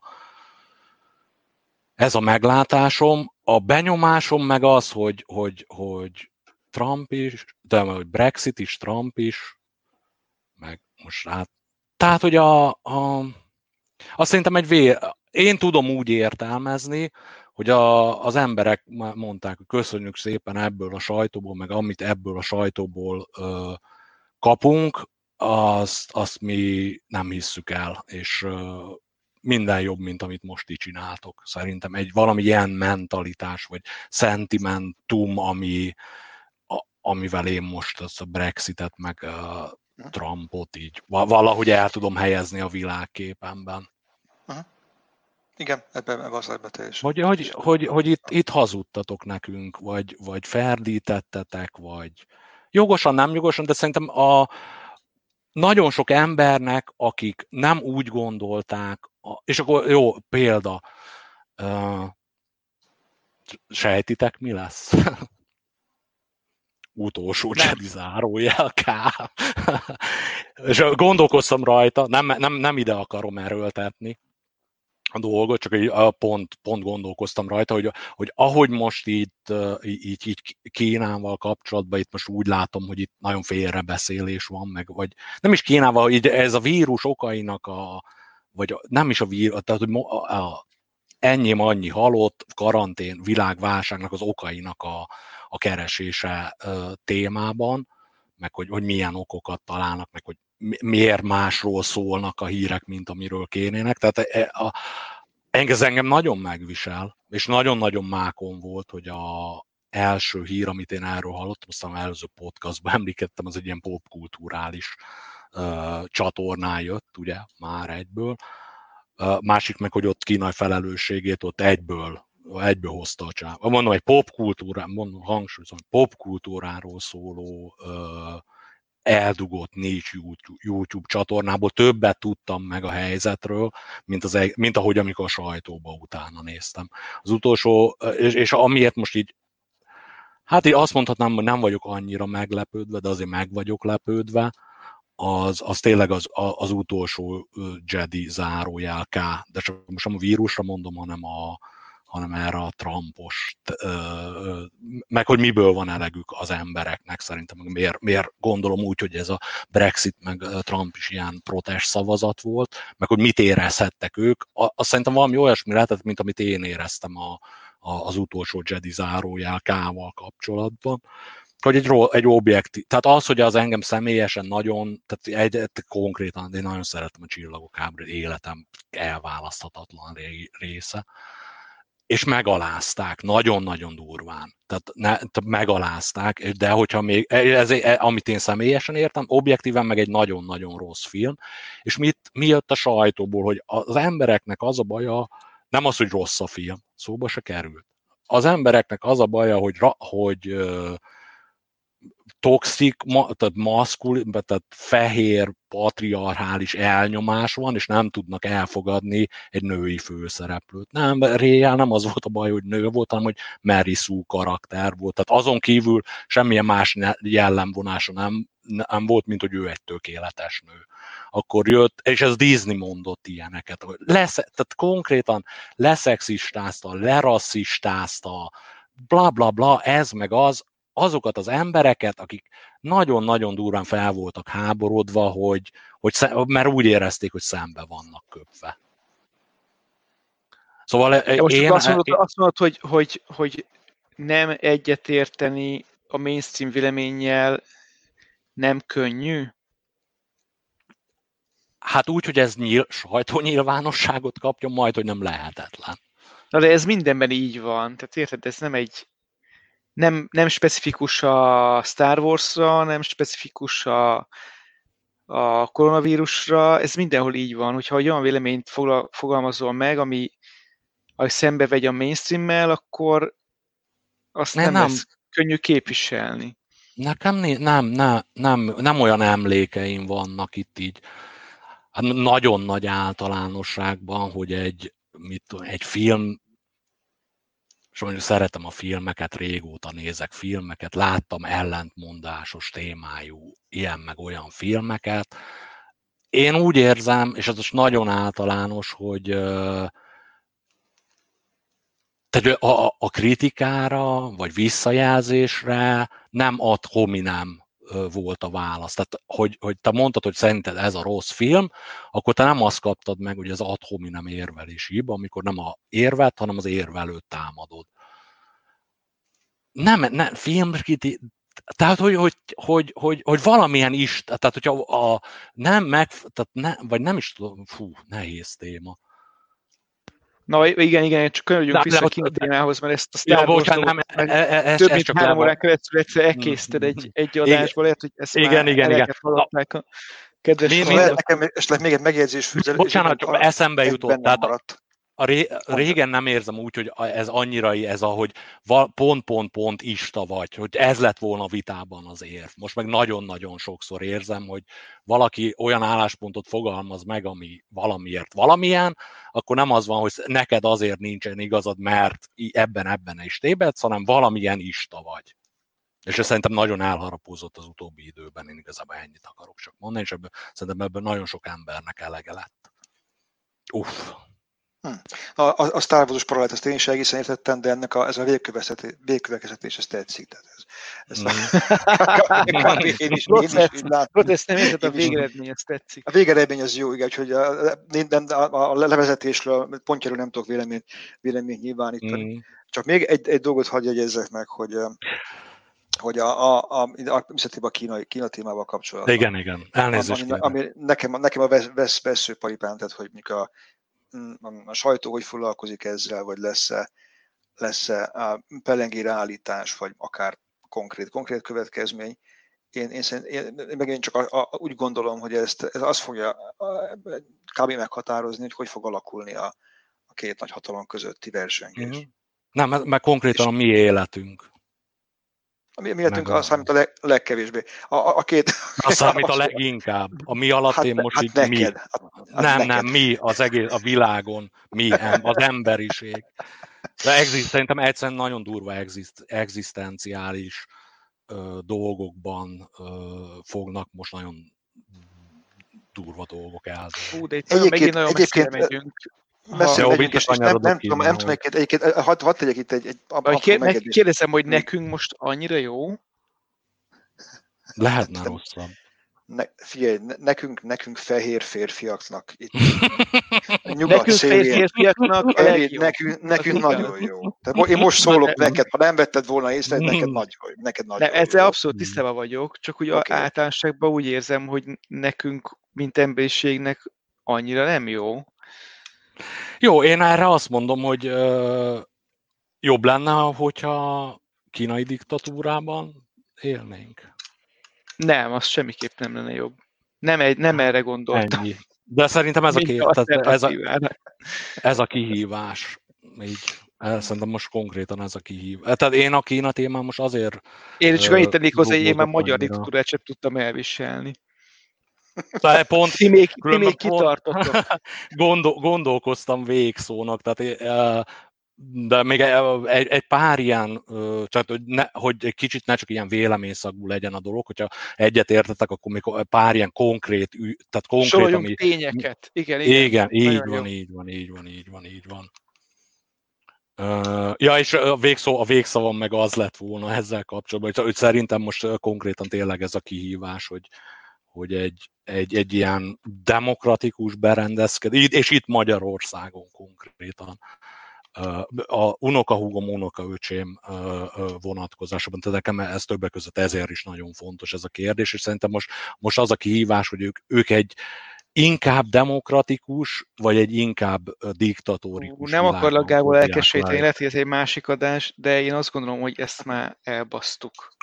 ez a meglátásom. A benyomásom meg az, hogy Trump is, de hogy Brexit is, Trump is, meg most tehát, hogy azt szerintem én tudom úgy értelmezni, hogy az emberek mondták, hogy köszönjük szépen ebből a sajtóból, meg amit ebből a sajtóból kapunk, azt mi nem hisszük el, és minden jobb, mint amit most így csináltok. Szerintem valami ilyen mentalitás, vagy szentimentum, amivel én most ezt a Brexitet, meg Trumpot így valahogy el tudom helyezni a világképemben. Igen, ebben az teljesen. Hogy itt hazudtatok nekünk, vagy ferdítettetek, vagy jogosan, nem jogosan, de szerintem nagyon sok embernek, akik nem úgy gondolták, és akkor jó, példa, sejtitek, mi lesz? Utolsó Jedi zárójel K. És gondolkoztam rajta, nem ide akarom erőltetni a dolgot, csak pont gondolkoztam rajta, hogy ahogy most így Kínával kapcsolatban, itt most úgy látom, hogy itt nagyon félrebeszélés van, vagy nem is Kínával, így ez a vírus okainak vagy nem is a vírus, tehát hogy annyi halott, karantén, világválságnak az okainak a keresése témában, meg hogy milyen okokat találnak, meg hogy miért másról szólnak a hírek, mint amiről kénének. Tehát ez engem nagyon megvisel, és nagyon-nagyon mákon volt, hogy az első hír, amit én erről hallottam, aztán az előző podcastban emlékeztem, az egy ilyen popkulturális csatornán jött, ugye, már egyből. Másik meg, hogy ott kínai felelősségét ott egyből hozta a csáv. Mondom, egy popkultúráról szóló eldugott 4 YouTube csatornából többet tudtam meg a helyzetről, mint ahogy amikor a sajtóba utána néztem. Az utolsó, és amiért most így, hát így azt mondhatnám, hogy nem vagyok annyira meglepődve, de azért meg vagyok lepődve, az tényleg az utolsó Jedi zárójel K. De csak most nem a vírusra mondom, hanem erre a Trumpos, meg hogy miből van elegük az embereknek szerintem, miért gondolom úgy, hogy ez a Brexit meg Trump is ilyen protest szavazat volt, meg hogy mit érezhettek ők, azt szerintem valami olyasmi lehetett, mint amit én éreztem az utolsó Jedi zárójel K-val kapcsolatban, hogy egy objektív, tehát az, hogy az engem személyesen nagyon, tehát konkrétan én nagyon szeretem a Csillagok háború, életem elválaszthatatlan része, és megalázták, nagyon-nagyon durván. Tehát megalázták, de hogyha még, amit én személyesen értem, objektíven meg egy nagyon-nagyon rossz film, és mi jött a sajtóból, hogy az embereknek az a baja, nem az, hogy rossz a film, szóba se került. Az embereknek az a baja, hogy toxik, tehát maszkulin, tehát fehér, patriarchális elnyomás van, és nem tudnak elfogadni egy női főszereplőt. Nem, Réjel nem az volt a baj, hogy nő volt, hanem hogy Mary Sue karakter volt. Tehát azon kívül semmilyen más jellemvonása nem volt, mint hogy ő egy tökéletes nő. Akkor jött, és ez Disney mondott ilyeneket. Tehát konkrétan leszexistázta, lerasszistázta, bla bla bla, ez meg az, azokat az embereket, akik nagyon-nagyon durván fel voltak háborodva, mert úgy érezték, hogy szembe vannak köpve. Szóval azt mondod, hogy nem egyetérteni a mainstream véleménnyel nem könnyű? Hát úgy, hogy ez sajtónyilvánosságot kapjon, majd, hogy nem lehetetlen. Na de ez mindenben így van. Tehát érted, ez nem egy nem specifikus a Star Wars-ra, nem specifikus a koronavírusra, ez mindenhol így van, hogyha olyan véleményt fogalmazol meg, ami szembe vegy a mainstreammel, akkor azt nem lesz könnyű képviselni. Nekem nem olyan emlékeim vannak itt így, hát nagyon nagy általánosságban, hogy egy film, és mondjuk szeretem a filmeket, régóta nézek filmeket, láttam ellentmondásos témájú ilyen meg olyan filmeket. Én úgy érzem, és ez most nagyon általános, hogy tehát a kritikára, vagy visszajelzésre nem ad hominem volt a válasz. Tehát, hogy te mondtad, hogy szerinted ez a rossz film, akkor te nem azt kaptad meg, hogy ez ad hominem érvelési hiba, amikor nem a érvet, hanem az érvelőt támadod. Nem filmkritika, tehát, hogy valamilyen is, tehát, hogyha vagy nem is tudom, nehéz téma. Na igen, csak könyörüljünk vissza a kinotémához, mert ezt a Star Wars-t több mint 3 órán keresztül egyszer elkészted egy adásból, lehet, hogy ezt igen. Hallották a kedves nekem esetleg még egy megjegyzés fűző. Bocsánat, csak eszembe jutott. Tehát régen nem érzem úgy, hogy ez annyira ez, ahogy pont ista vagy, hogy ez lett volna vitában az érv. Most meg nagyon-nagyon sokszor érzem, hogy valaki olyan álláspontot fogalmaz meg, ami valamiért valamilyen, akkor nem az van, hogy neked azért nincsen igazad, mert ebben is tévedsz, hanem valamilyen ista vagy. És ez szerintem nagyon elharapózott az utóbbi időben, én igazából ennyit akarok csak mondani, és szerintem ebből nagyon sok embernek elege lett. A Star Wars-os paralelt, ezt én is egészen értettem, de ennek ez a végkövetkeztetés, ez tetszik. Én is nem érted, a végeredmény, ez tetszik. A végeredmény az jó, igen, úgyhogy a levezetésről, pontjáról nem tudok véleményt nyilvánítani. Csak még egy dolgot hadd jegyezzek meg, hogy a Kína témával kapcsolatban. Igen. Elnézést. Ami nekem a veszőparipám, tehát hogy a sajtó hogy foglalkozik ezzel, vagy lesz-e a pelengére állítás, vagy akár konkrét következmény. Én megint csak úgy gondolom, hogy ez azt fogja kb. Meghatározni, hogy fog alakulni a két nagy hatalom közötti versengés. Nem, mert konkrétan a mi életünk. A mi életünk az számít a legkevésbé. Az számít a leginkább. A mi alatt én most így neked, mi. Nem, mi az egész, a világon, mi, az emberiség. De szerintem egyszerűen nagyon durva egzisztenciális dolgokban fognak most nagyon durva dolgok elzárni. De itt megint nagyon messzire megyünk. Nem tudom, egyébként, hadd tegyek itt egy kérdezem, hogy nekünk most annyira jó? Lehetne rosszabb. Figyelj, nekünk fehér férfiaknak itt nekünk fehér férfiaknak nekünk nagyon jó. Tehát én most szólok neked, ha nem vetted volna észre, neked nagyon jó. Ezzel abszolút tisztában vagyok, csak úgy általánosságban úgy érzem, hogy nekünk, mint emberiségnek annyira nem jó. Jó, én erre azt mondom, hogy jobb lenne, hogyha kínai diktatúrában élnénk. Nem, az semmiképp nem lenne jobb. Nem erre gondoltam. Ennyi. De szerintem ez a kihívás. Így, szerintem most konkrétan ez a kihívás. Tehát én a Kína témán most azért... Én csak annyit tennék hozzá, hogy én már magyar diktatúrát sem tudtam elviselni. Tehát pont, ti még kitartottok. Gondolkoztam végszónak, tehát de még egy pár ilyen, tehát hogy egy kicsit ne csak ilyen véleményszagú legyen a dolog, hogyha egyet értetek, akkor még pár ilyen konkrét, tehát konkrét, soroljunk tényeket. Igen, így van. Ja, és a végszavam meg az lett volna ezzel kapcsolatban, hogy szerintem most konkrétan tényleg ez a kihívás, hogy egy ilyen demokratikus berendezkedés, és itt Magyarországon konkrétan, a unokahúgom, unokaöcsém vonatkozásában, tehát nekem ez többek között ezért is nagyon fontos ez a kérdés, és szerintem most az a kihívás, hogy ők inkább demokratikus, vagy egy inkább diktatórikus Nem akarlak Gábor elkeseríteni, lehet, hogy ez egy másik adás, de én azt gondolom, hogy ezt már elbasztuk.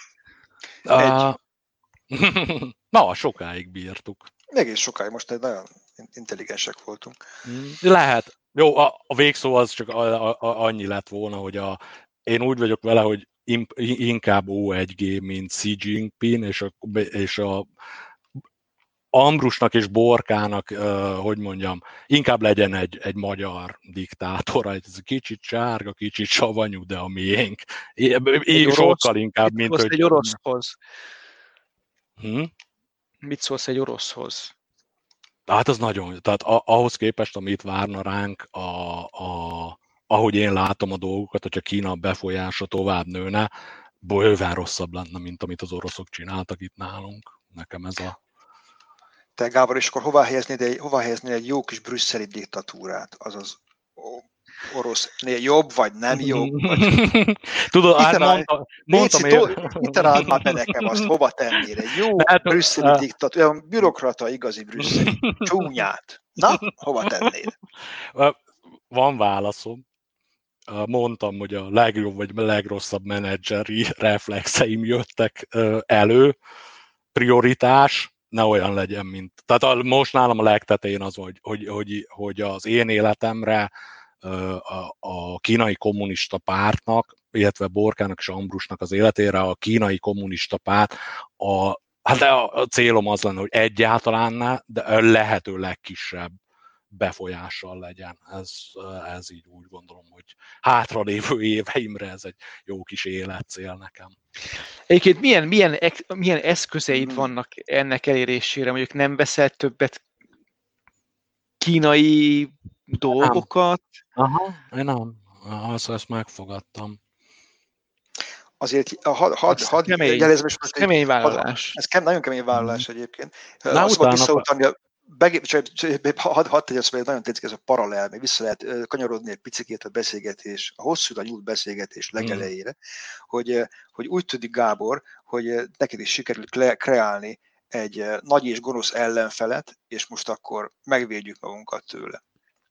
Na, sokáig bírtuk. Egész sokáig, most egy nagyon intelligensek voltunk. Lehet. Jó, a végszó az csak annyi lett volna, hogy én úgy vagyok vele, hogy inkább O1G, mint Xi Jinping, és a Ambrusnak és Borkának, hogy mondjam, inkább legyen egy magyar diktátor, ez kicsit sárga, kicsit savanyú, de a miénk. Sokkal inkább, mint hogy... egy oroszhoz? Mit szólsz egy oroszhoz? Hát az nagyon, tehát ahhoz képest, amit várna ránk, ahogy én látom a dolgokat, hogyha Kína befolyása tovább nőne, bőven rosszabb lenne, mint amit az oroszok csináltak itt nálunk. Nekem ez a... Te Gábor, és akkor hova helyeznél egy jó kis brüsszeli diktatúrát? Azaz orosznél jobb, vagy nem jobb? Vagy... Tudod, mondtam én... Iteráld már be nekem azt, hova tennél? Egy jó brüsszeli diktatúra, olyan bürokrata, igazi brüsszeli csúnyát. Na, hova tennél? Van válaszom. Mondtam, hogy a legjobb vagy legrosszabb menedzseri reflexeim jöttek elő. Prioritás, ne olyan legyen, mint... Tehát most nálam a legtetején az, hogy az én életemre a kínai kommunista pártnak, illetve Borkának és Ambrusnak az életére a kínai kommunista párt, hát a célom az lenne, hogy egyáltalán ne, de a lehető legkisebb befolyással legyen. Ez így úgy gondolom, hogy hátralévő éveimre ez egy jó kis életcél nekem. Egyébként milyen eszközeid vannak ennek elérésére? Mondjuk nem veszel többet kínai dolgokat? Aha, én nem. Ezt megfogadtam. Azért kemény vállalás. Ez nagyon kemény vállalás egyébként. Azt volt visszautalni, hadd tegyem azt, hogy nagyon tetszik ez a paralel, még vissza lehet kanyarodni egy picikét a beszélgetés, a hosszú nyúlt beszélgetés legelejére, hogy úgy tűnik, Gábor, hogy neked is sikerült kreálni egy nagy és gonosz ellenfelet, és most akkor megvédjük magunkat tőle.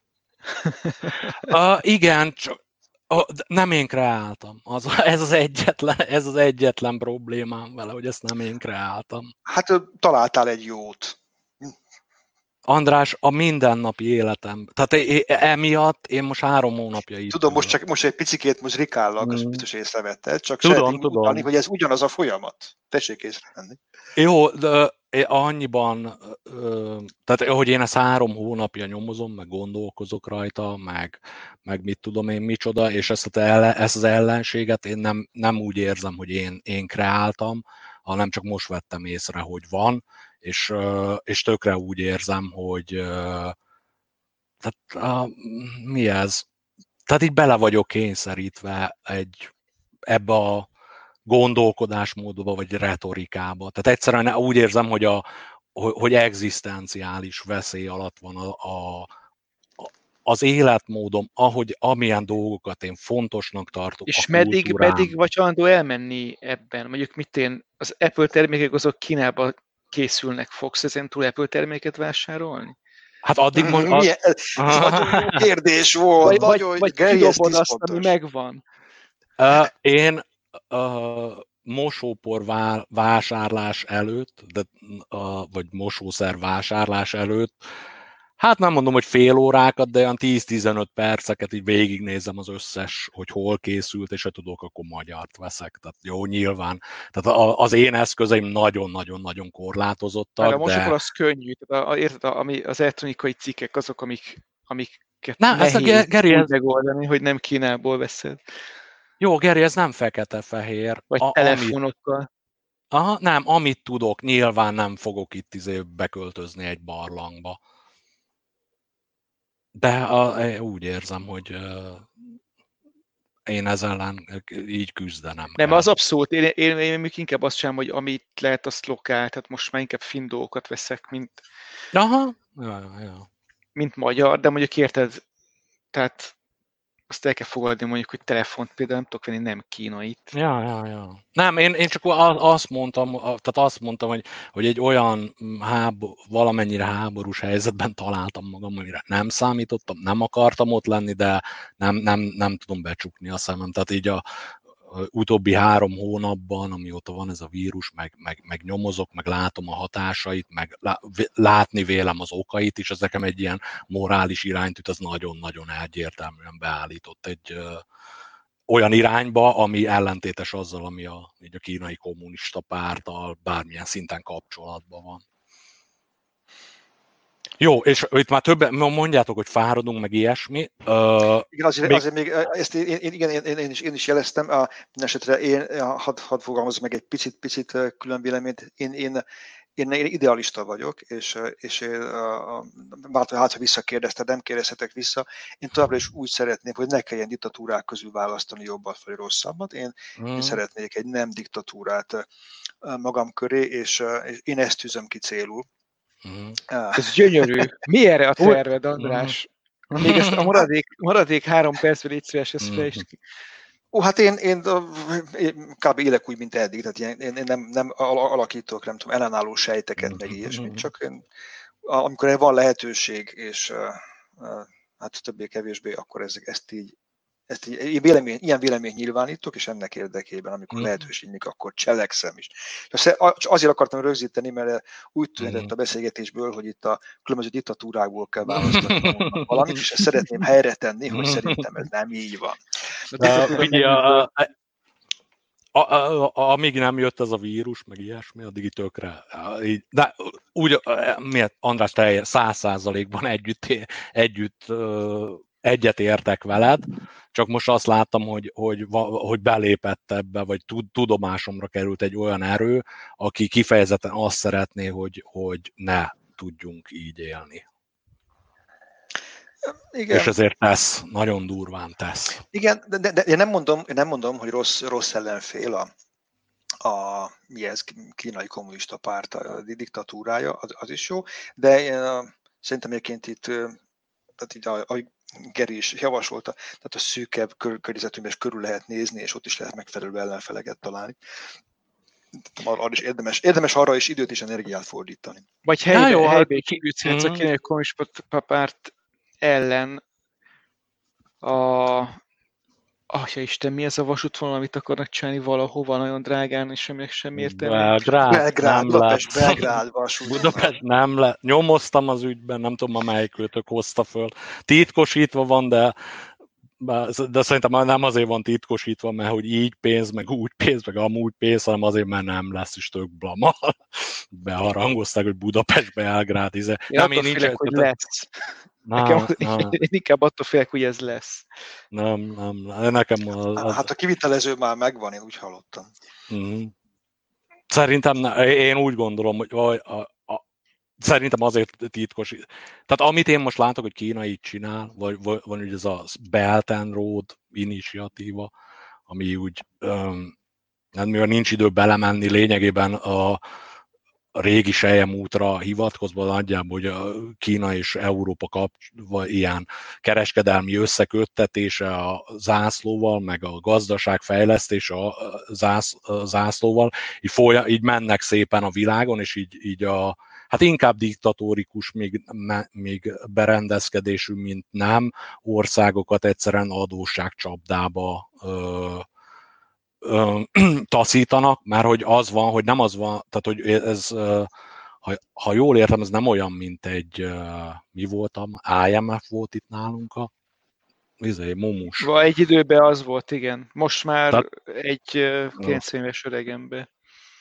Igen, csak nem én kreáltam. Ez az egyetlen problémám vele, hogy ezt nem én kreáltam. Hát találtál egy jót. András, a mindennapi életem. Tehát emiatt én most 3 hónapja itt. Tudom, most egy picikét most rikállak, azt biztos észrevetted, csak tudom. Mutatni, hogy ez ugyanaz a folyamat. Tessék észrevenni. Jó, de annyiban, tehát hogy én ezt 3 hónapja nyomozom, meg gondolkozok rajta, meg mit tudom én micsoda, és ezt az ellenséget én nem úgy érzem, hogy én kreáltam, hanem csak most vettem észre, hogy van, és tökre úgy érzem, hogy mi ez? Tehát így bele vagyok kényszerítve ebbe a gondolkodásmódba, vagy retorikába. Tehát egyszerűen úgy érzem, hogy egzisztenciális veszély alatt van az életmódom, amilyen dolgokat én fontosnak tartok. És meddig vagy hajlandó elmenni ebben? Mondjuk az Apple termékek azok Kínába készülnek, fogsz ezen túl Apple terméket vásárolni? Hát addig ez nagyon jó kérdés volt. Vagy kidobod azt, ami megvan. Én mosópor vásárlás előtt, vagy mosószer vásárlás előtt, hát nem mondom, hogy fél órákat, de olyan 10-15 perceket így végignézem az összes, hogy hol készült, és ha tudok, akkor magyart veszek. Tehát jó, nyilván. Tehát az én eszközeim nagyon-nagyon-nagyon korlátozottak. A mosópor az könnyű. Érted, az elektronikai cikkek azok, amiket nehéz megoldani, hogy nem Kínából veszed. Jó, Geri, ez nem fekete-fehér. Vagy telefonokkal. Nem, amit tudok, nyilván nem fogok itt beköltözni egy barlangba. De úgy érzem, hogy én ezzel ellen így küzdenem. Nem, az abszolút. Én még inkább azt sem, hogy amit lehet, azt lokál. Tehát most már inkább finn dolgokat veszek, mint Aha. mint magyar, de mondjuk érted, tehát azt el kell fogadni mondjuk, hogy telefont például nem tudok venni nem kínait. Ja. Nem, én csak azt mondtam, hogy egy olyan valamennyire háborús helyzetben találtam magam, amire nem számítottam, nem akartam ott lenni, de nem tudom becsukni a szemem. Tehát így a utóbbi 3 hónapban, amióta van ez a vírus, meg nyomozok, meg látom a hatásait, meg látni vélem az okait is, az nekem egy ilyen morális iránytűt, az nagyon-nagyon egyértelműen beállított egy olyan irányba, ami ellentétes azzal, ami így a kínai kommunista párttal bármilyen szinten kapcsolatban van. Jó, és itt már többen mondjátok, hogy fáradunk, meg ilyesmi. Igen, azért még ezt én is jeleztem, esetre én hadd fogalmazom meg egy picit külön véleményt. Én idealista vagyok, és ha visszakérdezted, nem kérdezhetek vissza. Én továbbra is úgy szeretném, hogy ne kelljen diktatúrák közül választani jobbat vagy rosszabbat. Én szeretnék egy nem diktatúrát magam köré, és én ezt tűzöm ki célul. Ez gyönyörű. Mi erre a terved, András? Még ezt a maradék 3 percben légy szíves, ezt fejtsd ki. Hát én kb. Élek úgy, mint eddig, tehát én nem alakítok, nem tudom, ellenálló sejteket, meg ilyesmit, csak amikor van lehetőség, és hát többé-kevésbé, akkor ezt így ilyen véleményt nyilvánítok, és ennek érdekében, amikor lehetőség nyílik, akkor cselekszem is. Azért akartam rögzíteni, mert úgy tűnhetett a beszélgetésből, hogy itt a különböző diktatúrákból kell választani valamit, és ezt szeretném helyre tenni, hogy szerintem ez nem így van. Amíg nem jött ez a vírus, meg ilyesmi, addig tökre. De úgy, miért András, te 100%-ban egyet értek veled, csak most azt láttam, hogy belépett ebbe, vagy tudomásomra került egy olyan erő, aki kifejezetten azt szeretné, hogy ne tudjunk így élni. Igen. És ezért tesz, nagyon durván tesz. Igen, de én nem mondom, hogy rossz ellenfél mi ez, kínai kommunista párt, a diktatúrája, az is jó, de én szerintem egyébként itt, tehát így a Geri is javasolta, tehát a szűkebb környezetünkben is körül lehet nézni, és ott is lehet megfelelő ellenfeleket találni. Arra is érdemes arra is időt és energiát fordítani. Vagy helyben kibücélsz a kínai kommunista párt ellen ja Isten, mi ez a vasútvonal, amit akarnak csinálni valahova nagyon drágán, és semmi értelme? Belgrád vasútvonal. Budapest nem lett. Nyomoztam az ügyben, nem tudom, melyikőtök hozta föl. Titkosítva van, de szerintem nem azért van titkosítva, mert hogy így pénz, meg úgy pénz, meg amúgy pénz, hanem azért, mert nem lesz, is tök blama. Beharangozták, hogy Budapest, Belgrád. Nem, én nincs, hogy lesz. Én inkább attól félek, hogy ez lesz. Nem, nekem Hát a kivitelező már megvan, én úgy hallottam. Szerintem én úgy gondolom, hogy szerintem azért titkos. Tehát amit én most látok, hogy Kína így csinál, vagy van ugye ez a Belt and Road initiatíva, ami úgy, mivel nincs idő belemenni, lényegében a régi selyemútra hivatkozva nagyjából, hogy a Kína és Európa ilyen kereskedelmi összeköttetése a zászlóval, meg a gazdaság fejlesztése a zászlóval, így mennek szépen a világon, és így hát inkább diktatórikus, még berendezkedésű, mint nem, országokat egyszerűen adósságcsapdába taszítanak, mert hogy az van, hogy nem az van, tehát hogy ez, ha jól értem, ez nem olyan, mint mi voltam, IMF volt itt nálunk Mumus. Egy időben az volt, igen. Most már egy 90 éves öregember.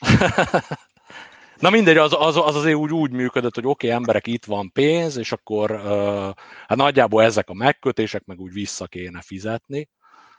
Na mindegy, az azért úgy működött, hogy oké, emberek, itt van pénz, és akkor hát nagyjából ezek a megkötések, meg úgy vissza kéne fizetni.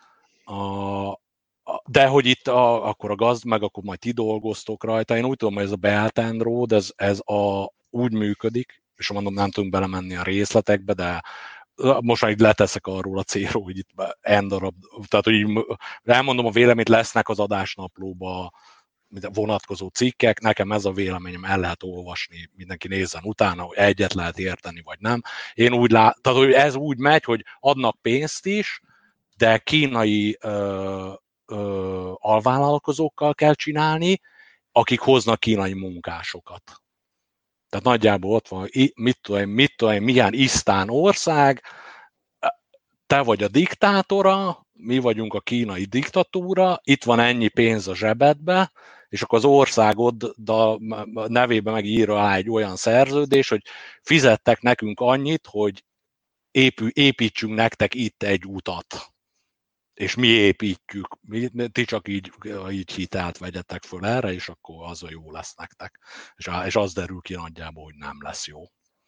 De hogy itt akkor a gazd, meg akkor majd ti dolgoztok rajta. Én úgy tudom, hogy ez a Belt and Road, ez úgy működik, és mondom, nem tudunk belemenni a részletekbe, de most már így leteszek arról a célról, hogy itt darab, tehát hogy így elmondom a véleményt, lesznek az adásnaplóba vonatkozó cikkek, nekem ez a véleményem, el lehet olvasni, mindenki nézzen utána, hogy egyet lehet érteni, vagy nem. Én úgy tehát hogy ez úgy megy, hogy adnak pénzt is, de kínai alvállalkozókkal kell csinálni, akik hoznak kínai munkásokat. Tehát nagyjából ott van, mit tudom, milyen isztán ország, te vagy a diktátora, mi vagyunk a kínai diktatúra, itt van ennyi pénz a zsebedbe, és akkor az országod nevében megír alá egy olyan szerződés, hogy fizettek nekünk annyit, hogy építsünk nektek itt egy utat. És mi építjük, ti csak így hitelt vegyetek föl erre, és akkor az jó lesz nektek. És az derül ki nagyjából, hogy nem lesz jó.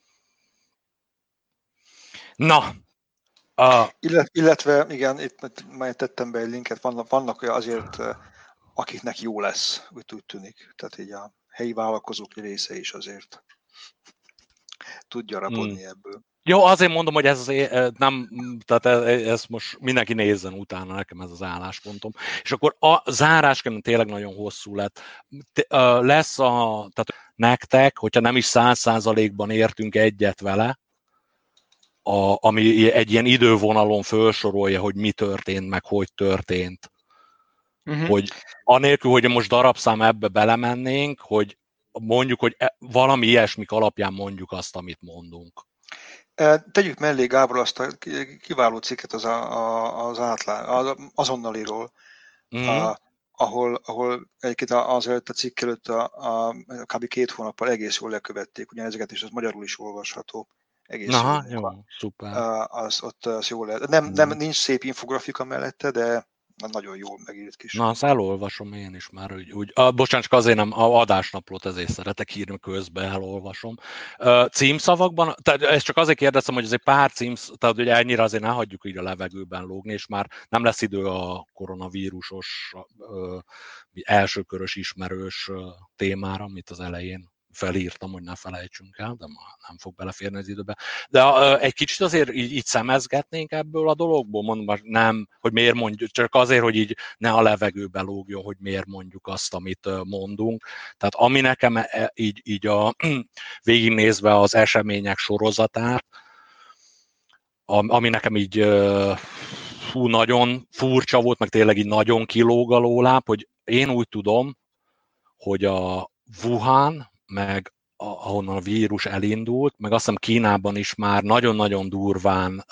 Na! Illetve, igen, itt már tettem be egy linket, vannak azért, akiknek jó lesz, úgy tűnik. Tehát így a helyi vállalkozók része is azért tudja rapodni ebből. Jó, azért mondom, hogy ez nem, tehát ez most mindenki nézzen utána, nekem ez az álláspontom. És akkor a zárásként tényleg nagyon hosszú lett. Lesz tehát nektek, hogyha nem is 100%-ban értünk egyet vele, ami egy ilyen idővonalon felsorolja, hogy mi történt, meg hogy történt. Hogy anélkül, hogy most darabszám ebbe belemennénk, hogy mondjuk, hogy valami ilyesmik alapján mondjuk azt, amit mondunk. Tegyük mellé, Gábor, azt a kiváló cikket az azonnaliról, ahol egyébként azért a cikk előtt kb. 2 hónappal egész jól lekövették, ugyanezeket is, az magyarul is olvasható. Egész jó, szuper. Az jól lehet. Nincs szép infografika mellette, de nagyon jól megírt kis. Na, azt elolvasom én is már. Bocsánat, csak azért nem, a adásnaplót ezért szeretek írni, közben elolvasom. Címszavakban, tehát ezt csak azért kérdezem, hogy ez egy pár tehát ugye ennyire azért ne hagyjuk így a levegőben lógni, és már nem lesz idő a koronavírusos, elsőkörös ismerős témára, amit az elején felírtam, hogy ne felejtsünk el, de nem fog beleférni az időbe. De egy kicsit azért így szemezgetnénk ebből a dologból, mondom, nem, hogy miért mondjuk, csak azért, hogy így ne a levegőbe lógjon, hogy miért mondjuk azt, amit mondunk. Tehát ami nekem így végignézve az események sorozatát, ami nekem így nagyon furcsa volt, meg tényleg így nagyon kilóg a lóláb, hogy én úgy tudom, hogy a Wuhan, meg ahonnan a vírus elindult, meg azt hiszem Kínában is már nagyon-nagyon durván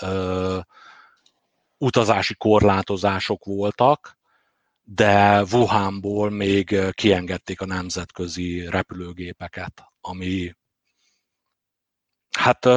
utazási korlátozások voltak, de Wuhanból még kiengedték a nemzetközi repülőgépeket, ami hát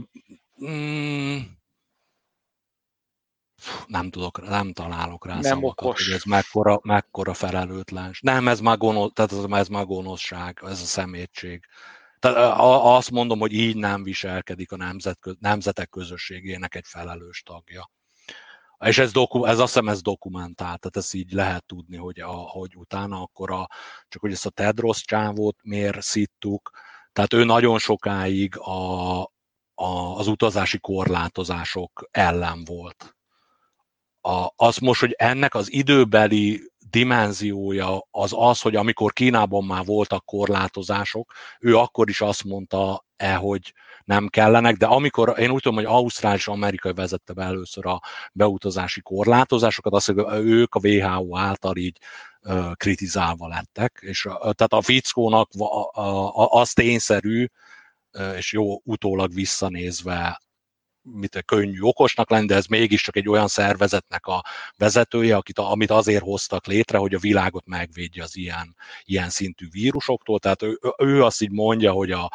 nem találok rá szavakat, hogy ez mekkora felelőtlenség. Nem, ez már gonoszság, ez a szemétség. Tehát azt mondom, hogy így nem viselkedik a nemzetek közösségének egy felelős tagja. És ez azt hiszem, ez dokumentált, tehát ezt így lehet tudni, hogy utána akkor csak hogy ezt a Tedros csávót miért szittuk, tehát ő nagyon sokáig az utazási korlátozások ellen volt. Az most, hogy ennek az időbeli dimenziója az, hogy amikor Kínában már voltak korlátozások, ő akkor is azt mondta hogy nem kellenek, de amikor én úgy tudom, hogy Ausztrál és Amerika vezette be először a beutazási korlátozásokat, azt mondja, ők a WHO által így kritizálva lettek, és tehát a fickónak az tényszerű, és jó utólag visszanézve, könnyű okosnak lenni, de ez mégiscsak egy olyan szervezetnek a vezetője, amit azért hoztak létre, hogy a világot megvédje az ilyen szintű vírusoktól. Tehát ő azt így mondja, hogy a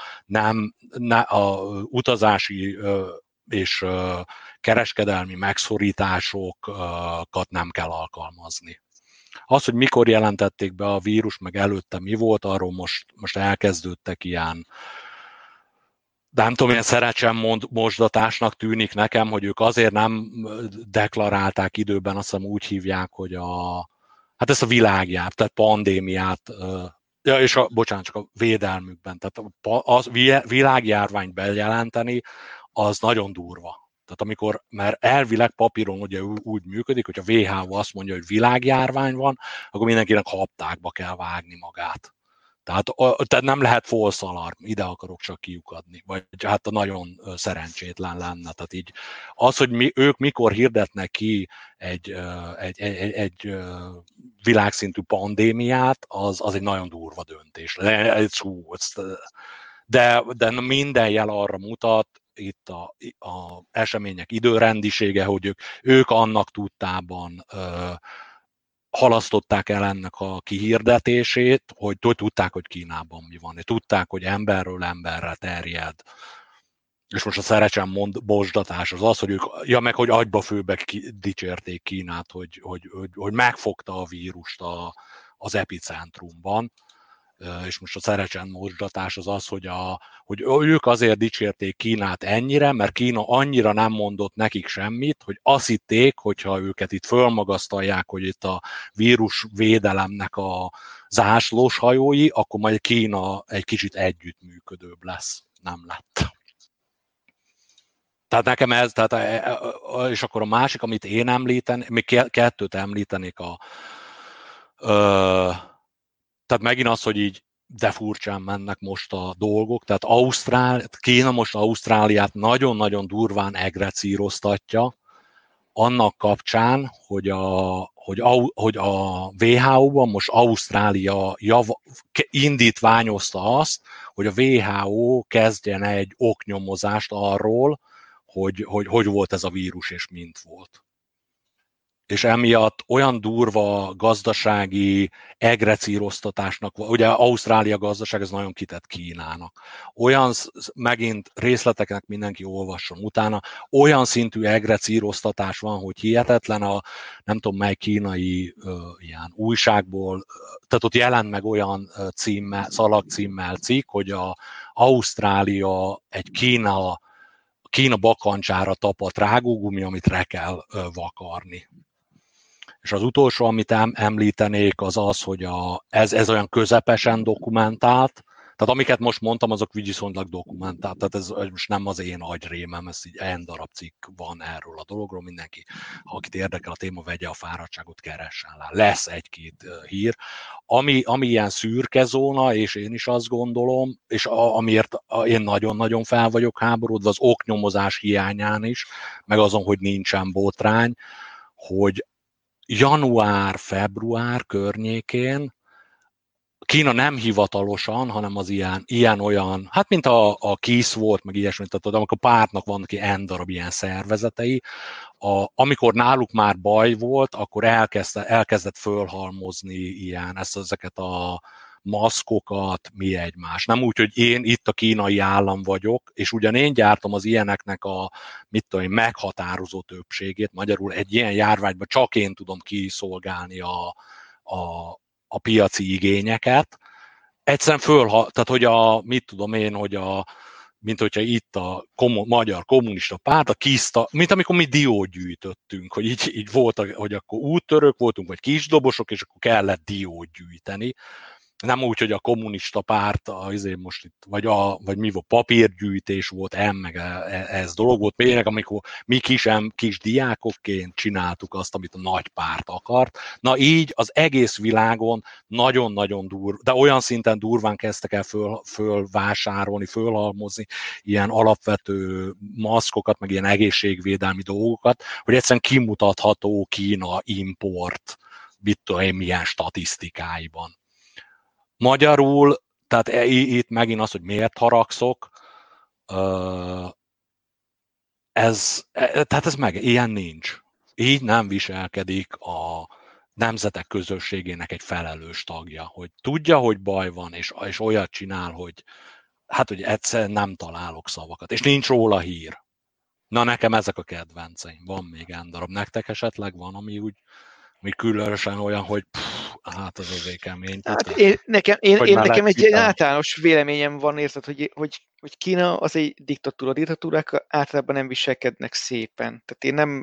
utazási és kereskedelmi megszorításokat nem kell alkalmazni. Az, hogy mikor jelentették be a vírus, meg előtte mi volt, arról most elkezdődtek ilyen, de nem tudom, ilyen szerecsenmosdatásnak tűnik nekem, hogy ők azért nem deklarálták időben, azt hiszem úgy hívják, hogy hát ezt a világját, tehát pandémiát, és csak a védelmükben, tehát a világjárványt bejelenteni, az nagyon durva. Tehát amikor, mert elvileg papíron ugye úgy működik, hogy a WHO azt mondja, hogy világjárvány van, akkor mindenkinek haptákba kell vágni magát. Tehát nem lehet false alarm, ide akarok csak kiukadni, vagy hát nagyon szerencsétlen lenne. Tehát így az, hogy ők mikor hirdetnek ki egy világszintű pandémiát, az egy nagyon durva döntés. De minden jel arra mutat, itt a események időrendisége, hogy ők annak tudtában halasztották el ennek a kihirdetését, hogy tudták, hogy Kínában mi van, tudták, hogy emberről emberre terjed. És most a szerecsen bosdatás az, hogy ők, meg hogy agyba főbe dicsérték Kínát, hogy megfogta a vírust az epicentrumban. És most a szerecsen mosdatás az, hogy ők azért dicsérték Kínát ennyire, mert Kína annyira nem mondott nekik semmit, hogy azt hitték, hogyha őket itt fölmagasztalják, hogy itt a vírusvédelemnek a zászlós hajói, akkor majd Kína egy kicsit együttműködőbb lesz. Nem lett. Tehát nekem ez, és akkor a másik, amit én említenék, még kettőt említenék tehát megint az, hogy így de furcsán mennek most a dolgok, tehát Kína most Ausztráliát nagyon-nagyon durván egrecíroztatja annak kapcsán, hogy a WHO-ban most Ausztrália indítványozta azt, hogy a WHO kezdjen egy oknyomozást arról, hogy volt ez a vírus és mint volt. És emiatt olyan durva gazdasági egrecíroztatásnak, ugye Ausztrália gazdaság, ez nagyon kitett Kínának. Olyan, megint részleteknek mindenki olvasson utána, olyan szintű egrecíroztatás van, hogy hihetetlen nem tudom mely kínai ilyen újságból, tehát ott jelent meg olyan szalagcímmel cikk, hogy Ausztrália egy Kína bakancsára tapadt rágógumi, amit re kell vakarni. És az utolsó, amit említenék, az, hogy ez olyan közepesen dokumentált, tehát amiket most mondtam, azok viszonylag dokumentált, tehát ez most nem az én agyrémem, ez így egy darab cikk van erről a dologról, mindenki, akit érdekel a téma, vegye a fáradtságot, keressen rá. Lesz egy-két hír. Ami ilyen szürke zóna, és én is azt gondolom, és amiért én nagyon-nagyon fel vagyok háborodva, az oknyomozás hiányán is, meg azon, hogy nincsen botrány, hogy január-február környékén Kína nem hivatalosan, hanem az ilyen-olyan, hát mint a KISZ volt, meg ilyesmi, tehát amikor pártnak vannak ilyen darab ilyen szervezetei, amikor náluk már baj volt, akkor elkezdett fölhalmozni ezeket a maszkokat, mi egymás. Nem úgy, hogy én itt a kínai állam vagyok, és ugyan én gyártom az ilyeneknek meghatározó többségét, magyarul egy ilyen járványban csak én tudom kiszolgálni a piaci igényeket. Egyszerűen tehát hogy mint hogyha itt a Magyar Kommunista Párt, a KISZ-ta, mint amikor mi diót gyűjtöttünk, hogy így volt, hogy akkor úttörők voltunk, vagy kisdobosok, és akkor kellett diót gyűjteni. Nem úgy, hogy a kommunista párt, most itt, vagy mi volt, papírgyűjtés volt, meg ez dolog volt, még amikor mi kis diákokként csináltuk azt, amit a nagy párt akart. Na így az egész világon nagyon-nagyon durva, de olyan szinten durván kezdtek el fölvásárolni, fölhalmozni ilyen alapvető maszkokat, meg ilyen egészségvédelmi dolgokat, hogy egyszerűen kimutatható Kína import, milyen statisztikáiban. Magyarul, tehát itt megint az, hogy miért haragszok, tehát ez ilyen nincs. Így nem viselkedik a nemzetek közösségének egy felelős tagja, hogy tudja, hogy baj van, és olyat csinál, hogy egyszer nem találok szavakat, és nincs róla hír. Na nekem ezek a kedvenceim, van még egy darab. Nektek esetleg van, ami különösen olyan, hogy az kemény. Hát nekem egy általános véleményem van, érted, hogy Kína az egy diktatúra. A diktatúrák általában nem viselkednek szépen. Tehát én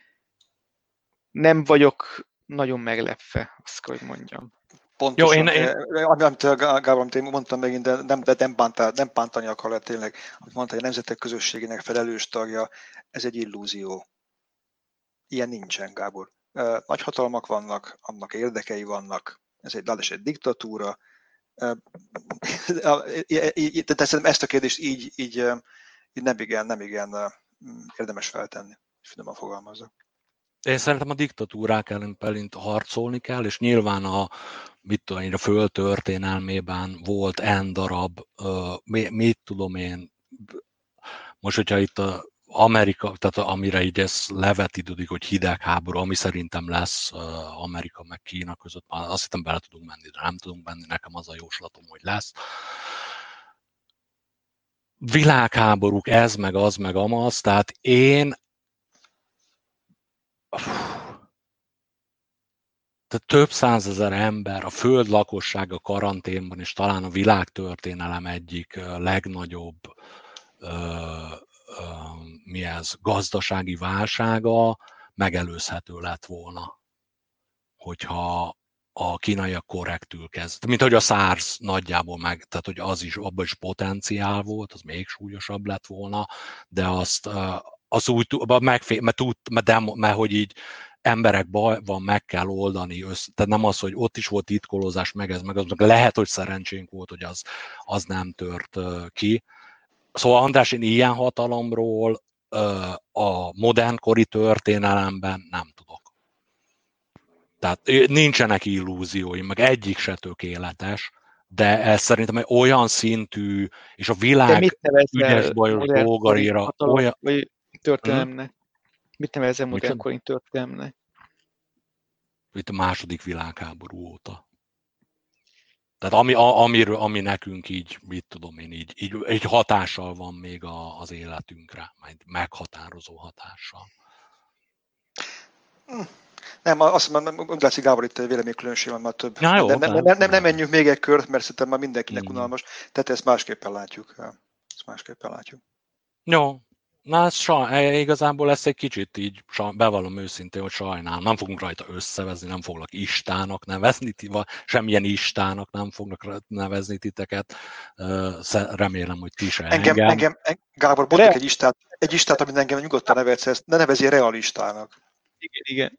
nem vagyok nagyon meglepve, azt hogy mondjam. Pontosan, amit Gábor, amit én mondtam megint, de nem bántani akar tényleg, hogy mondta, hogy a nemzetek közösségének felelős tagja, ez egy illúzió. Ilyen nincsen, Gábor. Nagy hatalmak vannak, annak érdekei vannak, ez egy diktatúra, De szerintem ezt a kérdést így nem igen érdemes feltenni, és finoman fogalmazok. Én szerintem a diktatúrák ellen harcolni kell, és nyilván a föld történelmében volt N darab, mit tudom én, most, hogyha itt a Amerika, tehát amire így ez levetítődik, hogy hidegháború, ami szerintem lesz Amerika meg Kína között, azt hittem bele tudunk menni, de nem tudunk menni, nekem az a jóslatom, hogy lesz. Világháborúk, ez meg az meg amaz, tehát tehát több százezer ember, a föld lakossága karanténban, és talán a világtörténelem egyik legnagyobb gazdasági válsága megelőzhető lett volna, hogyha a kínaiak korrektül kezd. Mint hogy a SARS nagyjából tehát hogy abban is potenciál volt, az még súlyosabb lett volna, de az úgy, mert hogy így emberek baj van, meg kell oldani, tehát nem az, hogy ott is volt titkolózás, meg az, lehet, hogy szerencsénk volt, hogy az nem tört ki. Szóval András, én ilyen hatalomról a modernkori történelemben nem tudok. Tehát nincsenek illúzióim, meg egyik se tökéletes, de ez szerintem egy olyan szintű, és a világ ügyes bajos dolgaira olyan... Vagy történelemnek? Mit nevezem modernkori történelemnek? Itt a második világháború óta. Tehát ami nekünk így, mit tudom én, így hatással van még az életünkre, majd meghatározó hatással. Nem, azt mondom, úgy látszik, Gábor, itt véleménykülönbség van már több. Ja, jó, nem menjünk még egy kört, mert szerintem már mindenkinek unalmas. Tehát ezt másképpen látjuk. Jó. Na, igazából lesz egy kicsit így, bevallom őszintén, hogy sajnálom. Nem fogunk rajta összevezni, nem foglak istának nevezni, semmilyen istának nem fognak nevezni titeket. Remélem, hogy ti se engem. Gábor, mondjuk egy istát, amit engem nyugodtan nevetsz, ezt ne nevezzél realistának. Igen.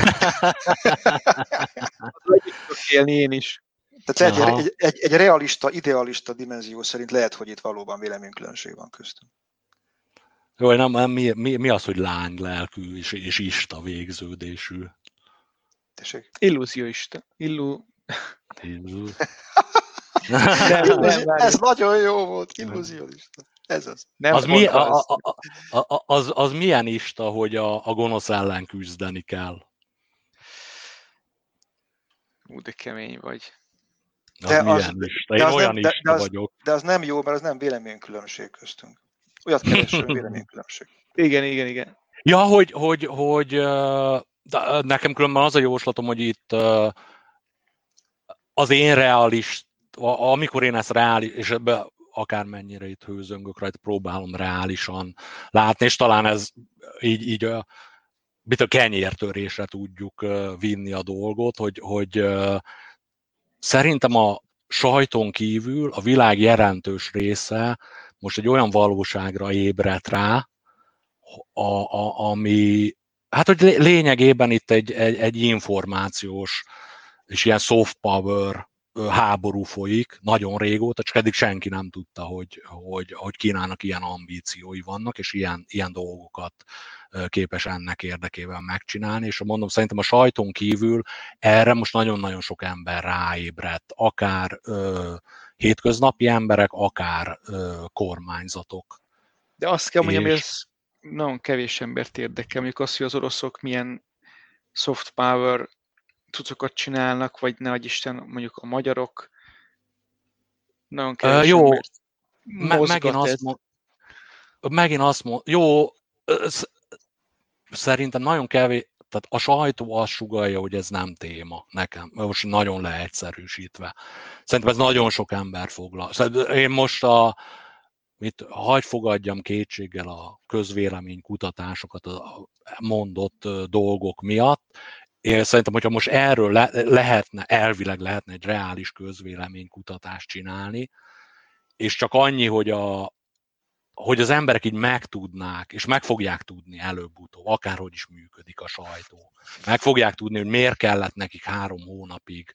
Élni én is. Tehát egy realista, idealista dimenzió szerint lehet, hogy itt valóban véleménykülönbség van köztünk. Jó, nem, mi az, hogy lánglelkű és ista végződésű? Tessék? Illúzióista. Ez nagyon jó volt, illúzióista. Ez az. Nem az milyen ista, hogy a gonosz ellen küzdeni kell? De kemény vagy. Én olyan ista vagyok. De az nem jó, mert az nem véleménykülönbség köztünk. Olyat kereső véleménykülönbség. Igen. Ja, hogy nekem különben az a jóslatom, hogy itt az én realist, amikor én ezt reális, és ebbe akármennyire itt hőzöngök rajta, próbálom reálisan látni, és talán ez így a kenyértörésre tudjuk vinni a dolgot, hogy szerintem a sajton kívül a világ jelentős része most egy olyan valóságra ébredt rá, ami, hát hogy lényegében itt egy információs és ilyen soft power háború folyik nagyon régóta, csak eddig senki nem tudta, hogy Kínának ilyen ambíciói vannak, és ilyen dolgokat képes ennek érdekében megcsinálni, és mondom, szerintem a sajton kívül erre most nagyon-nagyon sok ember ráébredt, akár hétköznapi emberek, akár kormányzatok. De azt kell mondjam, hogy ez nagyon kevés embert érdekel, mondjuk az, hogy az oroszok milyen soft power cuccokat csinálnak, vagy ne adj Isten, mondjuk a magyarok. Nagyon kevés jó, embert megint azt mondom, jó, szerintem nagyon kevés, tehát a sajtó azt sugallja, hogy ez nem téma nekem, most nagyon leegyszerűsítve. Szerintem ez nagyon sok ember foglal. Én most hagy fogadjam kétséggel a közvéleménykutatásokat a mondott dolgok miatt. Én szerintem, hogyha most erről elvileg lehetne egy reális közvéleménykutatást csinálni, és csak annyi, hogy az emberek így megtudnák, és meg fogják tudni előbb-utóbb, akárhogy is működik a sajtó. Meg fogják tudni, hogy miért kellett nekik 3 hónapig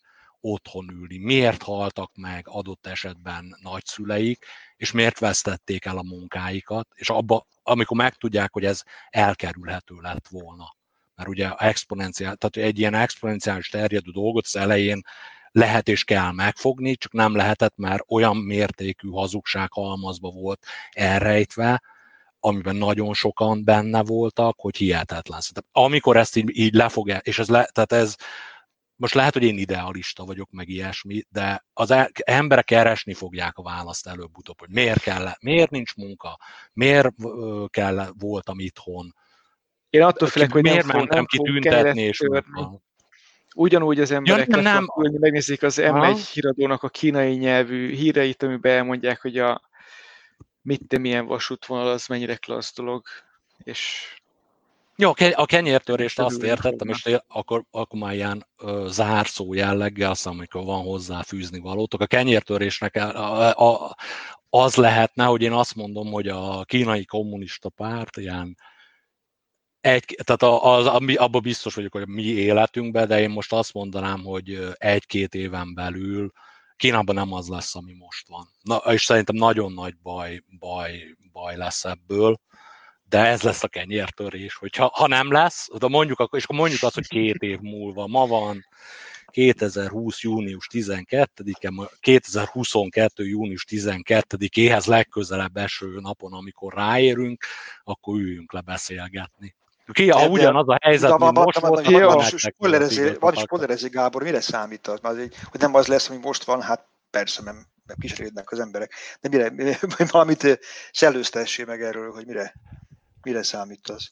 otthon ülni, miért haltak meg adott esetben nagyszüleik, és miért vesztették el a munkáikat, és amikor megtudják, hogy ez elkerülhető lett volna. Mert ugye tehát egy ilyen exponenciális terjedő dolgot az elején lehet és kell megfogni, csak nem lehetett, mert olyan mértékű hazugság halmazba volt elrejtve, amiben nagyon sokan benne voltak, hogy hihetetlen. Amikor ezt így lefogja, és tehát ez most lehet, hogy én idealista vagyok, meg ilyesmi, de az emberek keresni fogják a választ előbb-utóbb, hogy miért nincs munka, miért voltam itthon. Én attól félek, hogy miért mentem kitüntetni, és ugyanúgy az emberek megnézik az M1 híradónak a kínai nyelvű híreit, amiben elmondják, hogy milyen vasútvonal az mennyire klassz dolog, és... Jó, a kenyértörést azt értettem, és akkor már ilyen zárszó jelleggel, azt amikor van hozzá fűzni valótok. A kenyértörésnek az lehetne, hogy én azt mondom, hogy a kínai kommunista párt ilyen tehát abban biztos vagyok, hogy a mi életünkben, de én most azt mondanám, hogy 1-2 éven belül Kínában nem az lesz, ami most van. És szerintem nagyon nagy baj lesz ebből, de ez lesz a kenyértörés, hogyha nem lesz, de mondjuk azt, hogy 2 év múlva, ma van 2020. június 12-e, 2022. június 12-éhez legközelebb eső napon, amikor ráérünk, akkor üljünk le beszélgetni. Ha ugyanaz a helyzet, mint most volt, van is spoilerezi, Gábor, mire számítasz? Hogy nem az lesz, ami most van, hát persze nem kísérődnek az emberek. De mire valamit szellőztessé meg erről, hogy mire számítasz?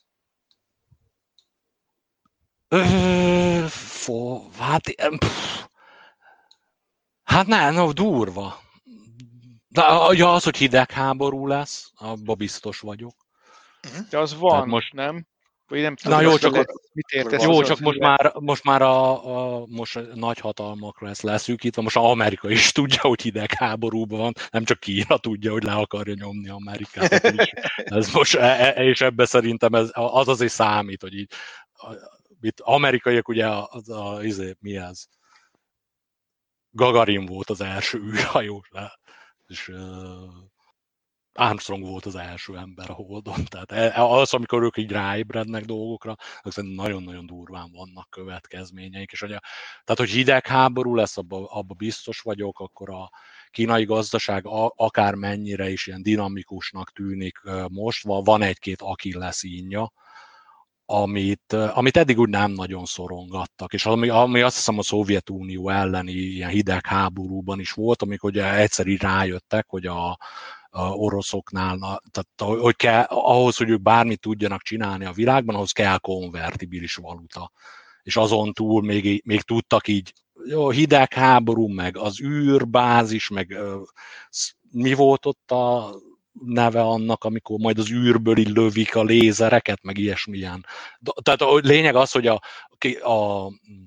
Durva. De az, hogy hidegháború lesz, abban biztos vagyok. De az van, most nem? Nem tudom, jó, csak most már most nagy hatalmakra ezt leszűkítve, most Amerika is tudja, hogy hidegháborúban van, nem csak Kína tudja, hogy le akarja nyomni Amerikát is. Ez most, és ebben szerintem az azért számít, hogy így itt amerikaiak ugye mi ez? Gagarin volt az első űrhajós, és Armstrong volt az első ember a Holdon. Tehát az, amikor ők így ráébrednek dolgokra, azok nagyon-nagyon durván vannak következményeik. És tehát, hogy hidegháború lesz, abba biztos vagyok, akkor a kínai gazdaság akár mennyire is ilyen dinamikusnak tűnik most, van 1-2 Achilles-ínja, amit eddig úgy nem nagyon szorongattak, és ami azt hiszem a Szovjetunió elleni ilyen hidegháborúban is volt, amikor ugye egyszer így rájöttek, hogy a oroszoknál, tehát hogy ahhoz, hogy ők bármit tudjanak csinálni a világban, ahhoz kell konvertibilis valuta. És azon túl még tudtak így hidegháború, meg az űrbázis, meg mi volt ott a neve annak, amikor majd az űrből így lövik a lézereket, meg ilyesmilyen. Tehát a lényeg az, hogy a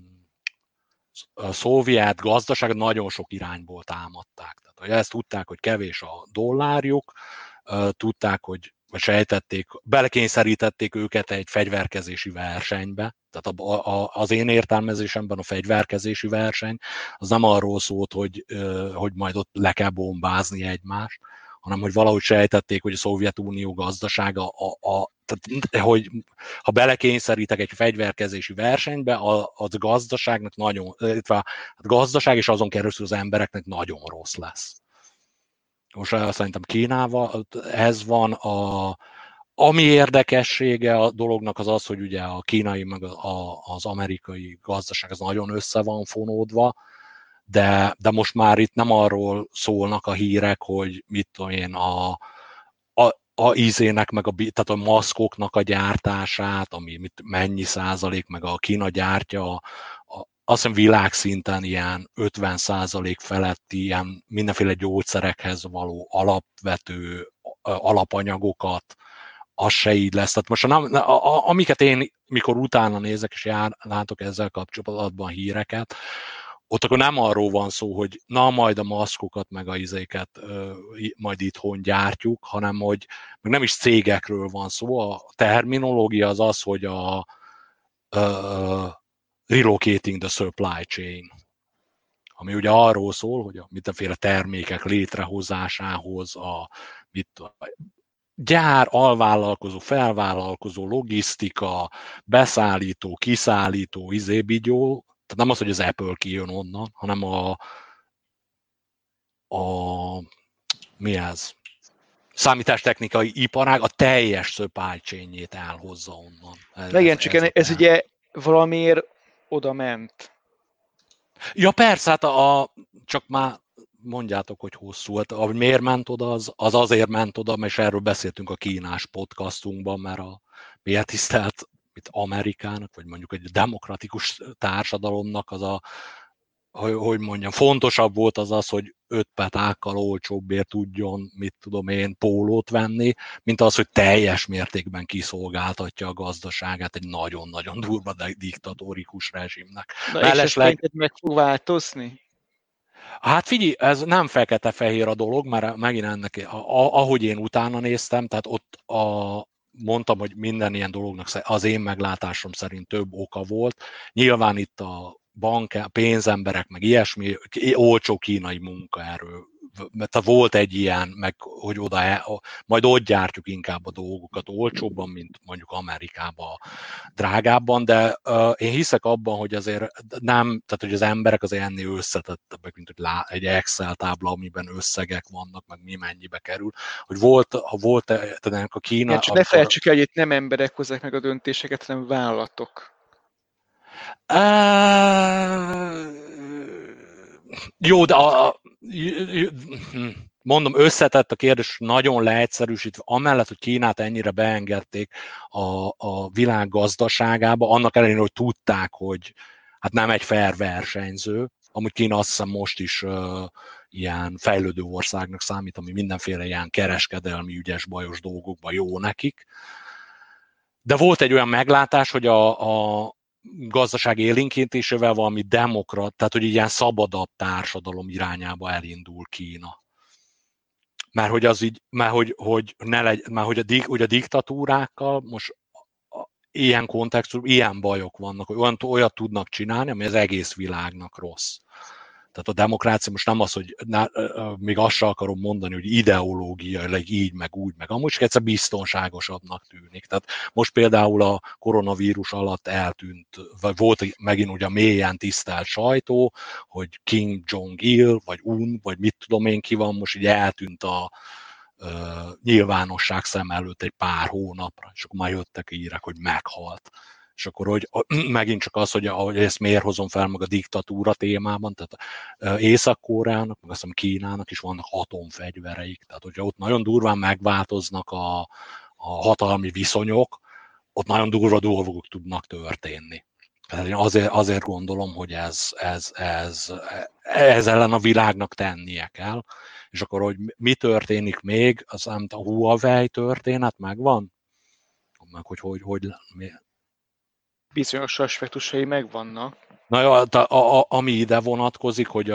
szovjet gazdaság nagyon sok irányból támadták. Tehát ezt tudták, hogy kevés a dollárjuk, tudták, vagy sejtették, belekényszerítették őket egy fegyverkezési versenybe. Tehát az én értelmezésemben a fegyverkezési verseny az nem arról szólt, hogy majd ott le kell bombázni egymást, hanem hogy valahogy sejtették, hogy a Szovjetunió gazdasága, tehát, hogy ha belekényszerítek egy fegyverkezési versenybe, az gazdaságnak a gazdaság és azon keresztül az embereknek nagyon rossz lesz. Most szerintem Kínával ez van. Ami érdekessége a dolognak az, hogy ugye a kínai meg az amerikai gazdaság az nagyon össze van fonódva, de most már itt nem arról szólnak a hírek, hogy mit tudom én, a ízének, meg tehát a maszkoknak a gyártását, ami mennyi százalék, meg a Kína gyártja, azt hiszem világszinten ilyen 50% feletti ilyen mindenféle gyógyszerekhez való alapvető alapanyagokat, az se így lesz. Tehát most amiket én, mikor utána nézek, és látok ezzel kapcsolatban híreket, ott akkor nem arról van szó, hogy majd a maszkokat, meg a izéket majd itthon gyártjuk, hanem hogy meg nem is cégekről van szó. A terminológia az, hogy relocating the supply chain. ami ugye arról szól, hogy a mindenféle termékek létrehozásához a gyár, alvállalkozó, felvállalkozó, logisztika, beszállító, kiszállító, bigyó, tehát nem az, hogy az Apple kijön onnan, hanem mi ez? Számítástechnikai iparág a teljes supply chain-jét elhozza onnan. Igen, csak ez ugye valamiért oda ment. Ja persze, hát csak már mondjátok, hogy hosszú. Hát, ahogy miért ment oda, az azért ment oda, mert erről beszéltünk a kínás podcastunkban, mert a miért tisztelt Amerikának, vagy mondjuk egy demokratikus társadalomnak az hogy mondjam, fontosabb volt az, hogy 5 petákkal olcsóbbért tudjon, mit tudom én, pólót venni, mint az, hogy teljes mértékben kiszolgáltatja a gazdaságát egy nagyon-nagyon durva diktatórikus rezsimnek. Na és ezt meg fog változni? Hát figyelj, ez nem fekete-fehér a dolog, mert megint ennek, ahogy én utána néztem, tehát ott mondtam, hogy minden ilyen dolognak az én meglátásom szerint több oka volt. Nyilván itt a pénzemberek, meg ilyesmi, olcsó kínai munkaerő. Mert volt egy ilyen, meg hogy majd ott gyártjuk inkább a dolgokat olcsóbban, mint mondjuk Amerikában drágábban, de én hiszek abban, hogy azért nem, tehát hogy az emberek azért ennél összetettebbek, mint hogy egy Excel tábla, amiben összegek vannak, meg mi mennyibe kerül. Hogy volt tehát a Kína... Ja, csak ne felejtsük el, hogy itt nem emberek hozzák meg a döntéseket, hanem vállalatok. Jó, de mondom, összetett a kérdés, nagyon leegyszerűsítve, amellett, hogy Kínát ennyire beengedték a világ gazdaságába, annak ellenére, hogy tudták, hogy hát nem egy fair versenyző, amúgy Kína azt hiszem most is ilyen fejlődő országnak számít, ami mindenféle ilyen kereskedelmi, ügyes, bajos dolgokban jó nekik. De volt egy olyan meglátás, hogy a gazdaság élénkítésével valami tehát hogy ilyen szabadabb társadalom irányába elindul Kína. Mert hogy az így, hogy a diktatúrákkal most ilyen kontextusban ilyen bajok vannak, hogy olyat tudnak csinálni, ami az egész világnak rossz. Tehát a demokrácia most nem az, hogy még azt sem akarom mondani, hogy ideológiailag így, meg úgy, meg amúgy csak egyszer biztonságosabbnak tűnik. Tehát most például a koronavírus alatt eltűnt, vagy volt megint ugye mélyen tisztelt sajtó, hogy Kim Jong-il, vagy Un, vagy mit tudom én ki van, most így eltűnt a nyilvánosság szem előtt egy pár hónapra, és akkor már jöttek írek, hogy meghalt. És akkor hogy megint csak az, hogy ezt miért hozom fel meg a diktatúra témában, tehát Észak-Koreának, meg azt hiszem Kínának is vannak atomfegyvereik, tehát hogyha ott nagyon durván megváltoznak a hatalmi viszonyok, ott nagyon durva dolgok tudnak történni. Tehát én azért gondolom, hogy ez ellen a világnak tennie kell, és akkor, hogy mi történik még, az a Huawei történet megvan? Meg hogy bizonyos aspektusai megvannak. Na jó, ami ide vonatkozik, hogy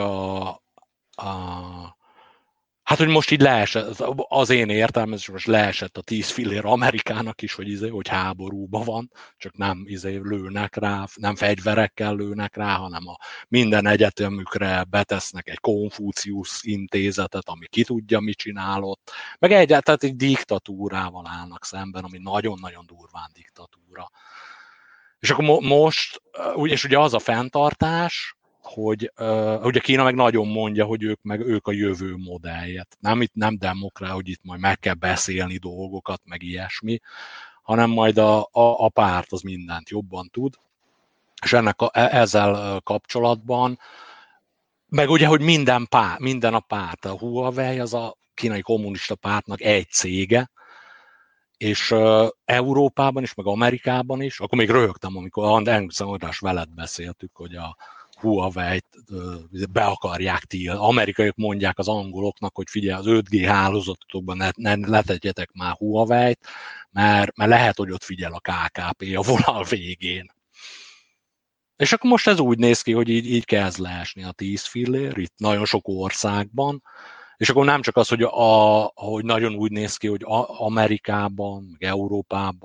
hát, hogy most így leesett, az én értelmezésem, most leesett a 10 fillér Amerikának is, hogy háborúban van, csak nem lőnek rá, nem fegyverekkel lőnek rá, hanem minden egyetemükre betesznek egy Konfuciusz intézetet, ami ki tudja, mit csinálott, meg egyáltalán egy diktatúrával állnak szemben, ami nagyon-nagyon durván diktatúra. És akkor most, és ugye az a fenntartás, hogy ugye Kína meg nagyon mondja, hogy ők a jövő modellje. Nem demokrat, hogy itt majd meg kell beszélni dolgokat, meg ilyesmi, hanem majd a párt az mindent jobban tud. És ezzel kapcsolatban, meg ugye, hogy minden a párt, a Huawei az a kínai kommunista pártnak egy cége, és Európában is, meg Amerikában is, akkor még röhögtem, amikor András veled beszéltük, hogy a Huawei-t be akarják tiltani. Amerikaiak mondják az angoloknak, hogy figyelj, az 5G hálózatokban ne letegyetek már Huawei-t, mert lehet, hogy ott figyel a KKP a vonal végén. És akkor most ez úgy néz ki, hogy így kezd leesni a 10 fillér, itt nagyon sok országban, és akkor nem csak az, hogy nagyon úgy néz ki, hogy Amerikában, meg Európában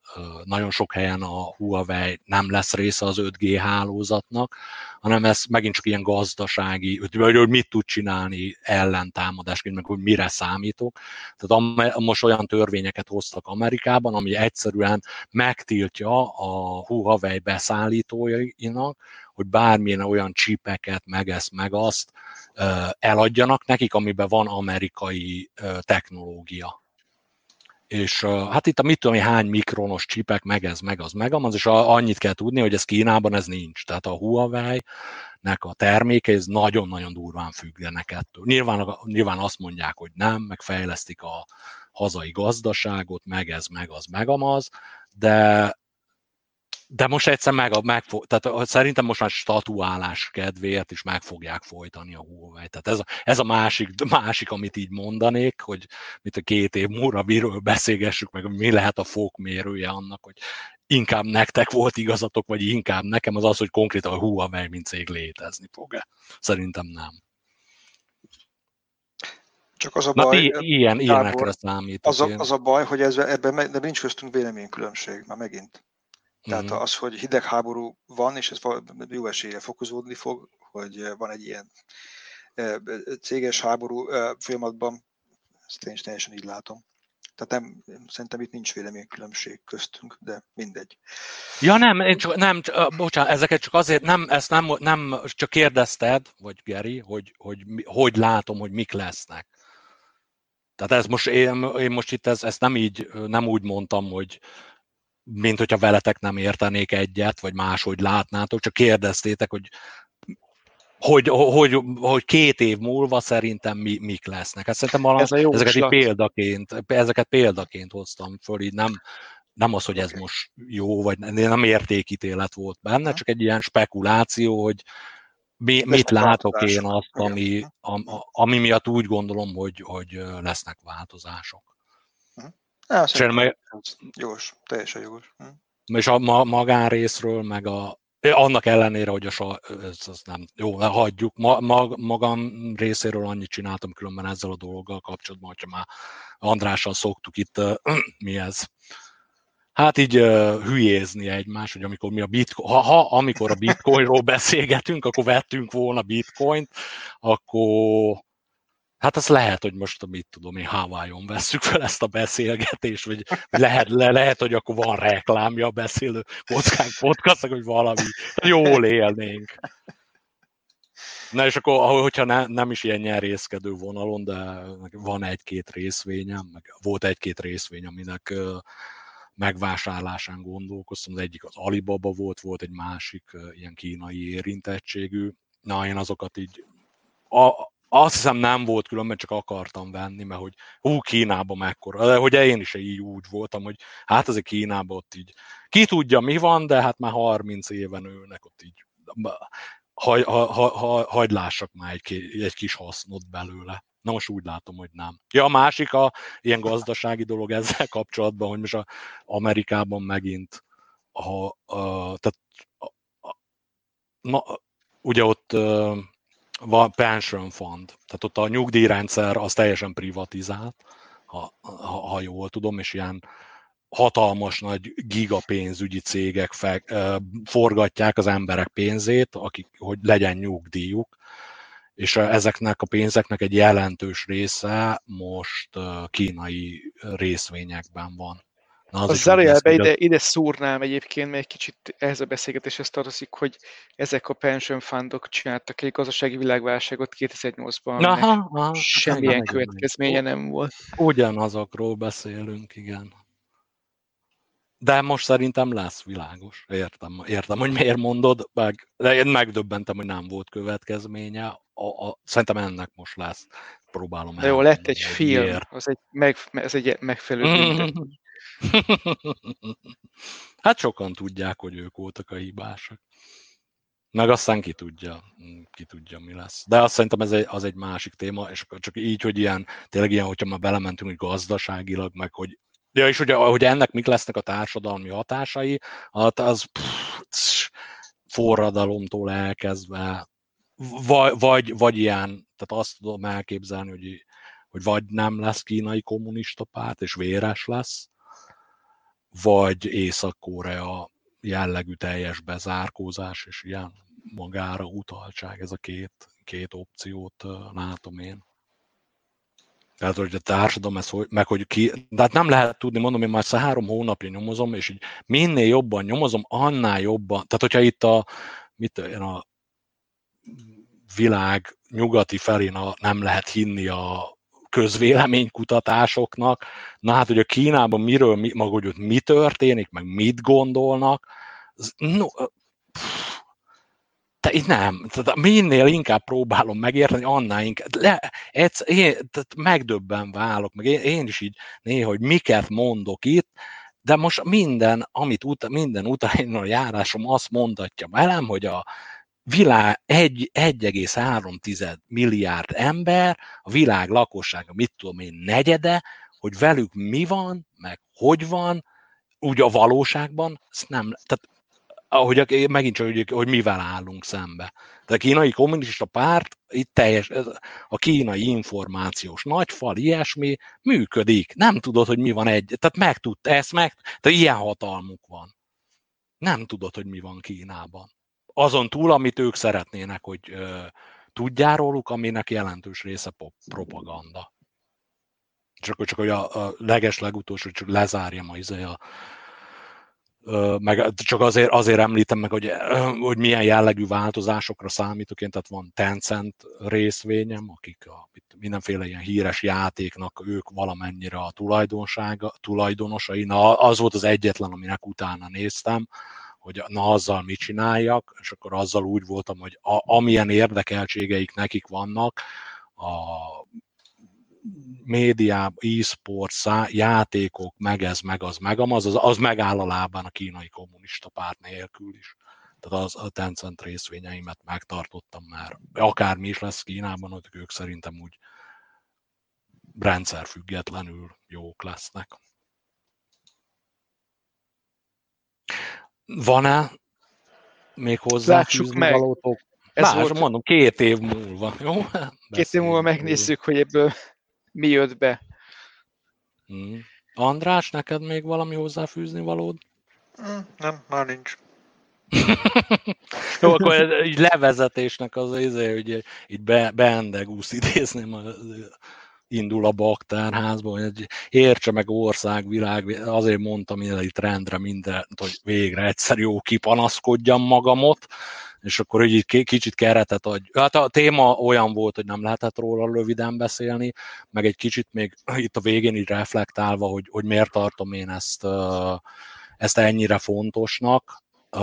nagyon sok helyen a Huawei nem lesz része az 5G hálózatnak, hanem ez megint csak ilyen gazdasági, hogy mit tud csinálni ellentámadásként, meg hogy mire számítok. Tehát most olyan törvényeket hoztak Amerikában, ami egyszerűen megtiltja a Huawei beszállítóinak, hogy bármilyen olyan csipeket, meg ezt, meg azt eladjanak nekik, amiben van amerikai technológia. És hát itt a mit tudom, hány mikronos csipek, meg ez, meg az, és annyit kell tudni, hogy ez Kínában ez nincs. Tehát a Huawei-nek a terméke, ez nagyon-nagyon durván függenek ettől. Nyilván azt mondják, hogy nem, meg fejlesztik a hazai gazdaságot, meg ez, meg az, de most egyszer tehát szerintem most már statuálás kedvéért is meg fogják folytani a Huawei. Tehát ez a másik, amit így mondanék, hogy mit a 2 év múlva miről beszélgessük meg, mi lehet a fokmérője annak, hogy inkább nektek volt igazatok, vagy inkább nekem, az, hogy konkrétan a Huawei mint cég létezni fog-e. Szerintem nem. Csak az a baj, ilyenekre számít. Az a baj, hogy ebben nincs köztünk véleménykülönbség, már megint. Tehát az, hogy hidegháború van, és ez jó eséllyel fokozódni fog, hogy van egy ilyen céges háború folyamatban, ezt én is teljesen így látom. Tehát szerintem itt nincs véleménykülönbség köztünk, de mindegy. Ja bocsánat, ezeket csak azért nem csak kérdezted, vagy Geri, hogy látom, hogy mik lesznek. Tehát ez most, én most itt ezt nem úgy mondtam, hogy mint hogyha veletek nem értenék egyet, vagy máshogy látnátok, csak kérdeztétek, hogy 2 év múlva szerintem mik lesznek. Hát szerintem ezeket példaként hoztam föl, így nem az, hogy ez most jó, vagy nem értékítélet volt benne, csak egy ilyen spekuláció, hogy mit látok én azt, ami miatt úgy gondolom, hogy lesznek változások. Jogos, teljesen jogos. És a magánrészről, meg annak ellenére, hogy ez nem jó, hagyjuk. Magam részéről annyit csináltam különben ezzel a dologgal kapcsolatban, hogyha már Andrással szoktuk itt, mi ez? Hát így hülyézni egymás, hogy amikor a bitcoinról beszélgetünk, akkor vettünk volna bitcoint, akkor hát az lehet, hogy most, mit tudom én, Hawaii-on vesszük fel ezt a beszélgetést, vagy lehet, hogy akkor van reklámja a beszélő kockák podcastnak, hogy valami jól élnénk. Na és akkor, hogyha nem is ilyen nyerészkedő vonalon, de van 1-2 részvényem, meg volt 1-2 részvény, aminek megvásárlásán gondolkoztam. Az egyik az Alibaba volt egy másik ilyen kínai érintettségű. Na, én azokat így azt hiszem nem volt különben, csak akartam venni, mert hogy Kínában mekkora. De hogy én is így úgy voltam, hogy hát azért Kínában ott így ki tudja mi van, de hát már 30 éven ülnek ott így. Hagy lássak már egy kis hasznot belőle. Na most úgy látom, hogy nem. Ja, a másik ilyen gazdasági dolog ezzel kapcsolatban, hogy most Amerikában megint ugye ott van pension fund, tehát ott a nyugdíjrendszer az teljesen privatizált, ha jól tudom, és ilyen hatalmas nagy gigapénzügyi cégek forgatják az emberek pénzét, hogy legyen nyugdíjuk, és ezeknek a pénzeknek egy jelentős része most kínai részvényekben van. A zárójelbe ide szúrnám egyébként, mert egy kicsit ehhez a beszélgetéshez tartozik, hogy ezek a pension fundok csináltak egy gazdasági világválságot 2008-ban, semmilyen következménye nem volt. Ugyanazokról beszélünk, igen. De most szerintem lesz, világos. Értem, hogy miért mondod, de én megdöbbentem, hogy nem volt következménye. Szerintem ennek most lesz. Próbálom de jó, lett egy film, ez egy megfelelő büntet. Hát sokan tudják, hogy ők voltak a hibásak. Meg aztán ki tudja, mi lesz. De azt szerintem az egy másik téma, és csak így, hogy tényleg ilyen, hogyha már belementünk, hogy gazdaságilag, meg hogy ja, és hogy ennek mik lesznek a társadalmi hatásai, az forradalomtól elkezdve, vagy ilyen, tehát azt tudom elképzelni, hogy vagy nem lesz kínai kommunista párt, és véres lesz, vagy Észak-Korea jellegű teljes bezárkózás, és ilyen magára utaltság, ez a két opciót látom én. Tehát, hogy a társadalom, meg hogy ki, de hát nem lehet tudni, mondom, én már 3 hónapja nyomozom, és így minél jobban nyomozom, annál jobban, tehát hogyha itt a világ nyugati felén nem lehet hinni a közvéleménykutatásoknak, na hát, hogy a Kínában maga, hogy ott mi történik, meg mit gondolnak, itt nem. Tehát minél inkább próbálom megérteni, annál inkább. Tehát megdöbben válok, meg én is így néha, hogy miket mondok itt, de most minden utána járásom azt mondatja velem, hogy a világ 1,3 milliárd ember, a világ lakossága, mit tudom én, negyede, hogy velük mi van, meg hogy van, úgy a valóságban, ezt nem, tehát ahogy megint csak, hogy mivel állunk szembe. Tehát a kínai kommunista párt, itt teljes, a kínai információs nagyfal, ilyesmi működik. Nem tudod, hogy mi van tehát tehát ilyen hatalmuk van. Nem tudod, hogy mi van Kínában. Azon túl, amit ők szeretnének, hogy tudjál róluk, aminek jelentős része propaganda. Csak hogy a legeslegutolsó, csak lezárjam meg csak azért említem meg, hogy milyen jellegű változásokra számítok én, tehát van Tencent részvényem, akik mindenféle ilyen híres játéknak ők valamennyire a tulajdonosai. Na, az volt az egyetlen, aminek utána néztem, hogy na azzal mit csináljak, és akkor azzal úgy voltam, hogy amilyen érdekeltségeik nekik vannak, a média, e-sports, játékok, meg ez, meg az megáll a lábán a kínai kommunista párt nélkül is. Tehát a Tencent részvényeimet megtartottam már. Akármi is lesz Kínában, hogy ők szerintem úgy rendszerfüggetlenül jók lesznek. Van-e még hozzáfűzni valótok? Lássuk, mondom, 2 év múlva. Jó? 2 év múlva megnézzük, hogy ebből mi jött be. András, neked még valami hozzáfűzni valód? Nem, már nincs. Jó, akkor így levezetésnek az hogy így Bendegúsz idézném, indul a baktárházba, hogy értse meg ország, világ, azért mondtam itt rendre mindent, hogy végre egyszer jó kipanaszkodjam magamot, és akkor így kicsit keretet adj. Hát a téma olyan volt, hogy nem lehetett róla röviden beszélni, meg egy kicsit még itt a végén így reflektálva, hogy miért tartom én ezt ennyire fontosnak.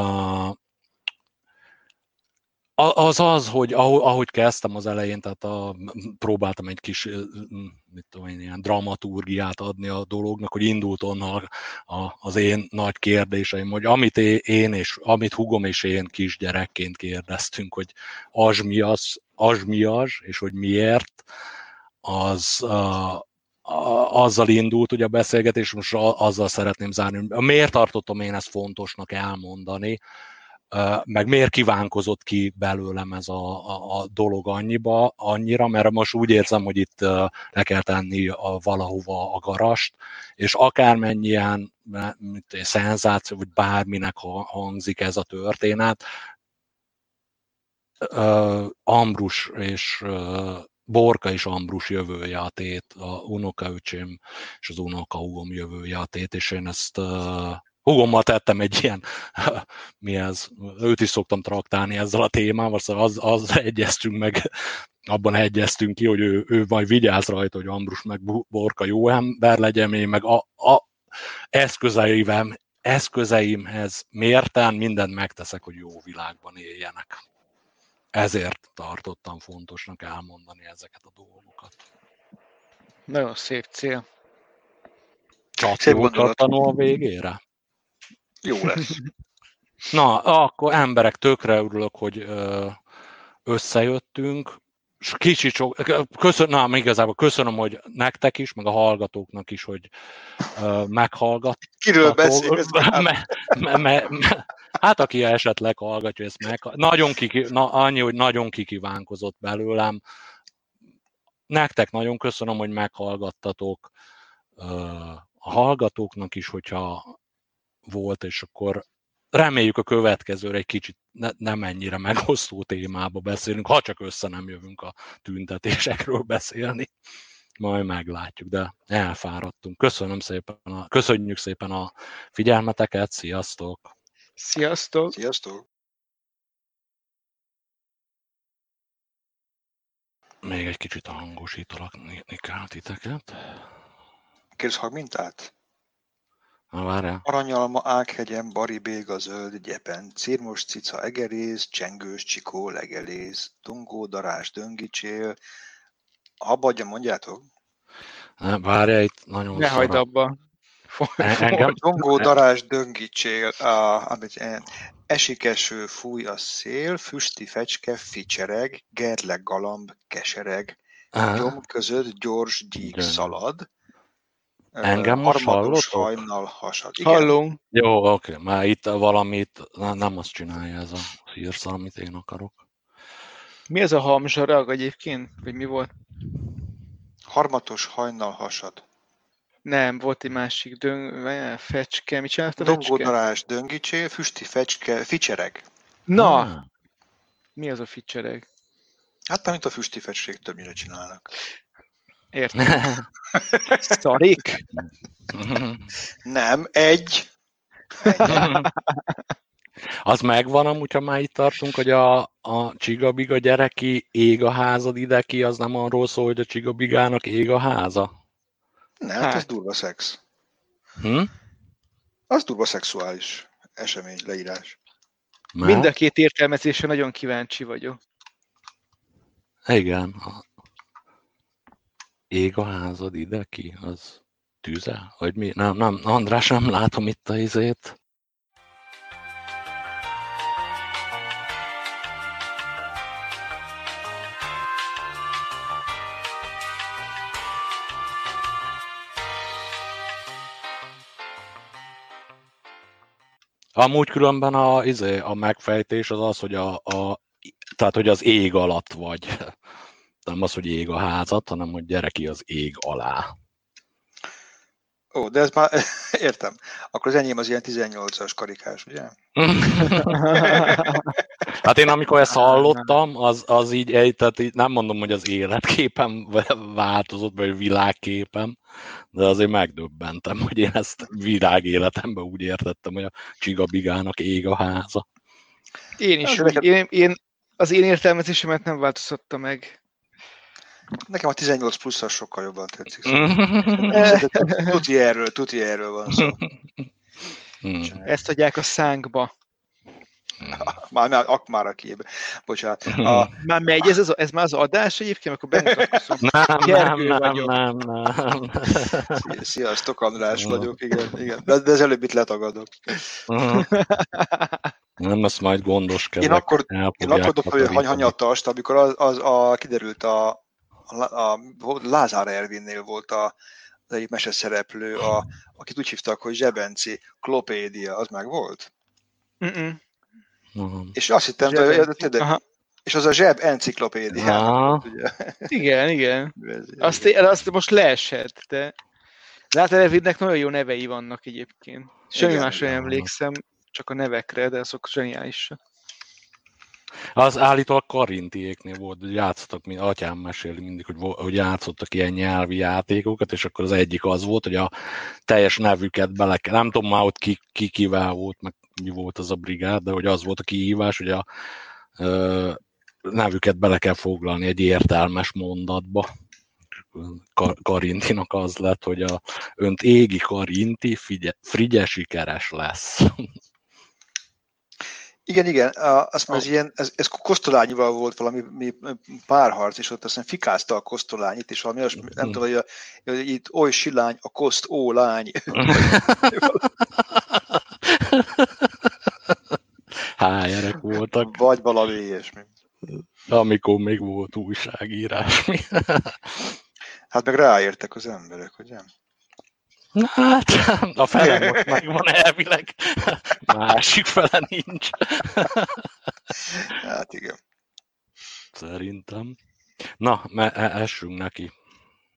Az, hogy ahogy kezdtem az elején, tehát próbáltam egy kis, mit tudom én, ilyen dramaturgiát adni a dolognak, hogy indult onnan az én nagy kérdéseim, hogy amit húgom és én kisgyerekként kérdeztünk, hogy az mi az, és hogy miért, azzal indult ugye a beszélgetés, most azzal szeretném zárni, miért tartottam én ezt fontosnak elmondani, meg miért kívánkozott ki belőlem ez a dolog annyira, mert most úgy érzem, hogy itt le kell tenni valahova a garast, és akármennyien szenzáció, vagy bárminek hangzik ez a történet, Ambrus és Borka és Ambrus jövője a tét, a unokaöcsém és az unokahúgom jövője a tét, és én ezt húgommal tettem egy ilyen, őt is szoktam traktálni ezzel a témával, szóval az egyeztünk meg, abban egyeztünk ki, hogy ő majd vigyáz rajta, hogy Ambrus meg Borka jó ember legyen, én meg a eszközeimhez mérten mindent megteszek, hogy jó világban éljenek. Ezért tartottam fontosnak elmondani ezeket a dolgokat. Nagyon szép cél. Csak jó tartanó a végére? Jó lesz. Na, akkor emberek, tökre örülök, hogy összejöttünk. Igazából köszönöm, hogy nektek is, meg a hallgatóknak is, hogy meghallgattak. Kiről beszélsz? Hát aki esetleg hallgatja, ezt annyi, hogy nagyon kikívánkozott belőlem. Nektek nagyon köszönöm, hogy meghallgattatok. A hallgatóknak is, hogyha volt, és akkor reméljük a következőre egy kicsit nem ennyire megosztó témába beszélünk, ha csak össze nem jövünk a tüntetésekről beszélni. Majd meglátjuk, de elfáradtunk. Köszönjük szépen a figyelmeteket, sziasztok! Sziasztok! Sziasztok! Még egy kicsit hangosítalakni kell titeket. Kérsz hangmintát? Na, várjál. Aranyalma, ághegyen, baribéga, zöld, gyepen, cirmos, cica, egerész, csengős, csikó, legelész, dongó, darás, döngicsél. Habadja, mondjátok? Várjál, itt nagyon ne hagyd abba. Engem? Dongó, darás, döngicsél, amit esik eső, fúj a szél, füsti fecske, ficsereg, gerleg, galamb, kesereg, gyom között gyors gyík szalad. Engem most hallottok? Hajnal hasad. Igen? Hallunk. Jó, oké. Már itt valamit nem azt csinálja ez a hírszal, amit én akarok. Mi ez a hamzsarag egyébként? Vagy mi volt? Harmatos hajnal hasad. Nem, volt egy másik fecske. Mit csinálta a fecske? Dongódarás, döngicsél, füsti fecske, ficsereg. Na! Mi az a ficsereg? Hát amit a füsti fecskék többnyire csinálnak. Értem. Szarik? Nem, egy. Az megvan amúgy, ha már itt tartunk, hogy a csigabiga gyereki ég a házad ideki, az nem arról szól, hogy a csigabigának ég a háza? Nem, hát ez durva szex. Az durva szexuális esemény, leírás. Mind a két értelmezésre nagyon kíváncsi vagyok. Igen. Ég a házad ideki, az tűze? Vagy mi? Nem, András, nem látom itt a izét. Amúgy különben a megfejtés az, hogy tehát, hogy az ég alatt vagy. Nem az, hogy ég a házat, hanem hogy gyere ki az ég alá. Ó, de ez már értem. Akkor az enyém az ilyen 18-as karikás, ugye? Hát én amikor ezt hallottam, az így, tehát így nem mondom, hogy az életképem változott, vagy világképem, de azért megdöbbentem, hogy én ezt világéletemben úgy értettem, hogy a csigabigának ég a háza. Én is. Én az én értelmezésemet nem változtatta meg. Nekem a 18 pluszas sokkal jobban tetszik. Tuti erről van szó. Ezt adják a szánkba. Már akmára kiébe. Bocsánat. Már megy ez már az adás egyébként, akkor bemutatkozom. Nem. Sziasztok, András vagyok, igen. De az előbb itt letagadok. Nem, ezt majd gondos kezek. Én akkor dobtam egy hanyattast, amikor kiderült a Lázár Ervinnél volt az egyik meseszereplő, akit úgy hívtak, hogy Zsebenci Klopédia, az meg volt? És azt hittem, és az a zseb enciklopédia. Igen. Azt most leesett, de Lázár Ervinnek nagyon jó nevei vannak egyébként. Semmi másra nem emlékszem, csak a nevekre, de azok zseniálisak. Az állítólag Karintiéknél volt, hogy játszottak, atyám meséli mindig, hogy játszottak ilyen nyelvi játékokat, és akkor az egyik az volt, hogy a teljes nevüket bele kell, nem tudom már ott kivel volt, meg mi volt az a brigád, de hogy az volt a kihívás, hogy a nevüket bele kell foglalni egy értelmes mondatba. Karintinak az lett, hogy önt égi Karinti, Frigye sikeres lesz. Igen, azt mondja, ez Kosztolányival volt valami párharc, és ott aztán fikázta a Kosztolányit, és valami olyasmi, nem tudom, hogy itt oly silány, a koszt, ó lány. Hájerek voltak. Vagy valami ilyesmi. Amikor még volt újságírás. Hát meg ráértek az emberek, hogy nem? Hát, a fele most megvan elvileg, másik fele nincs. Hát igen. Szerintem. Na, essünk neki.